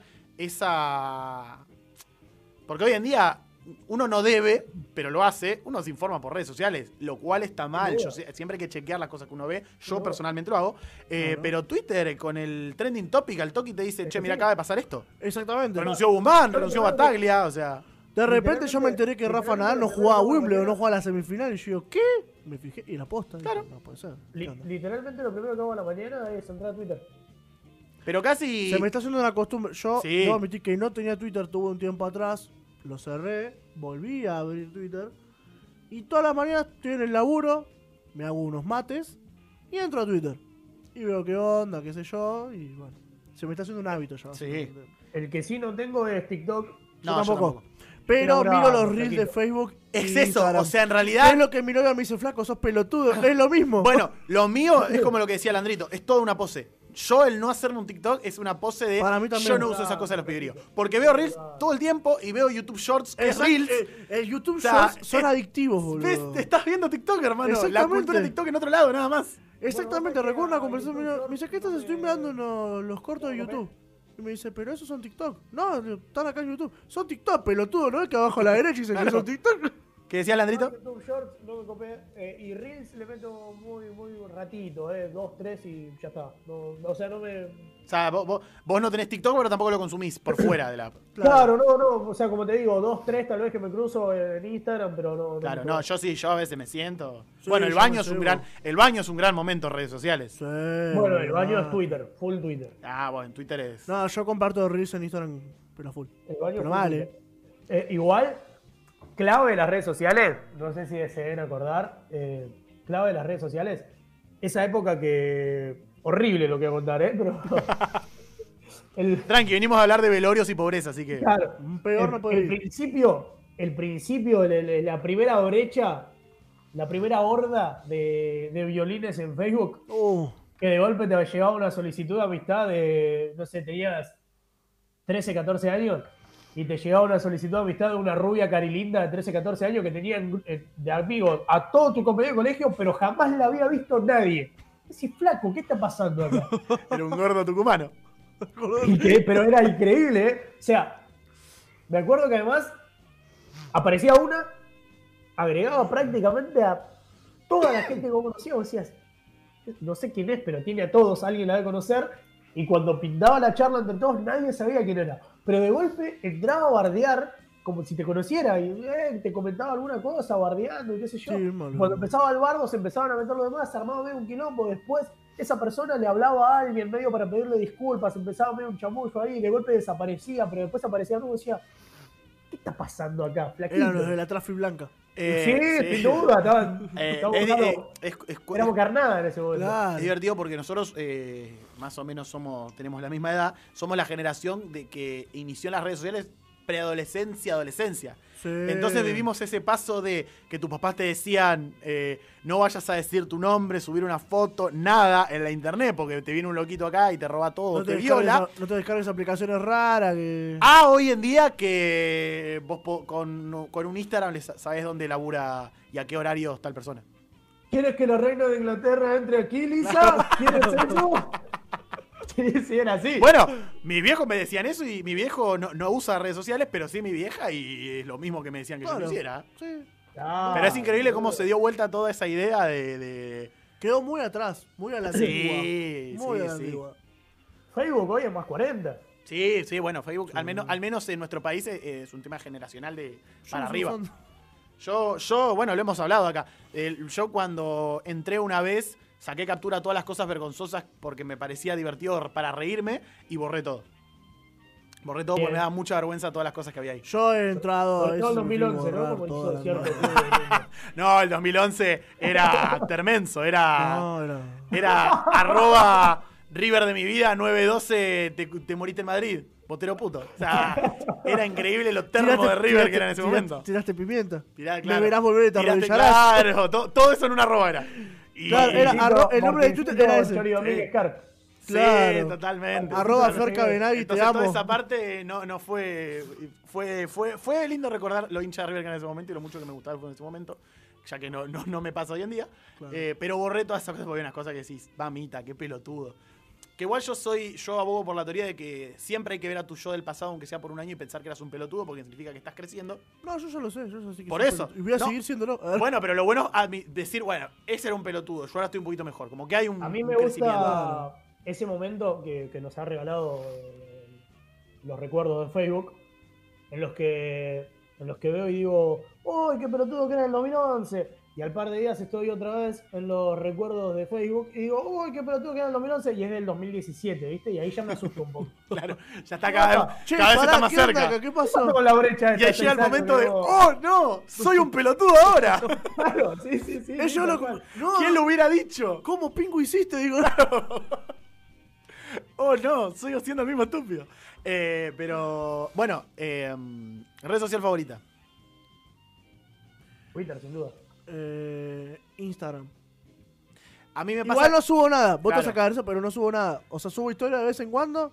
[SPEAKER 3] esa... Porque hoy en día uno no debe, pero lo hace, uno se informa por redes sociales, lo cual está mal. Siempre hay que chequear las cosas que uno ve. Yo personalmente lo hago. Pero Twitter, con el trending topic, al toque te dice, che, mira, acaba de pasar esto.
[SPEAKER 2] Exactamente.
[SPEAKER 3] Renunció Guzmán, renunció Bataglia, o sea...
[SPEAKER 2] De repente yo me enteré que Rafa Nadal no jugaba a Wimbledon, no jugaba a la semifinal, y yo digo, ¿qué? Me fijé, y la posta.
[SPEAKER 3] Claro.
[SPEAKER 2] No puede ser.
[SPEAKER 4] Literalmente lo primero que hago a la mañana es entrar a Twitter.
[SPEAKER 3] Pero casi...
[SPEAKER 2] Se me está haciendo una costumbre. Yo
[SPEAKER 3] sí.
[SPEAKER 2] debo admitir que no tenía Twitter, tuve un tiempo atrás, lo cerré, volví a abrir Twitter, y todas las mañanas estoy en el laburo, me hago unos mates, y entro a Twitter. Y veo qué onda, qué sé yo, y bueno, se me está haciendo un hábito ya.
[SPEAKER 3] Sí.
[SPEAKER 4] El que sí no tengo es TikTok.
[SPEAKER 2] Yo tampoco. Pero miro los reels de Facebook.
[SPEAKER 3] Es eso, Instagram. O sea, en realidad...
[SPEAKER 2] Es lo que mi novia me dice, flaco, sos pelotudo, es lo mismo.
[SPEAKER 3] Bueno, lo mío es como lo que decía Landrito, es toda una pose. Yo el no hacerme un TikTok es una pose de
[SPEAKER 2] para mí también.
[SPEAKER 3] Yo no uso esa cosa de los piberios. Porque veo reels todo el tiempo y veo YouTube Shorts que es reels.
[SPEAKER 2] El YouTube Shorts son adictivos, boludo.
[SPEAKER 3] Estás viendo TikTok, hermano. La cultura de TikTok en otro lado, nada más.
[SPEAKER 2] Exactamente, recuerdo una conversación. Me dice, ¿qué estás? Estoy mirando los cortos de YouTube. Y me dice, pero esos son TikTok. No, están acá en YouTube. Son TikTok, pelotudo, ¿no? Es que abajo a la derecha dice que son TikTok.
[SPEAKER 3] ¿Qué decía Landrito?
[SPEAKER 4] YouTube Shorts, no me copé. Y Reels le meto muy ratito, 2, 3 y ya está. No, o sea, no me...
[SPEAKER 3] O sea, vos no tenés TikTok, pero tampoco lo consumís por fuera de la app.
[SPEAKER 4] Claro, no. O sea, como te digo, 2, 3 tal vez que me cruzo en Instagram, pero no.
[SPEAKER 3] Claro, no, yo a veces me siento... Sí, bueno, el baño es un gran momento en redes sociales.
[SPEAKER 2] Sí,
[SPEAKER 4] bueno, el baño es Twitter, full Twitter.
[SPEAKER 3] Ah, bueno, Twitter es...
[SPEAKER 2] No, yo comparto Reels en Instagram, pero full.
[SPEAKER 4] El baño
[SPEAKER 2] pero vale.
[SPEAKER 4] Igual... Clave de las redes sociales, no sé si se deben acordar, clave de las redes sociales, esa época que... Horrible lo que voy a contar, pero...
[SPEAKER 3] Tranqui, venimos a hablar de velorios y pobreza, así que...
[SPEAKER 4] Claro,
[SPEAKER 2] peor no puede ir.
[SPEAKER 4] El principio, la primera brecha, la primera horda de violines en Facebook, que de golpe te llegaba una solicitud de amistad de, no sé, tenías 13, 14 años... Y te llegaba una solicitud de amistad de una rubia carilinda de 13, 14 años que tenían de amigos a todo tu compañero de colegio, pero jamás la había visto nadie. Decís, flaco, ¿qué está pasando acá?
[SPEAKER 3] Era un gordo tucumano.
[SPEAKER 4] Pero era increíble, ¿eh? O sea, me acuerdo que además aparecía una, agregaba prácticamente a toda la gente que conocía. Vos decías, no sé quién es, pero tiene a todos, alguien la debe conocer. Y cuando pintaba la charla entre todos, nadie sabía quién era. Pero de golpe entraba a bardear como si te conociera y te comentaba alguna cosa, bardeando y qué sé yo. Sí, cuando empezaba el bardo se empezaban a meter los demás, se armaba medio un quilombo. Después esa persona le hablaba a alguien medio para pedirle disculpas, empezaba medio un chamullo ahí, de golpe desaparecía, pero después aparecía uno y decía, ¿qué está pasando acá, flaquito?
[SPEAKER 2] Eran los de la Trafi Blanca.
[SPEAKER 4] Sí, sin duda, éramos carnada en ese momento.
[SPEAKER 3] Claro. Es divertido porque nosotros más o menos tenemos la misma edad, somos la generación de que inició en las redes sociales preadolescencia, adolescencia.
[SPEAKER 2] Sí.
[SPEAKER 3] Entonces vivimos ese paso de que tus papás te decían no vayas a decir tu nombre, subir una foto, nada en la internet, porque te viene un loquito acá y te roba todo, te viola.
[SPEAKER 2] No te descargues aplicaciones raras.
[SPEAKER 3] Hoy en día que vos con un Instagram sabés dónde labura y a qué horario está la persona.
[SPEAKER 4] ¿Quieres que el reino de Inglaterra entre aquí, Lisa? ¿Quieres eso? Sí, era así.
[SPEAKER 3] Bueno, mis viejos me decían eso y mi viejo no usa redes sociales, pero sí mi vieja y es lo mismo que me decían que yo lo hiciera.
[SPEAKER 2] Sí.
[SPEAKER 3] Pero es increíble cómo se dio vuelta toda esa idea de...
[SPEAKER 2] Quedó muy atrás, muy a la antigua.
[SPEAKER 3] Sí,
[SPEAKER 2] muy a la antigua.
[SPEAKER 4] Facebook hoy es más 40.
[SPEAKER 3] Sí, bueno, Facebook, al menos en nuestro país es un tema generacional para arriba. Yo, bueno, lo hemos hablado acá. Yo cuando entré una vez, saqué captura a todas las cosas vergonzosas porque me parecía divertido para reírme y borré todo. Borré todo porque me daba mucha vergüenza todas las cosas que había ahí.
[SPEAKER 2] Yo he entrado...
[SPEAKER 4] No, el 2011, ¿no? Como hizo cierto.
[SPEAKER 3] No, el 2011 era termenso, era arroba River de mi vida 912 te moriste en Madrid. Botero puto. O sea, era increíble lo termo de River que era en ese momento.
[SPEAKER 2] Tiraste pimienta.
[SPEAKER 3] Claro.
[SPEAKER 2] Me verás volver y te arrodillarás.
[SPEAKER 3] Claro, todo eso en una arroba era.
[SPEAKER 2] Claro, el nombre de Twitter era ese.
[SPEAKER 3] Claro. Sí, totalmente.
[SPEAKER 2] @ Ferca Benagui, te amo.
[SPEAKER 3] Toda esa parte no fue lindo recordar lo hincha de River que en ese momento y lo mucho que me gustaba en ese momento, ya que no me pasa hoy en día. Claro. Pero borré todas esas cosas porque hay unas cosas que decís, mamita, qué pelotudo. Que igual yo abogo por la teoría de que siempre hay que ver a tu yo del pasado, aunque sea por un año, y pensar que eras un pelotudo, porque significa que estás creciendo.
[SPEAKER 2] No, yo ya lo sé, yo sí que
[SPEAKER 3] por eso.
[SPEAKER 2] Y voy a seguir siéndolo.
[SPEAKER 3] Bueno, pero lo bueno es decir, bueno, ese era un pelotudo, yo ahora estoy un poquito mejor. Como que hay un
[SPEAKER 4] A mí me gusta ese momento que nos ha regalado los recuerdos de Facebook, en los que veo y digo, ¡uy, qué pelotudo que era en el 2011! Y al par de días estoy otra vez en los recuerdos de Facebook y digo, uy, qué pelotudo que era en el 2011 y es del 2017, ¿viste? Y ahí ya me asusto un poco.
[SPEAKER 3] Claro, ya está cada vez está más cerca.
[SPEAKER 2] ¿Qué pasó?
[SPEAKER 4] Con la brecha
[SPEAKER 3] y ahí llega el momento de, ¡oh, no! ¡Soy un pelotudo ahora!
[SPEAKER 4] Claro, sí.
[SPEAKER 3] ¿Quién lo hubiera dicho?
[SPEAKER 2] ¿Cómo pingo hiciste? Digo,
[SPEAKER 3] oh, no, sigo siendo el mismo estúpido. Pero, bueno, red social favorita.
[SPEAKER 4] Twitter, sin duda.
[SPEAKER 2] Instagram.
[SPEAKER 3] A mí me pasa...
[SPEAKER 2] Igual no subo nada, vos te vas a cagar eso, pero no subo nada. O sea, subo historia de vez en cuando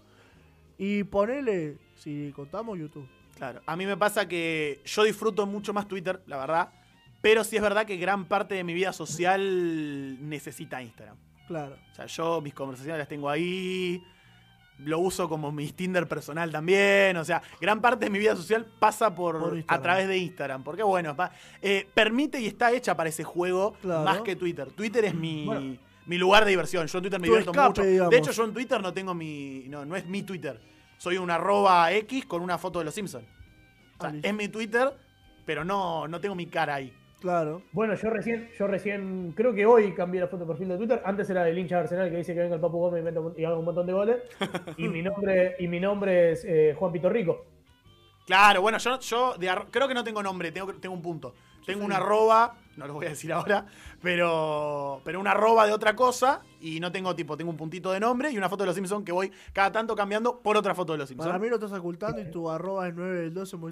[SPEAKER 2] y ponele, si contamos, YouTube.
[SPEAKER 3] Claro, a mí me pasa que yo disfruto mucho más Twitter, la verdad, pero sí es verdad que gran parte de mi vida social necesita Instagram.
[SPEAKER 2] Claro.
[SPEAKER 3] O sea, yo mis conversaciones las tengo ahí, lo uso como mi Tinder personal también, o sea, gran parte de mi vida social pasa a través de Instagram, porque bueno, permite y está hecha para ese juego más que Twitter. Twitter es mi lugar de diversión, yo en Twitter me divierto mucho. Digamos. De hecho, yo en Twitter no tengo no es mi Twitter, soy un @X con una foto de los Simpsons. O sea, es mi Twitter, pero no tengo mi cara ahí.
[SPEAKER 2] Claro.
[SPEAKER 4] Bueno, yo recién, creo que hoy cambié la foto de perfil de Twitter. Antes era del hincha de Arsenal que dice que venga el Papu Gómez y haga un montón de goles. y mi nombre es Juan Pito Rico.
[SPEAKER 3] Claro, bueno, yo creo que no tengo nombre, tengo un punto. Tengo un arroba, no lo voy a decir ahora, pero un arroba de otra cosa y no tengo tengo un puntito de nombre y una foto de los Simpsons que voy cada tanto cambiando por otra foto de los Simpsons.
[SPEAKER 2] Para mí lo estás ocultando y tu arroba es 9 del 12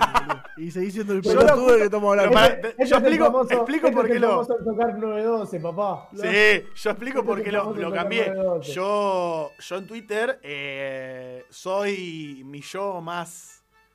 [SPEAKER 2] y seguís siendo el pelotudo de que estamos hablando.
[SPEAKER 3] Yo explico por qué
[SPEAKER 4] Vamos a tocar 912, papá.
[SPEAKER 3] Sí, yo explico por qué lo cambié. Yo en Twitter soy mi yo más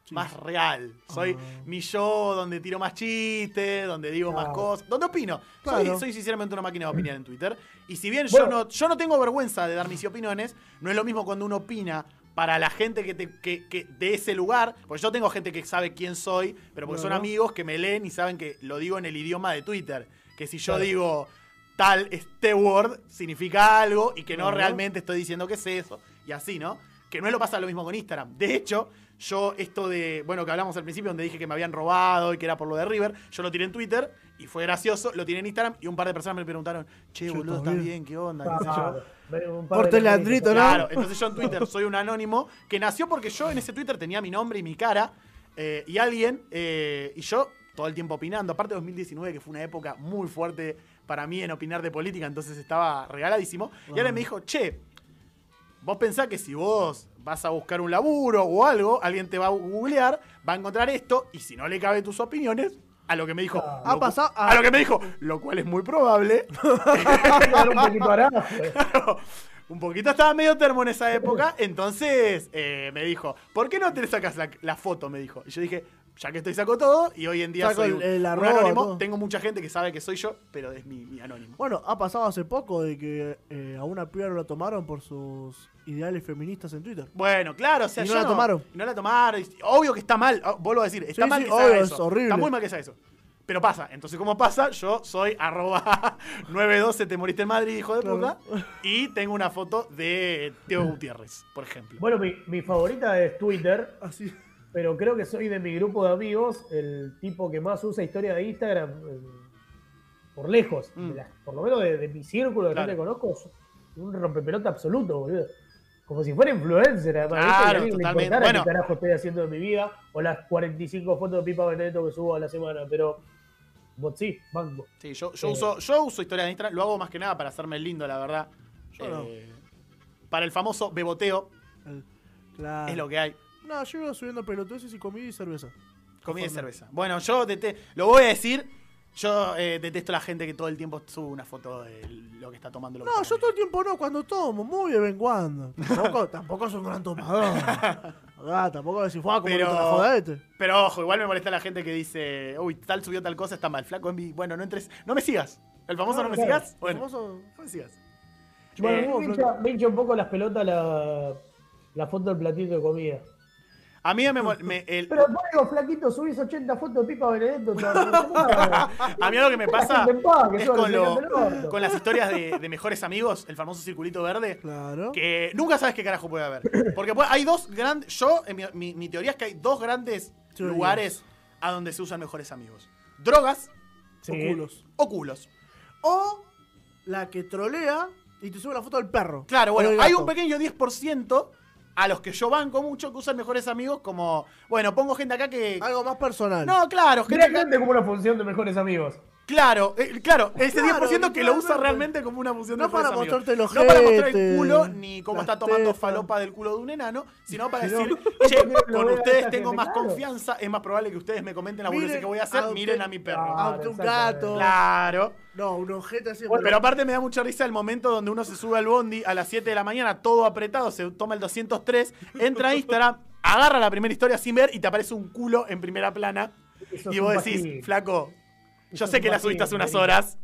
[SPEAKER 3] real. Soy mi yo donde tiro más chistes, donde digo más cosas, donde opino. Claro. Soy sinceramente una máquina de opinar en Twitter. Y si bien yo no tengo vergüenza de dar mis opiniones, no es lo mismo cuando uno opina para la gente que de ese lugar, porque yo tengo gente que sabe quién soy, pero porque son amigos que me leen y saben que lo digo en el idioma de Twitter. Que si yo digo tal, este word significa algo y que no realmente estoy diciendo que es eso. Y así, ¿no? Que no lo pasa lo mismo con Instagram. De hecho, yo esto de, que hablamos al principio donde dije que me habían robado y que era por lo de River, yo lo tiré en Twitter y fue gracioso, lo tiré en Instagram y un par de personas me preguntaron, che, boludo, ¿estás bien? ¿Qué onda? ¿Qué sé yo?
[SPEAKER 2] Corte el Andrito, ¿no?
[SPEAKER 3] Claro, entonces yo en Twitter soy un anónimo que nació porque yo en ese Twitter tenía mi nombre y mi cara y alguien, y yo todo el tiempo opinando, aparte de 2019 que fue una época muy fuerte para mí en opinar de política, entonces estaba regaladísimo, y alguien me dijo, che, vos pensás que si vos vas a buscar un laburo o algo, alguien te va a googlear, va a encontrar esto, y si no le cabe tus opiniones, a lo que me dijo. A lo que me dijo, lo cual es muy probable.
[SPEAKER 4] un poquito arazo.
[SPEAKER 3] Claro, un poquito estaba medio termo en esa época, entonces me dijo, ¿por qué no te sacas la foto? Me dijo. Y yo dije, ya que estoy saco todo, y hoy en día
[SPEAKER 2] saco
[SPEAKER 3] soy
[SPEAKER 2] el
[SPEAKER 3] un
[SPEAKER 2] anónimo.
[SPEAKER 3] Todo. Tengo mucha gente que sabe que soy yo, pero es mi anónimo.
[SPEAKER 2] Bueno, ha pasado hace poco de que a una piba lo tomaron por sus ideales feministas en Twitter.
[SPEAKER 3] Bueno, claro, o sea,
[SPEAKER 2] y no la tomaron.
[SPEAKER 3] No la tomaron. Obvio que está mal, vuelvo a decir, está mal que se haga eso.
[SPEAKER 2] Es horrible.
[SPEAKER 3] Está muy mal que sea eso. Pero pasa, entonces como pasa, yo soy @912 te moriste en Madrid, hijo de puta, y tengo una foto de Teo Gutiérrez, por ejemplo.
[SPEAKER 4] Bueno, mi favorita es Twitter,
[SPEAKER 2] Así.
[SPEAKER 4] pero creo que soy de mi grupo de amigos el tipo que más usa historia de Instagram por lejos. Por lo menos de mi círculo de gente que conozco, es un rompepelota absoluto, boludo. Como si fuera influencer, además.
[SPEAKER 3] Claro,
[SPEAKER 4] totalmente.
[SPEAKER 3] Bueno,
[SPEAKER 4] qué carajo estoy haciendo de mi vida, o las 45 fotos de Pipa Benedetto que subo a la semana, pero vos sí, banco.
[SPEAKER 3] Sí, yo uso historia de Instagram, lo hago más que nada para hacerme el lindo, la verdad.
[SPEAKER 2] No.
[SPEAKER 3] Para el famoso beboteo,
[SPEAKER 2] Claro.
[SPEAKER 3] es lo que hay.
[SPEAKER 2] No, yo iba subiendo pelotudeces y comida y cerveza.
[SPEAKER 3] Comida y cerveza. Bueno, yo lo voy a decir, yo detesto a la gente que todo el tiempo sube una foto de lo que está tomando.
[SPEAKER 2] No, yo todo el tiempo no, cuando tomo, muy de vez en cuando. Tampoco soy un gran tomador. Tampoco si fuera como
[SPEAKER 3] pero,
[SPEAKER 2] la jodete.
[SPEAKER 3] Pero ojo, igual me molesta la gente que dice, uy, tal subió tal cosa, está mal. Flaco, bueno, no entres, no me sigas. El famoso no me sigas. Bueno, no me sigas.
[SPEAKER 4] Bueno, me hincha un poco las pelotas la foto del platito de comida.
[SPEAKER 3] A mí
[SPEAKER 4] Pero vos digo, flaquito, subís 80 fotos de Pipa Benedetto.
[SPEAKER 3] A mí algo que me pasa es con las historias de mejores amigos, el famoso circulito verde.
[SPEAKER 2] Claro.
[SPEAKER 3] Que nunca sabes qué carajo puede haber. Porque hay dos grandes. Mi teoría es que hay dos grandes lugares a donde se usan mejores amigos: drogas o culos.
[SPEAKER 2] O la que trolea y te sube la foto del perro.
[SPEAKER 3] Claro, bueno, hay un pequeño 10% a los que yo banco mucho que usan mejores amigos como... Bueno, pongo gente acá que...
[SPEAKER 2] Algo más personal.
[SPEAKER 3] No, claro.
[SPEAKER 4] Gente como una función de mejores amigos.
[SPEAKER 3] Claro, ese 10% que lo usa realmente como una función de mejores amigos.
[SPEAKER 2] Mostrarte los
[SPEAKER 3] no para mostrar el culo, ni cómo está tomando falopa del culo de un enano, sino para decir, che, con ustedes tengo más confianza, es más probable que ustedes me comenten la boludez que voy a hacer, miren a mi perro.
[SPEAKER 2] Un gato.
[SPEAKER 3] Claro.
[SPEAKER 2] No, un ojete así.
[SPEAKER 3] Pero aparte me da mucha risa el momento donde uno se sube al bondi a las 7 de la mañana, todo apretado, se toma el 203, entra a Instagram, agarra la primera historia sin ver y te aparece un culo en primera plana. Y vos decís, flaco, yo sé que la subiste hace unas horas.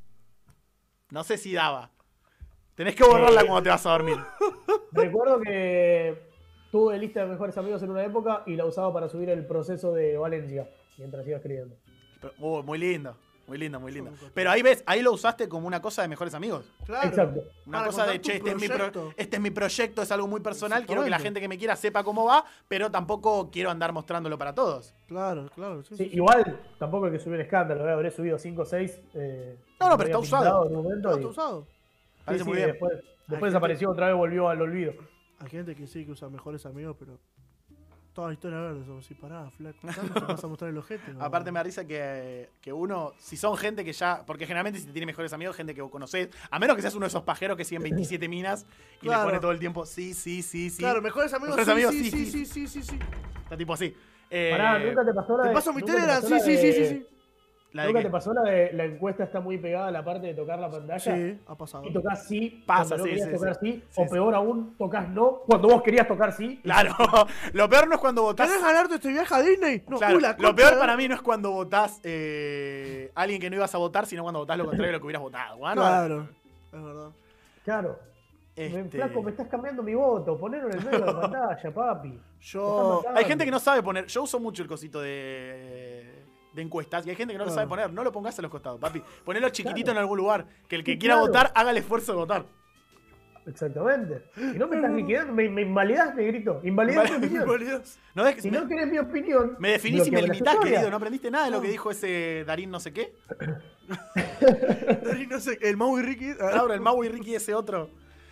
[SPEAKER 3] No sé si daba. Tenés que borrarla cuando te vas a dormir.
[SPEAKER 4] Recuerdo que tuve lista de mejores amigos en una época y la usaba para subir el proceso de Valencia mientras iba escribiendo.
[SPEAKER 3] Muy lindo. Muy lindo, muy lindo. Pero ahí lo usaste como una cosa de mejores amigos.
[SPEAKER 2] Claro.
[SPEAKER 4] Exacto.
[SPEAKER 3] Una cosa de, che, este es mi proyecto, es algo muy personal, quiero que la gente que me quiera sepa cómo va, pero tampoco quiero andar mostrándolo para todos.
[SPEAKER 2] Claro.
[SPEAKER 4] Sí, igual, tampoco hay que subir escándalo, habré subido 5 o 6.
[SPEAKER 3] No, pero está usado.
[SPEAKER 2] Está usado.
[SPEAKER 3] Parece muy bien.
[SPEAKER 4] Después desapareció otra vez, volvió al olvido.
[SPEAKER 2] Hay gente que sí que usa mejores amigos, pero... Toda historia verde, somos así, pará, flaco. ¿Cuándo te vas a mostrar el ojete? No?
[SPEAKER 3] Aparte me da risa que uno, si son gente que ya, porque generalmente si te tiene mejores amigos, gente que vos conocés, a menos que seas uno de esos pajeros que siguen 27 minas y le pone todo el tiempo, sí.
[SPEAKER 2] Claro, mejores amigos, sí.
[SPEAKER 3] Está tipo así.
[SPEAKER 4] Pará, ¿nunca te pasó la de...
[SPEAKER 2] ¿Te paso mi Telegram? Sí.
[SPEAKER 4] ¿Nunca te pasó la de la encuesta está muy pegada a la parte de tocar la pantalla?
[SPEAKER 2] Sí, ha pasado.
[SPEAKER 4] Y tocás sí,
[SPEAKER 3] pasa,
[SPEAKER 4] cuando no querías tocar sí, o peor aún, tocas no, cuando vos querías tocar sí.
[SPEAKER 3] Claro, lo peor no es cuando votás...
[SPEAKER 2] ¿Querés ganarte este viaje a Disney? No,
[SPEAKER 3] claro, lo peor para mí no es cuando votás a alguien que no ibas a votar, sino cuando votás lo contrario de lo que hubieras votado. Bueno,
[SPEAKER 2] claro, es verdad.
[SPEAKER 4] Claro. Flaco, me estás cambiando mi voto, ponelo en el medio de la pantalla, papi.
[SPEAKER 3] Hay gente que no sabe poner, yo uso mucho el cosito de encuestas y hay gente que no lo sabe poner, no lo pongas a los costados, papi. Ponelo chiquitito en algún lugar, que el que quiera votar haga el esfuerzo de votar.
[SPEAKER 4] Exactamente. Y no me estás liquidando, me invalidás, negrito. Invalidás mi opinión. Si no querés mi opinión...
[SPEAKER 3] Me definís y me limitás, querido. No aprendiste nada de lo que dijo ese Darín no sé qué.
[SPEAKER 2] Darín no sé qué, el Mau y Ricky.
[SPEAKER 3] Ahora, el Mau y Ricky ese otro.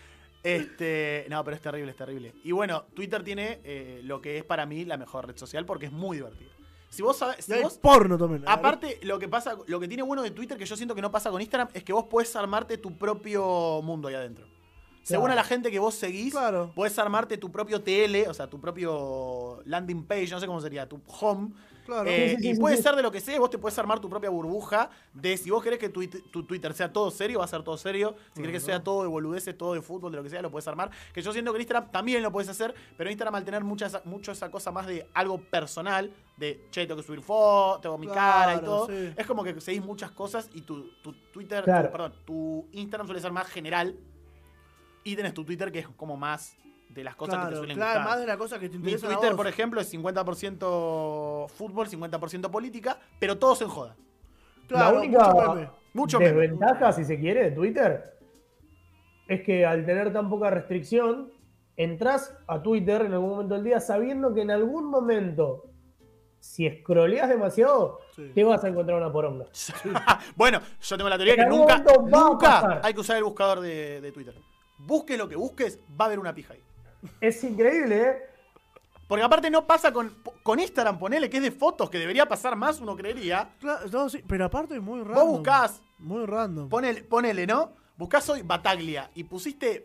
[SPEAKER 3] No, pero es terrible. Y bueno, Twitter tiene lo que es para mí la mejor red social porque es muy divertido. Si vos sabés,
[SPEAKER 2] porno también.
[SPEAKER 3] Aparte, lo que tiene bueno de Twitter, que yo siento que no pasa con Instagram, es que vos podés armarte tu propio mundo ahí adentro. Según a la gente que vos seguís, podés armarte tu propio TL, o sea, tu propio landing page, no sé cómo sería, tu home. Claro. Y puede ser de lo que sea, vos te podés armar tu propia burbuja de si vos querés que tu Twitter sea todo serio, va a ser todo serio. Si querés que sea todo de boludeces, todo de fútbol, de lo que sea, lo podés armar. Que yo siento que en Instagram también lo podés hacer, pero en Instagram al tener mucho esa cosa más de algo personal, de che, tengo que subir fotos, tengo mi cara y todo, es como que seguís muchas cosas y tu Twitter, tu Instagram suele ser más general y tenés tu Twitter que es como más de las cosas que te suelen gustar.
[SPEAKER 2] Más de las cosas que te interesan.
[SPEAKER 3] Mi Twitter, por ejemplo, es 50% fútbol, 50% política, pero todo se enjoda.
[SPEAKER 4] Claro, la única desventaja, si se quiere, de Twitter es que al tener tan poca restricción, entras a Twitter en algún momento del día sabiendo que en algún momento, si escroleas demasiado, te vas a encontrar una poronga.
[SPEAKER 3] Bueno, yo tengo la teoría que nunca hay que usar el buscador de Twitter. Busques lo que busques, va a haber una pija ahí.
[SPEAKER 4] Es increíble, ¿eh?
[SPEAKER 3] Porque aparte no pasa con Instagram, ponele que es de fotos, que debería pasar más, uno creería.
[SPEAKER 2] Claro, no, sí, pero aparte es muy random.
[SPEAKER 3] Vos buscás.
[SPEAKER 2] Muy random.
[SPEAKER 3] Ponele, ¿no? Buscás hoy Bataglia y pusiste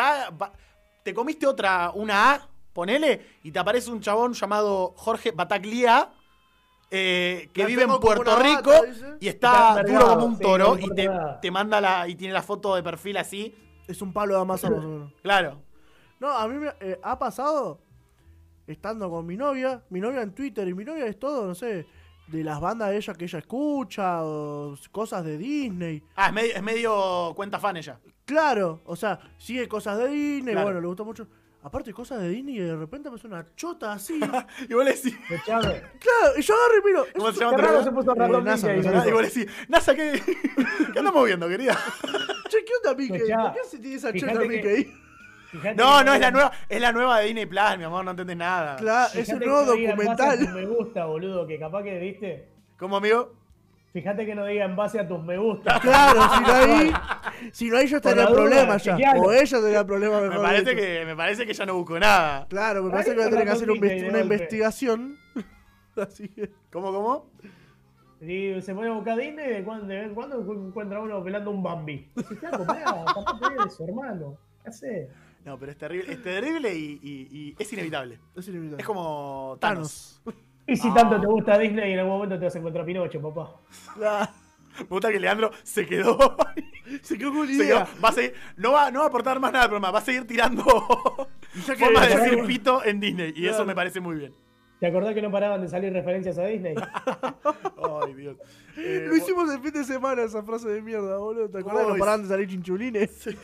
[SPEAKER 3] te comiste una A, ponele, y te aparece un chabón llamado Jorge Bataglia, que vive en Puerto Rico y está duro como un toro y te manda y tiene la foto de perfil así.
[SPEAKER 2] Es un palo de Amazon más o menos.
[SPEAKER 3] Claro.
[SPEAKER 2] No, a mí me ha pasado estando con mi novia en Twitter, y mi novia es todo, no sé, de las bandas de ella que ella escucha, o cosas de Disney.
[SPEAKER 3] Es medio cuenta fan ella.
[SPEAKER 2] Claro, o sea, sigue cosas de Disney, bueno, le gusta mucho. Aparte cosas de Disney y de repente me hace una chota así.
[SPEAKER 3] Y vos le decís.
[SPEAKER 2] Claro, y yo agarro y miro.
[SPEAKER 3] ¿Cómo se llama?
[SPEAKER 4] Qué raro se puso random
[SPEAKER 3] NASA. Y vos le decís, NASA, ¿qué andamos viendo, querida?
[SPEAKER 2] Che, ¿qué onda, Mickey? ¿Por qué se tiene esa chota, Mickey?
[SPEAKER 3] No, es la nueva de Disney Plus, mi amor, no entendés nada.
[SPEAKER 2] Claro, es un nuevo documental.
[SPEAKER 4] Me gusta, boludo, que capaz que viste.
[SPEAKER 3] ¿Cómo, amigo?
[SPEAKER 4] Fíjate que no diga en base a tus me gusta.
[SPEAKER 2] Claro, si no hay yo tendría problemas ya. O ella tendría problemas mejor.
[SPEAKER 3] Me parece que ya no busco nada.
[SPEAKER 2] Claro, me parece que voy a tener que hacer una investigación. Así que.
[SPEAKER 3] ¿Cómo?
[SPEAKER 4] Y se pone a buscar Disney de vez en cuando encuentra uno pelando un Bambi. Dice, flaco, capaz que es eso, hermano. ¿Qué haces?
[SPEAKER 3] No, pero es terrible y es inevitable. Es como Thanos.
[SPEAKER 4] Y si tanto te gusta Disney, en algún momento te vas a encontrar Pinocho, papá.
[SPEAKER 3] Me gusta que Leandro se quedó
[SPEAKER 2] con idea.
[SPEAKER 3] No va a aportar más nada al programa, va a seguir tirando formas de decir pito en Disney. Y eso me parece muy bien.
[SPEAKER 4] ¿Te acordás que no paraban de salir referencias a Disney?
[SPEAKER 3] Ay, Dios.
[SPEAKER 2] Lo hicimos el fin de semana, esa frase de mierda, boludo. ¿Te acordás que no paraban de salir chinchulines? Sí.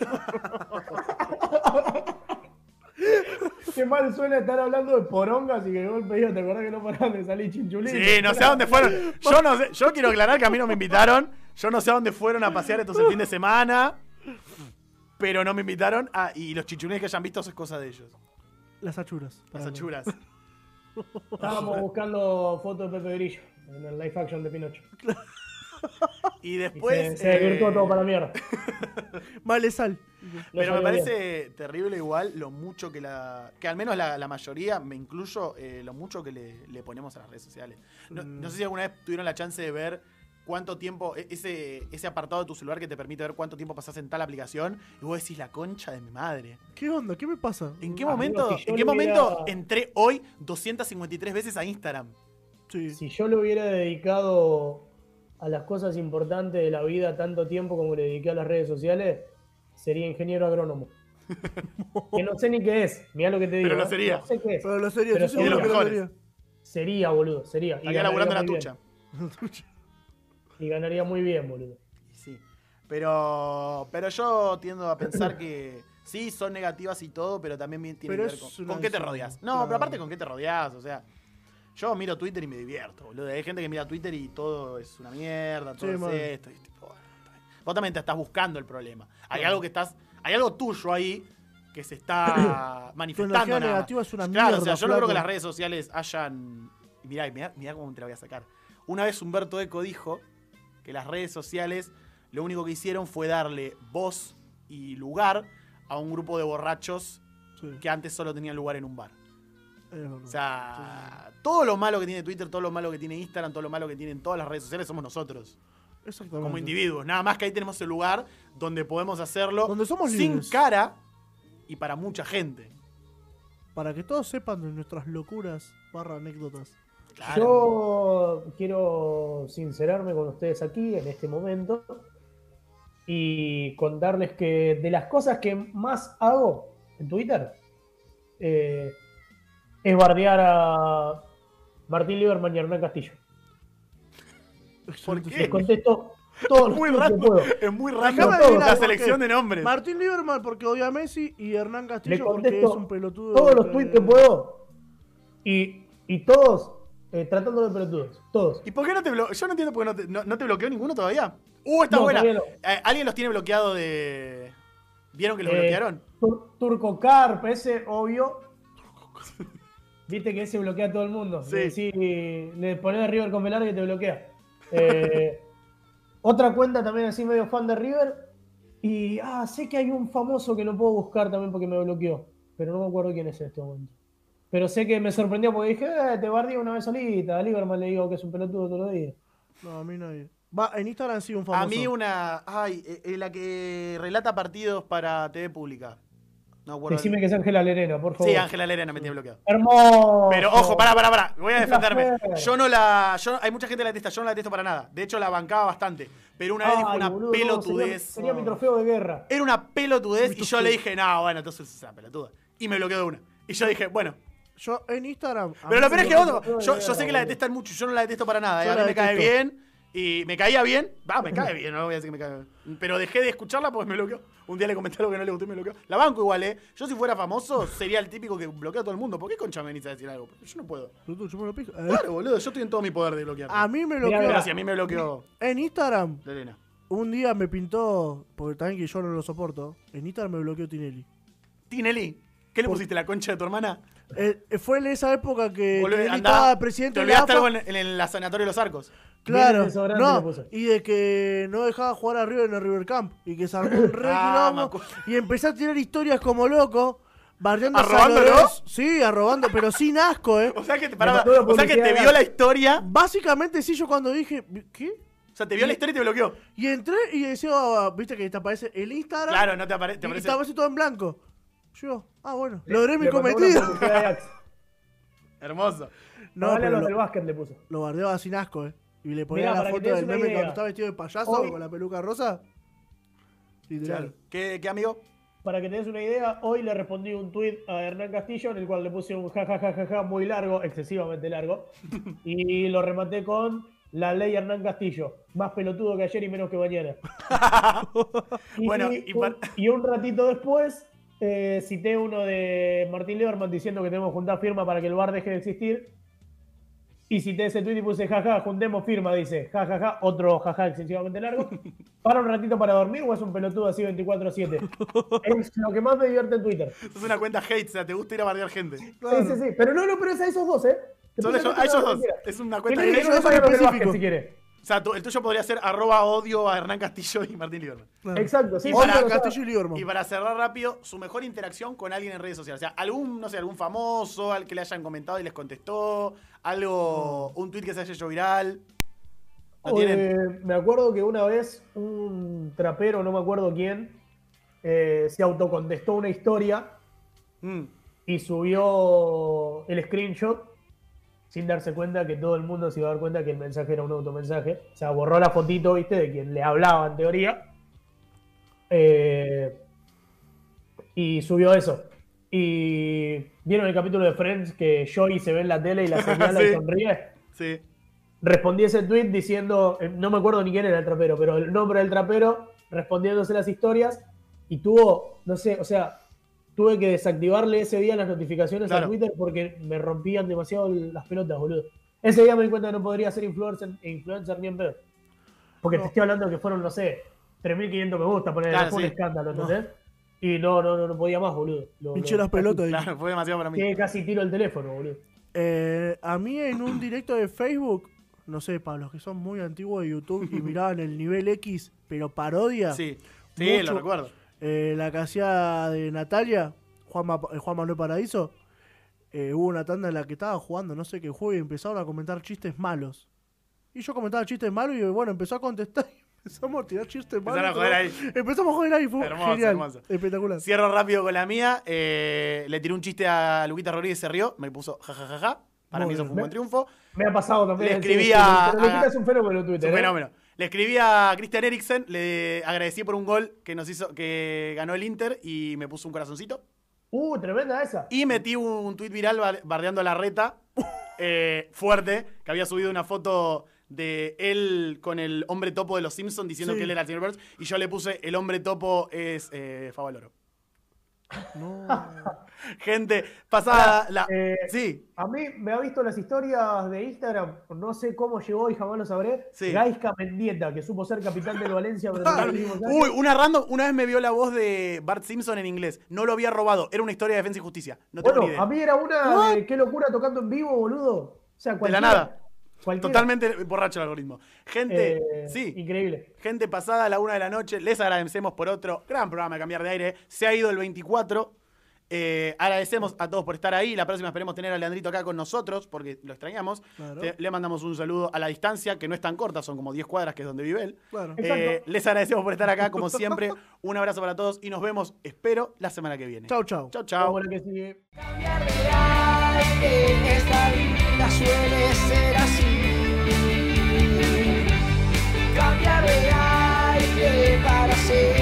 [SPEAKER 4] Qué mal suena estar hablando de porongas y que de golpe ¿te acordás que no paraban de salir chinchulines?
[SPEAKER 3] Sí, no sé a dónde fueron. Yo quiero aclarar que a mí no me invitaron. Yo no sé a dónde fueron a pasear estos el fin de semana. Pero no me invitaron. Y los chinchulines que hayan visto es cosa de ellos.
[SPEAKER 2] Las achuras.
[SPEAKER 4] Estábamos buscando fotos de Pepe Grillo en el live action de Pinocho.
[SPEAKER 3] Y después.
[SPEAKER 4] Y se desvirtuó todo para la mierda.
[SPEAKER 2] Vale sal.
[SPEAKER 3] Pero me parece terrible igual lo mucho que al menos la mayoría, me incluyo, lo mucho que le ponemos a las redes sociales. No sé si alguna vez tuvieron la chance de ver cuánto tiempo, ese apartado de tu celular que te permite ver cuánto tiempo pasás en tal aplicación, y vos decís, la concha de mi madre.
[SPEAKER 2] ¿Qué onda? ¿Qué me pasa?
[SPEAKER 3] ¿En qué momento entré hoy 253 veces a Instagram?
[SPEAKER 4] Sí. Si yo le hubiera dedicado a las cosas importantes de la vida tanto tiempo como le dediqué a las redes sociales, sería ingeniero agrónomo. Que no sé ni qué es, mirá lo que te digo.
[SPEAKER 3] Pero lo sería.
[SPEAKER 4] No sé qué es.
[SPEAKER 2] Pero lo sería,
[SPEAKER 3] pero
[SPEAKER 2] seguro que lo sería.
[SPEAKER 4] Sería, boludo, sería.
[SPEAKER 3] Estaría laburando en la tucha.
[SPEAKER 4] Y ganaría muy bien, boludo.
[SPEAKER 3] Sí. Pero yo tiendo a pensar que sí, son negativas y todo, pero también tiene que ver con qué te rodeas. No, pero aparte con qué te rodeas, o sea. Yo miro Twitter y me divierto, boludo. Hay gente que mira Twitter y todo es una mierda, todo es esto. Y tipo, bueno, vos también te estás buscando el problema. Hay algo tuyo ahí que se está manifestando.
[SPEAKER 2] Tu energía negativa es una
[SPEAKER 3] mierda.
[SPEAKER 2] Claro,
[SPEAKER 3] o sea, yo no creo que las redes sociales hayan. Mirá cómo te la voy a sacar. Una vez Humberto Eco dijo que las redes sociales lo único que hicieron fue darle voz y lugar a un grupo de borrachos que antes solo tenían lugar en un bar. O sea, todo lo malo que tiene Twitter, todo lo malo que tiene Instagram, todo lo malo que tienen todas las redes sociales somos nosotros.
[SPEAKER 2] Exactamente.
[SPEAKER 3] Como individuos. Nada más que ahí tenemos el lugar donde podemos hacerlo
[SPEAKER 2] donde somos
[SPEAKER 3] sin
[SPEAKER 2] libres.
[SPEAKER 3] cara y para mucha gente.
[SPEAKER 2] Para que todos sepan de nuestras locuras /anécdotas.
[SPEAKER 4] Claro. Yo quiero sincerarme con ustedes aquí en este momento y contarles que de las cosas que más hago en Twitter es bardear a Martín Lieberman y Hernán Castillo.
[SPEAKER 3] ¿Por qué?
[SPEAKER 4] Les contesto todos los tweets que puedo.
[SPEAKER 3] Es muy raro la selección de nombres.
[SPEAKER 2] Martín Lieberman porque odia a Messi y Hernán Castillo porque es un pelotudo.
[SPEAKER 4] Todos los tweets que puedo y todos tratando de pelotudos. Todos.
[SPEAKER 3] ¿Y por qué no te bloqueó? Yo no entiendo por qué no te bloqueó ninguno todavía. Está buena. No. ¿Alguien los tiene bloqueado de...? ¿Vieron que los bloquearon?
[SPEAKER 4] Turco Carp, ese, obvio. Viste que ese bloquea a todo el mundo.
[SPEAKER 3] Sí.
[SPEAKER 4] Le pones a River con Velarde y te bloquea. Otra cuenta también así medio fan de River. Y sé que hay un famoso que no puedo buscar también porque me bloqueó. Pero no me acuerdo quién es en este momento. Pero sé que me sorprendió porque dije, te bardeé una vez solita. A Lieberman le digo que es un pelotudo todos los días.
[SPEAKER 2] No, a mí nadie. En Instagram sí un famoso.
[SPEAKER 3] A mí la que relata partidos para TV pública. No,
[SPEAKER 4] decime que es Ángela Lerena, por favor.
[SPEAKER 3] Sí, Ángela Lerena me tiene bloqueado.
[SPEAKER 4] ¡Hermoso!
[SPEAKER 3] Pero ojo, pará. Voy a defenderme. Hay mucha gente que la detesta, yo no la detesto para nada. De hecho, la bancaba bastante. Pero una vez dijo una pelotudez.
[SPEAKER 4] Sería mi trofeo de guerra.
[SPEAKER 3] Era una pelotudez y yo le dije, no, bueno, entonces es una pelotuda. Y me bloqueó de una. Y yo dije, bueno.
[SPEAKER 2] Yo en Instagram.
[SPEAKER 3] Pero lo peor es que yo sé que la detestan mucho, yo no la detesto para nada. A mí me cae bien. Y me caía bien. Me cae bien, no voy a decir que me cae bien. Pero dejé de escucharla porque me bloqueó. Un día le comenté algo que no le gustó y me bloqueó. La banco igual, Yo si fuera famoso sería el típico que bloquea a todo el mundo. ¿Por qué concha me venís a decir algo? Porque yo no puedo.
[SPEAKER 2] Yo me lo pico.
[SPEAKER 3] Claro, boludo, yo estoy en todo mi poder de bloquear.
[SPEAKER 2] A mí me bloqueó.
[SPEAKER 3] Gracias, a mí me bloqueó.
[SPEAKER 2] En Instagram.
[SPEAKER 3] Elena.
[SPEAKER 2] Un día me pintó, porque también que yo no lo soporto. En Instagram me bloqueó Tinelli.
[SPEAKER 3] ¿Tinelli? ¿Qué le pusiste, la concha de tu hermana?
[SPEAKER 2] Fue en esa época que
[SPEAKER 3] estaba
[SPEAKER 2] presidente
[SPEAKER 3] de la AFA. ¿Te olvidaste algo en la Sanatorio de los Arcos?
[SPEAKER 2] Claro, no, y de que no dejaba jugar a River en el River Camp y que se armó un re quilombo y empecé a tirar historias como loco, bardeando
[SPEAKER 3] ¿Arrobándolo?
[SPEAKER 2] Sí, arrobando, pero sin asco,
[SPEAKER 3] O sea que te vio la historia.
[SPEAKER 2] Básicamente sí, yo cuando dije, ¿qué?
[SPEAKER 3] O sea, te vio la historia y te bloqueó.
[SPEAKER 2] Y entré y decía, viste que te aparece el Instagram.
[SPEAKER 3] Claro, no te aparece.
[SPEAKER 2] Y te aparece todo en blanco. Yo, bueno, logré mi cometido.
[SPEAKER 3] Hermoso.
[SPEAKER 4] No, a los del básquet le puso.
[SPEAKER 2] Lo bardeaba sin asco, Y le ponía la foto del meme cuando estaba vestido de payaso con la peluca rosa. Literal.
[SPEAKER 3] ¿Qué amigo?
[SPEAKER 4] Para que te des una idea, hoy le respondí un tweet a Hernán Castillo en el cual le puse un jajajaja muy largo, excesivamente largo. Y lo rematé con la ley Hernán Castillo. Más pelotudo que ayer y menos que mañana. Y un ratito después cité uno de Martín Lieberman diciendo que tenemos que juntar firma para que el VAR deje de existir. Y cité ese tweet y puse jaja, juntemos firma, dice. Jajaja, otro jaja excesivamente largo. ¿Para un ratito para dormir o es un pelotudo así 24/7? Es lo que más me divierte en Twitter.
[SPEAKER 3] Es una cuenta hate, o sea, te gusta ir a bardear gente.
[SPEAKER 4] Claro. Sí. Pero pero es a esos dos,
[SPEAKER 3] A esos dos. Es una cuenta
[SPEAKER 4] hate.
[SPEAKER 2] específico.
[SPEAKER 4] Si quiere.
[SPEAKER 3] O sea, el tuyo podría ser @odio a Hernán Castillo y Martín Lieberman.
[SPEAKER 4] Claro. Exacto, sí.
[SPEAKER 2] Castillo y Lieberman.
[SPEAKER 3] Y para cerrar rápido, su mejor interacción con alguien en redes sociales. O sea, algún famoso, al que le hayan comentado y les contestó, un tweet que se haya hecho viral.
[SPEAKER 4] Me acuerdo que una vez un trapero, no me acuerdo quién, se autocontestó una historia y subió el screenshot sin darse cuenta que todo el mundo se iba a dar cuenta que el mensaje era un automensaje. O sea, borró la fotito, ¿viste? De quien le hablaba en teoría. Y subió eso. Y vieron el capítulo de Friends que Joey se ve en la tele y la señala y sonríe.
[SPEAKER 3] Sí.
[SPEAKER 4] Respondí ese tweet diciendo, no me acuerdo ni quién era el trapero, pero el nombre del trapero, respondiéndose las historias, y tuvo, no sé, o sea, tuve que desactivarle ese día las notificaciones a Twitter porque me rompían demasiado las pelotas, boludo. Ese día me di cuenta que no podría ser influencer ni en pedo. Porque te estoy hablando que fueron, no sé, 3.500 me gusta, fue un escándalo, ¿entendés? Y no podía más, boludo.
[SPEAKER 2] Pinché las pelotas.
[SPEAKER 3] Claro, fue demasiado para mí.
[SPEAKER 4] Que casi tiro el teléfono, boludo.
[SPEAKER 2] A mí en un directo de Facebook, no sé, para los que son muy antiguos de YouTube y miraban el nivel X, pero parodia.
[SPEAKER 3] Sí, lo recuerdo.
[SPEAKER 2] La que hacía de Natalia, Juan Manuel Paradiso, hubo una tanda en la que estaba jugando no sé qué juego y empezaron a comentar chistes malos. Y yo comentaba chistes malos y bueno, empezó a contestar y Empezamos a tirar chistes malos.
[SPEAKER 3] Empezamos a joder ahí.
[SPEAKER 2] Fue genial. Hermoso. Espectacular.
[SPEAKER 3] Cierro rápido con la mía. Le tiré un chiste a Luquita Rodríguez, se rió. Me puso jajajaja. Para mí eso fue un buen triunfo.
[SPEAKER 4] Me ha pasado también.
[SPEAKER 3] Le escribí a...
[SPEAKER 4] Luquita es un fenómeno en Twitter.
[SPEAKER 3] Un fenómeno. Le escribí a Christian Eriksen, le agradecí por un gol que ganó el Inter y me puso un corazoncito.
[SPEAKER 4] Tremenda esa.
[SPEAKER 3] Y metí un tuit viral bardeando a Larreta, fuerte, que había subido una foto de él con el hombre topo de los Simpsons diciendo que él era el señor Burns, y yo le puse el hombre topo es Favaloro.
[SPEAKER 2] No.
[SPEAKER 3] Gente, pasada
[SPEAKER 4] sí. A mí me ha visto las historias de Instagram, no sé cómo llegó y jamás lo sabré.
[SPEAKER 3] Sí.
[SPEAKER 4] Gaisca Mendieta, que supo ser capitán del Valencia.
[SPEAKER 3] Una vez me vio la voz de Bart Simpson en inglés. No lo había robado, era una historia de Defensa y Justicia. No tengo ni idea.
[SPEAKER 4] A mí era una de qué locura tocando en vivo, boludo. O sea,
[SPEAKER 3] de la nada. Totalmente borracho el algoritmo. Gente, sí.
[SPEAKER 4] Increíble.
[SPEAKER 3] Gente, pasada a la 1 de la noche, les agradecemos por otro gran programa de Cambiar de Aire. Se ha ido el 24. Agradecemos a todos por estar ahí. La próxima esperemos tener a Leandrito acá con nosotros, porque lo extrañamos. Claro. Le mandamos un saludo a la distancia, que no es tan corta, son como 10 cuadras, que es donde vive él. Claro. Les agradecemos por estar acá, como siempre. Un abrazo para todos y nos vemos, espero, la semana que viene.
[SPEAKER 2] Chau, chau.
[SPEAKER 3] Chau, chau.
[SPEAKER 4] Bueno, que sigue.
[SPEAKER 6] Cambiar de aire, esta vida suele ser así. Cambiar de aire para ser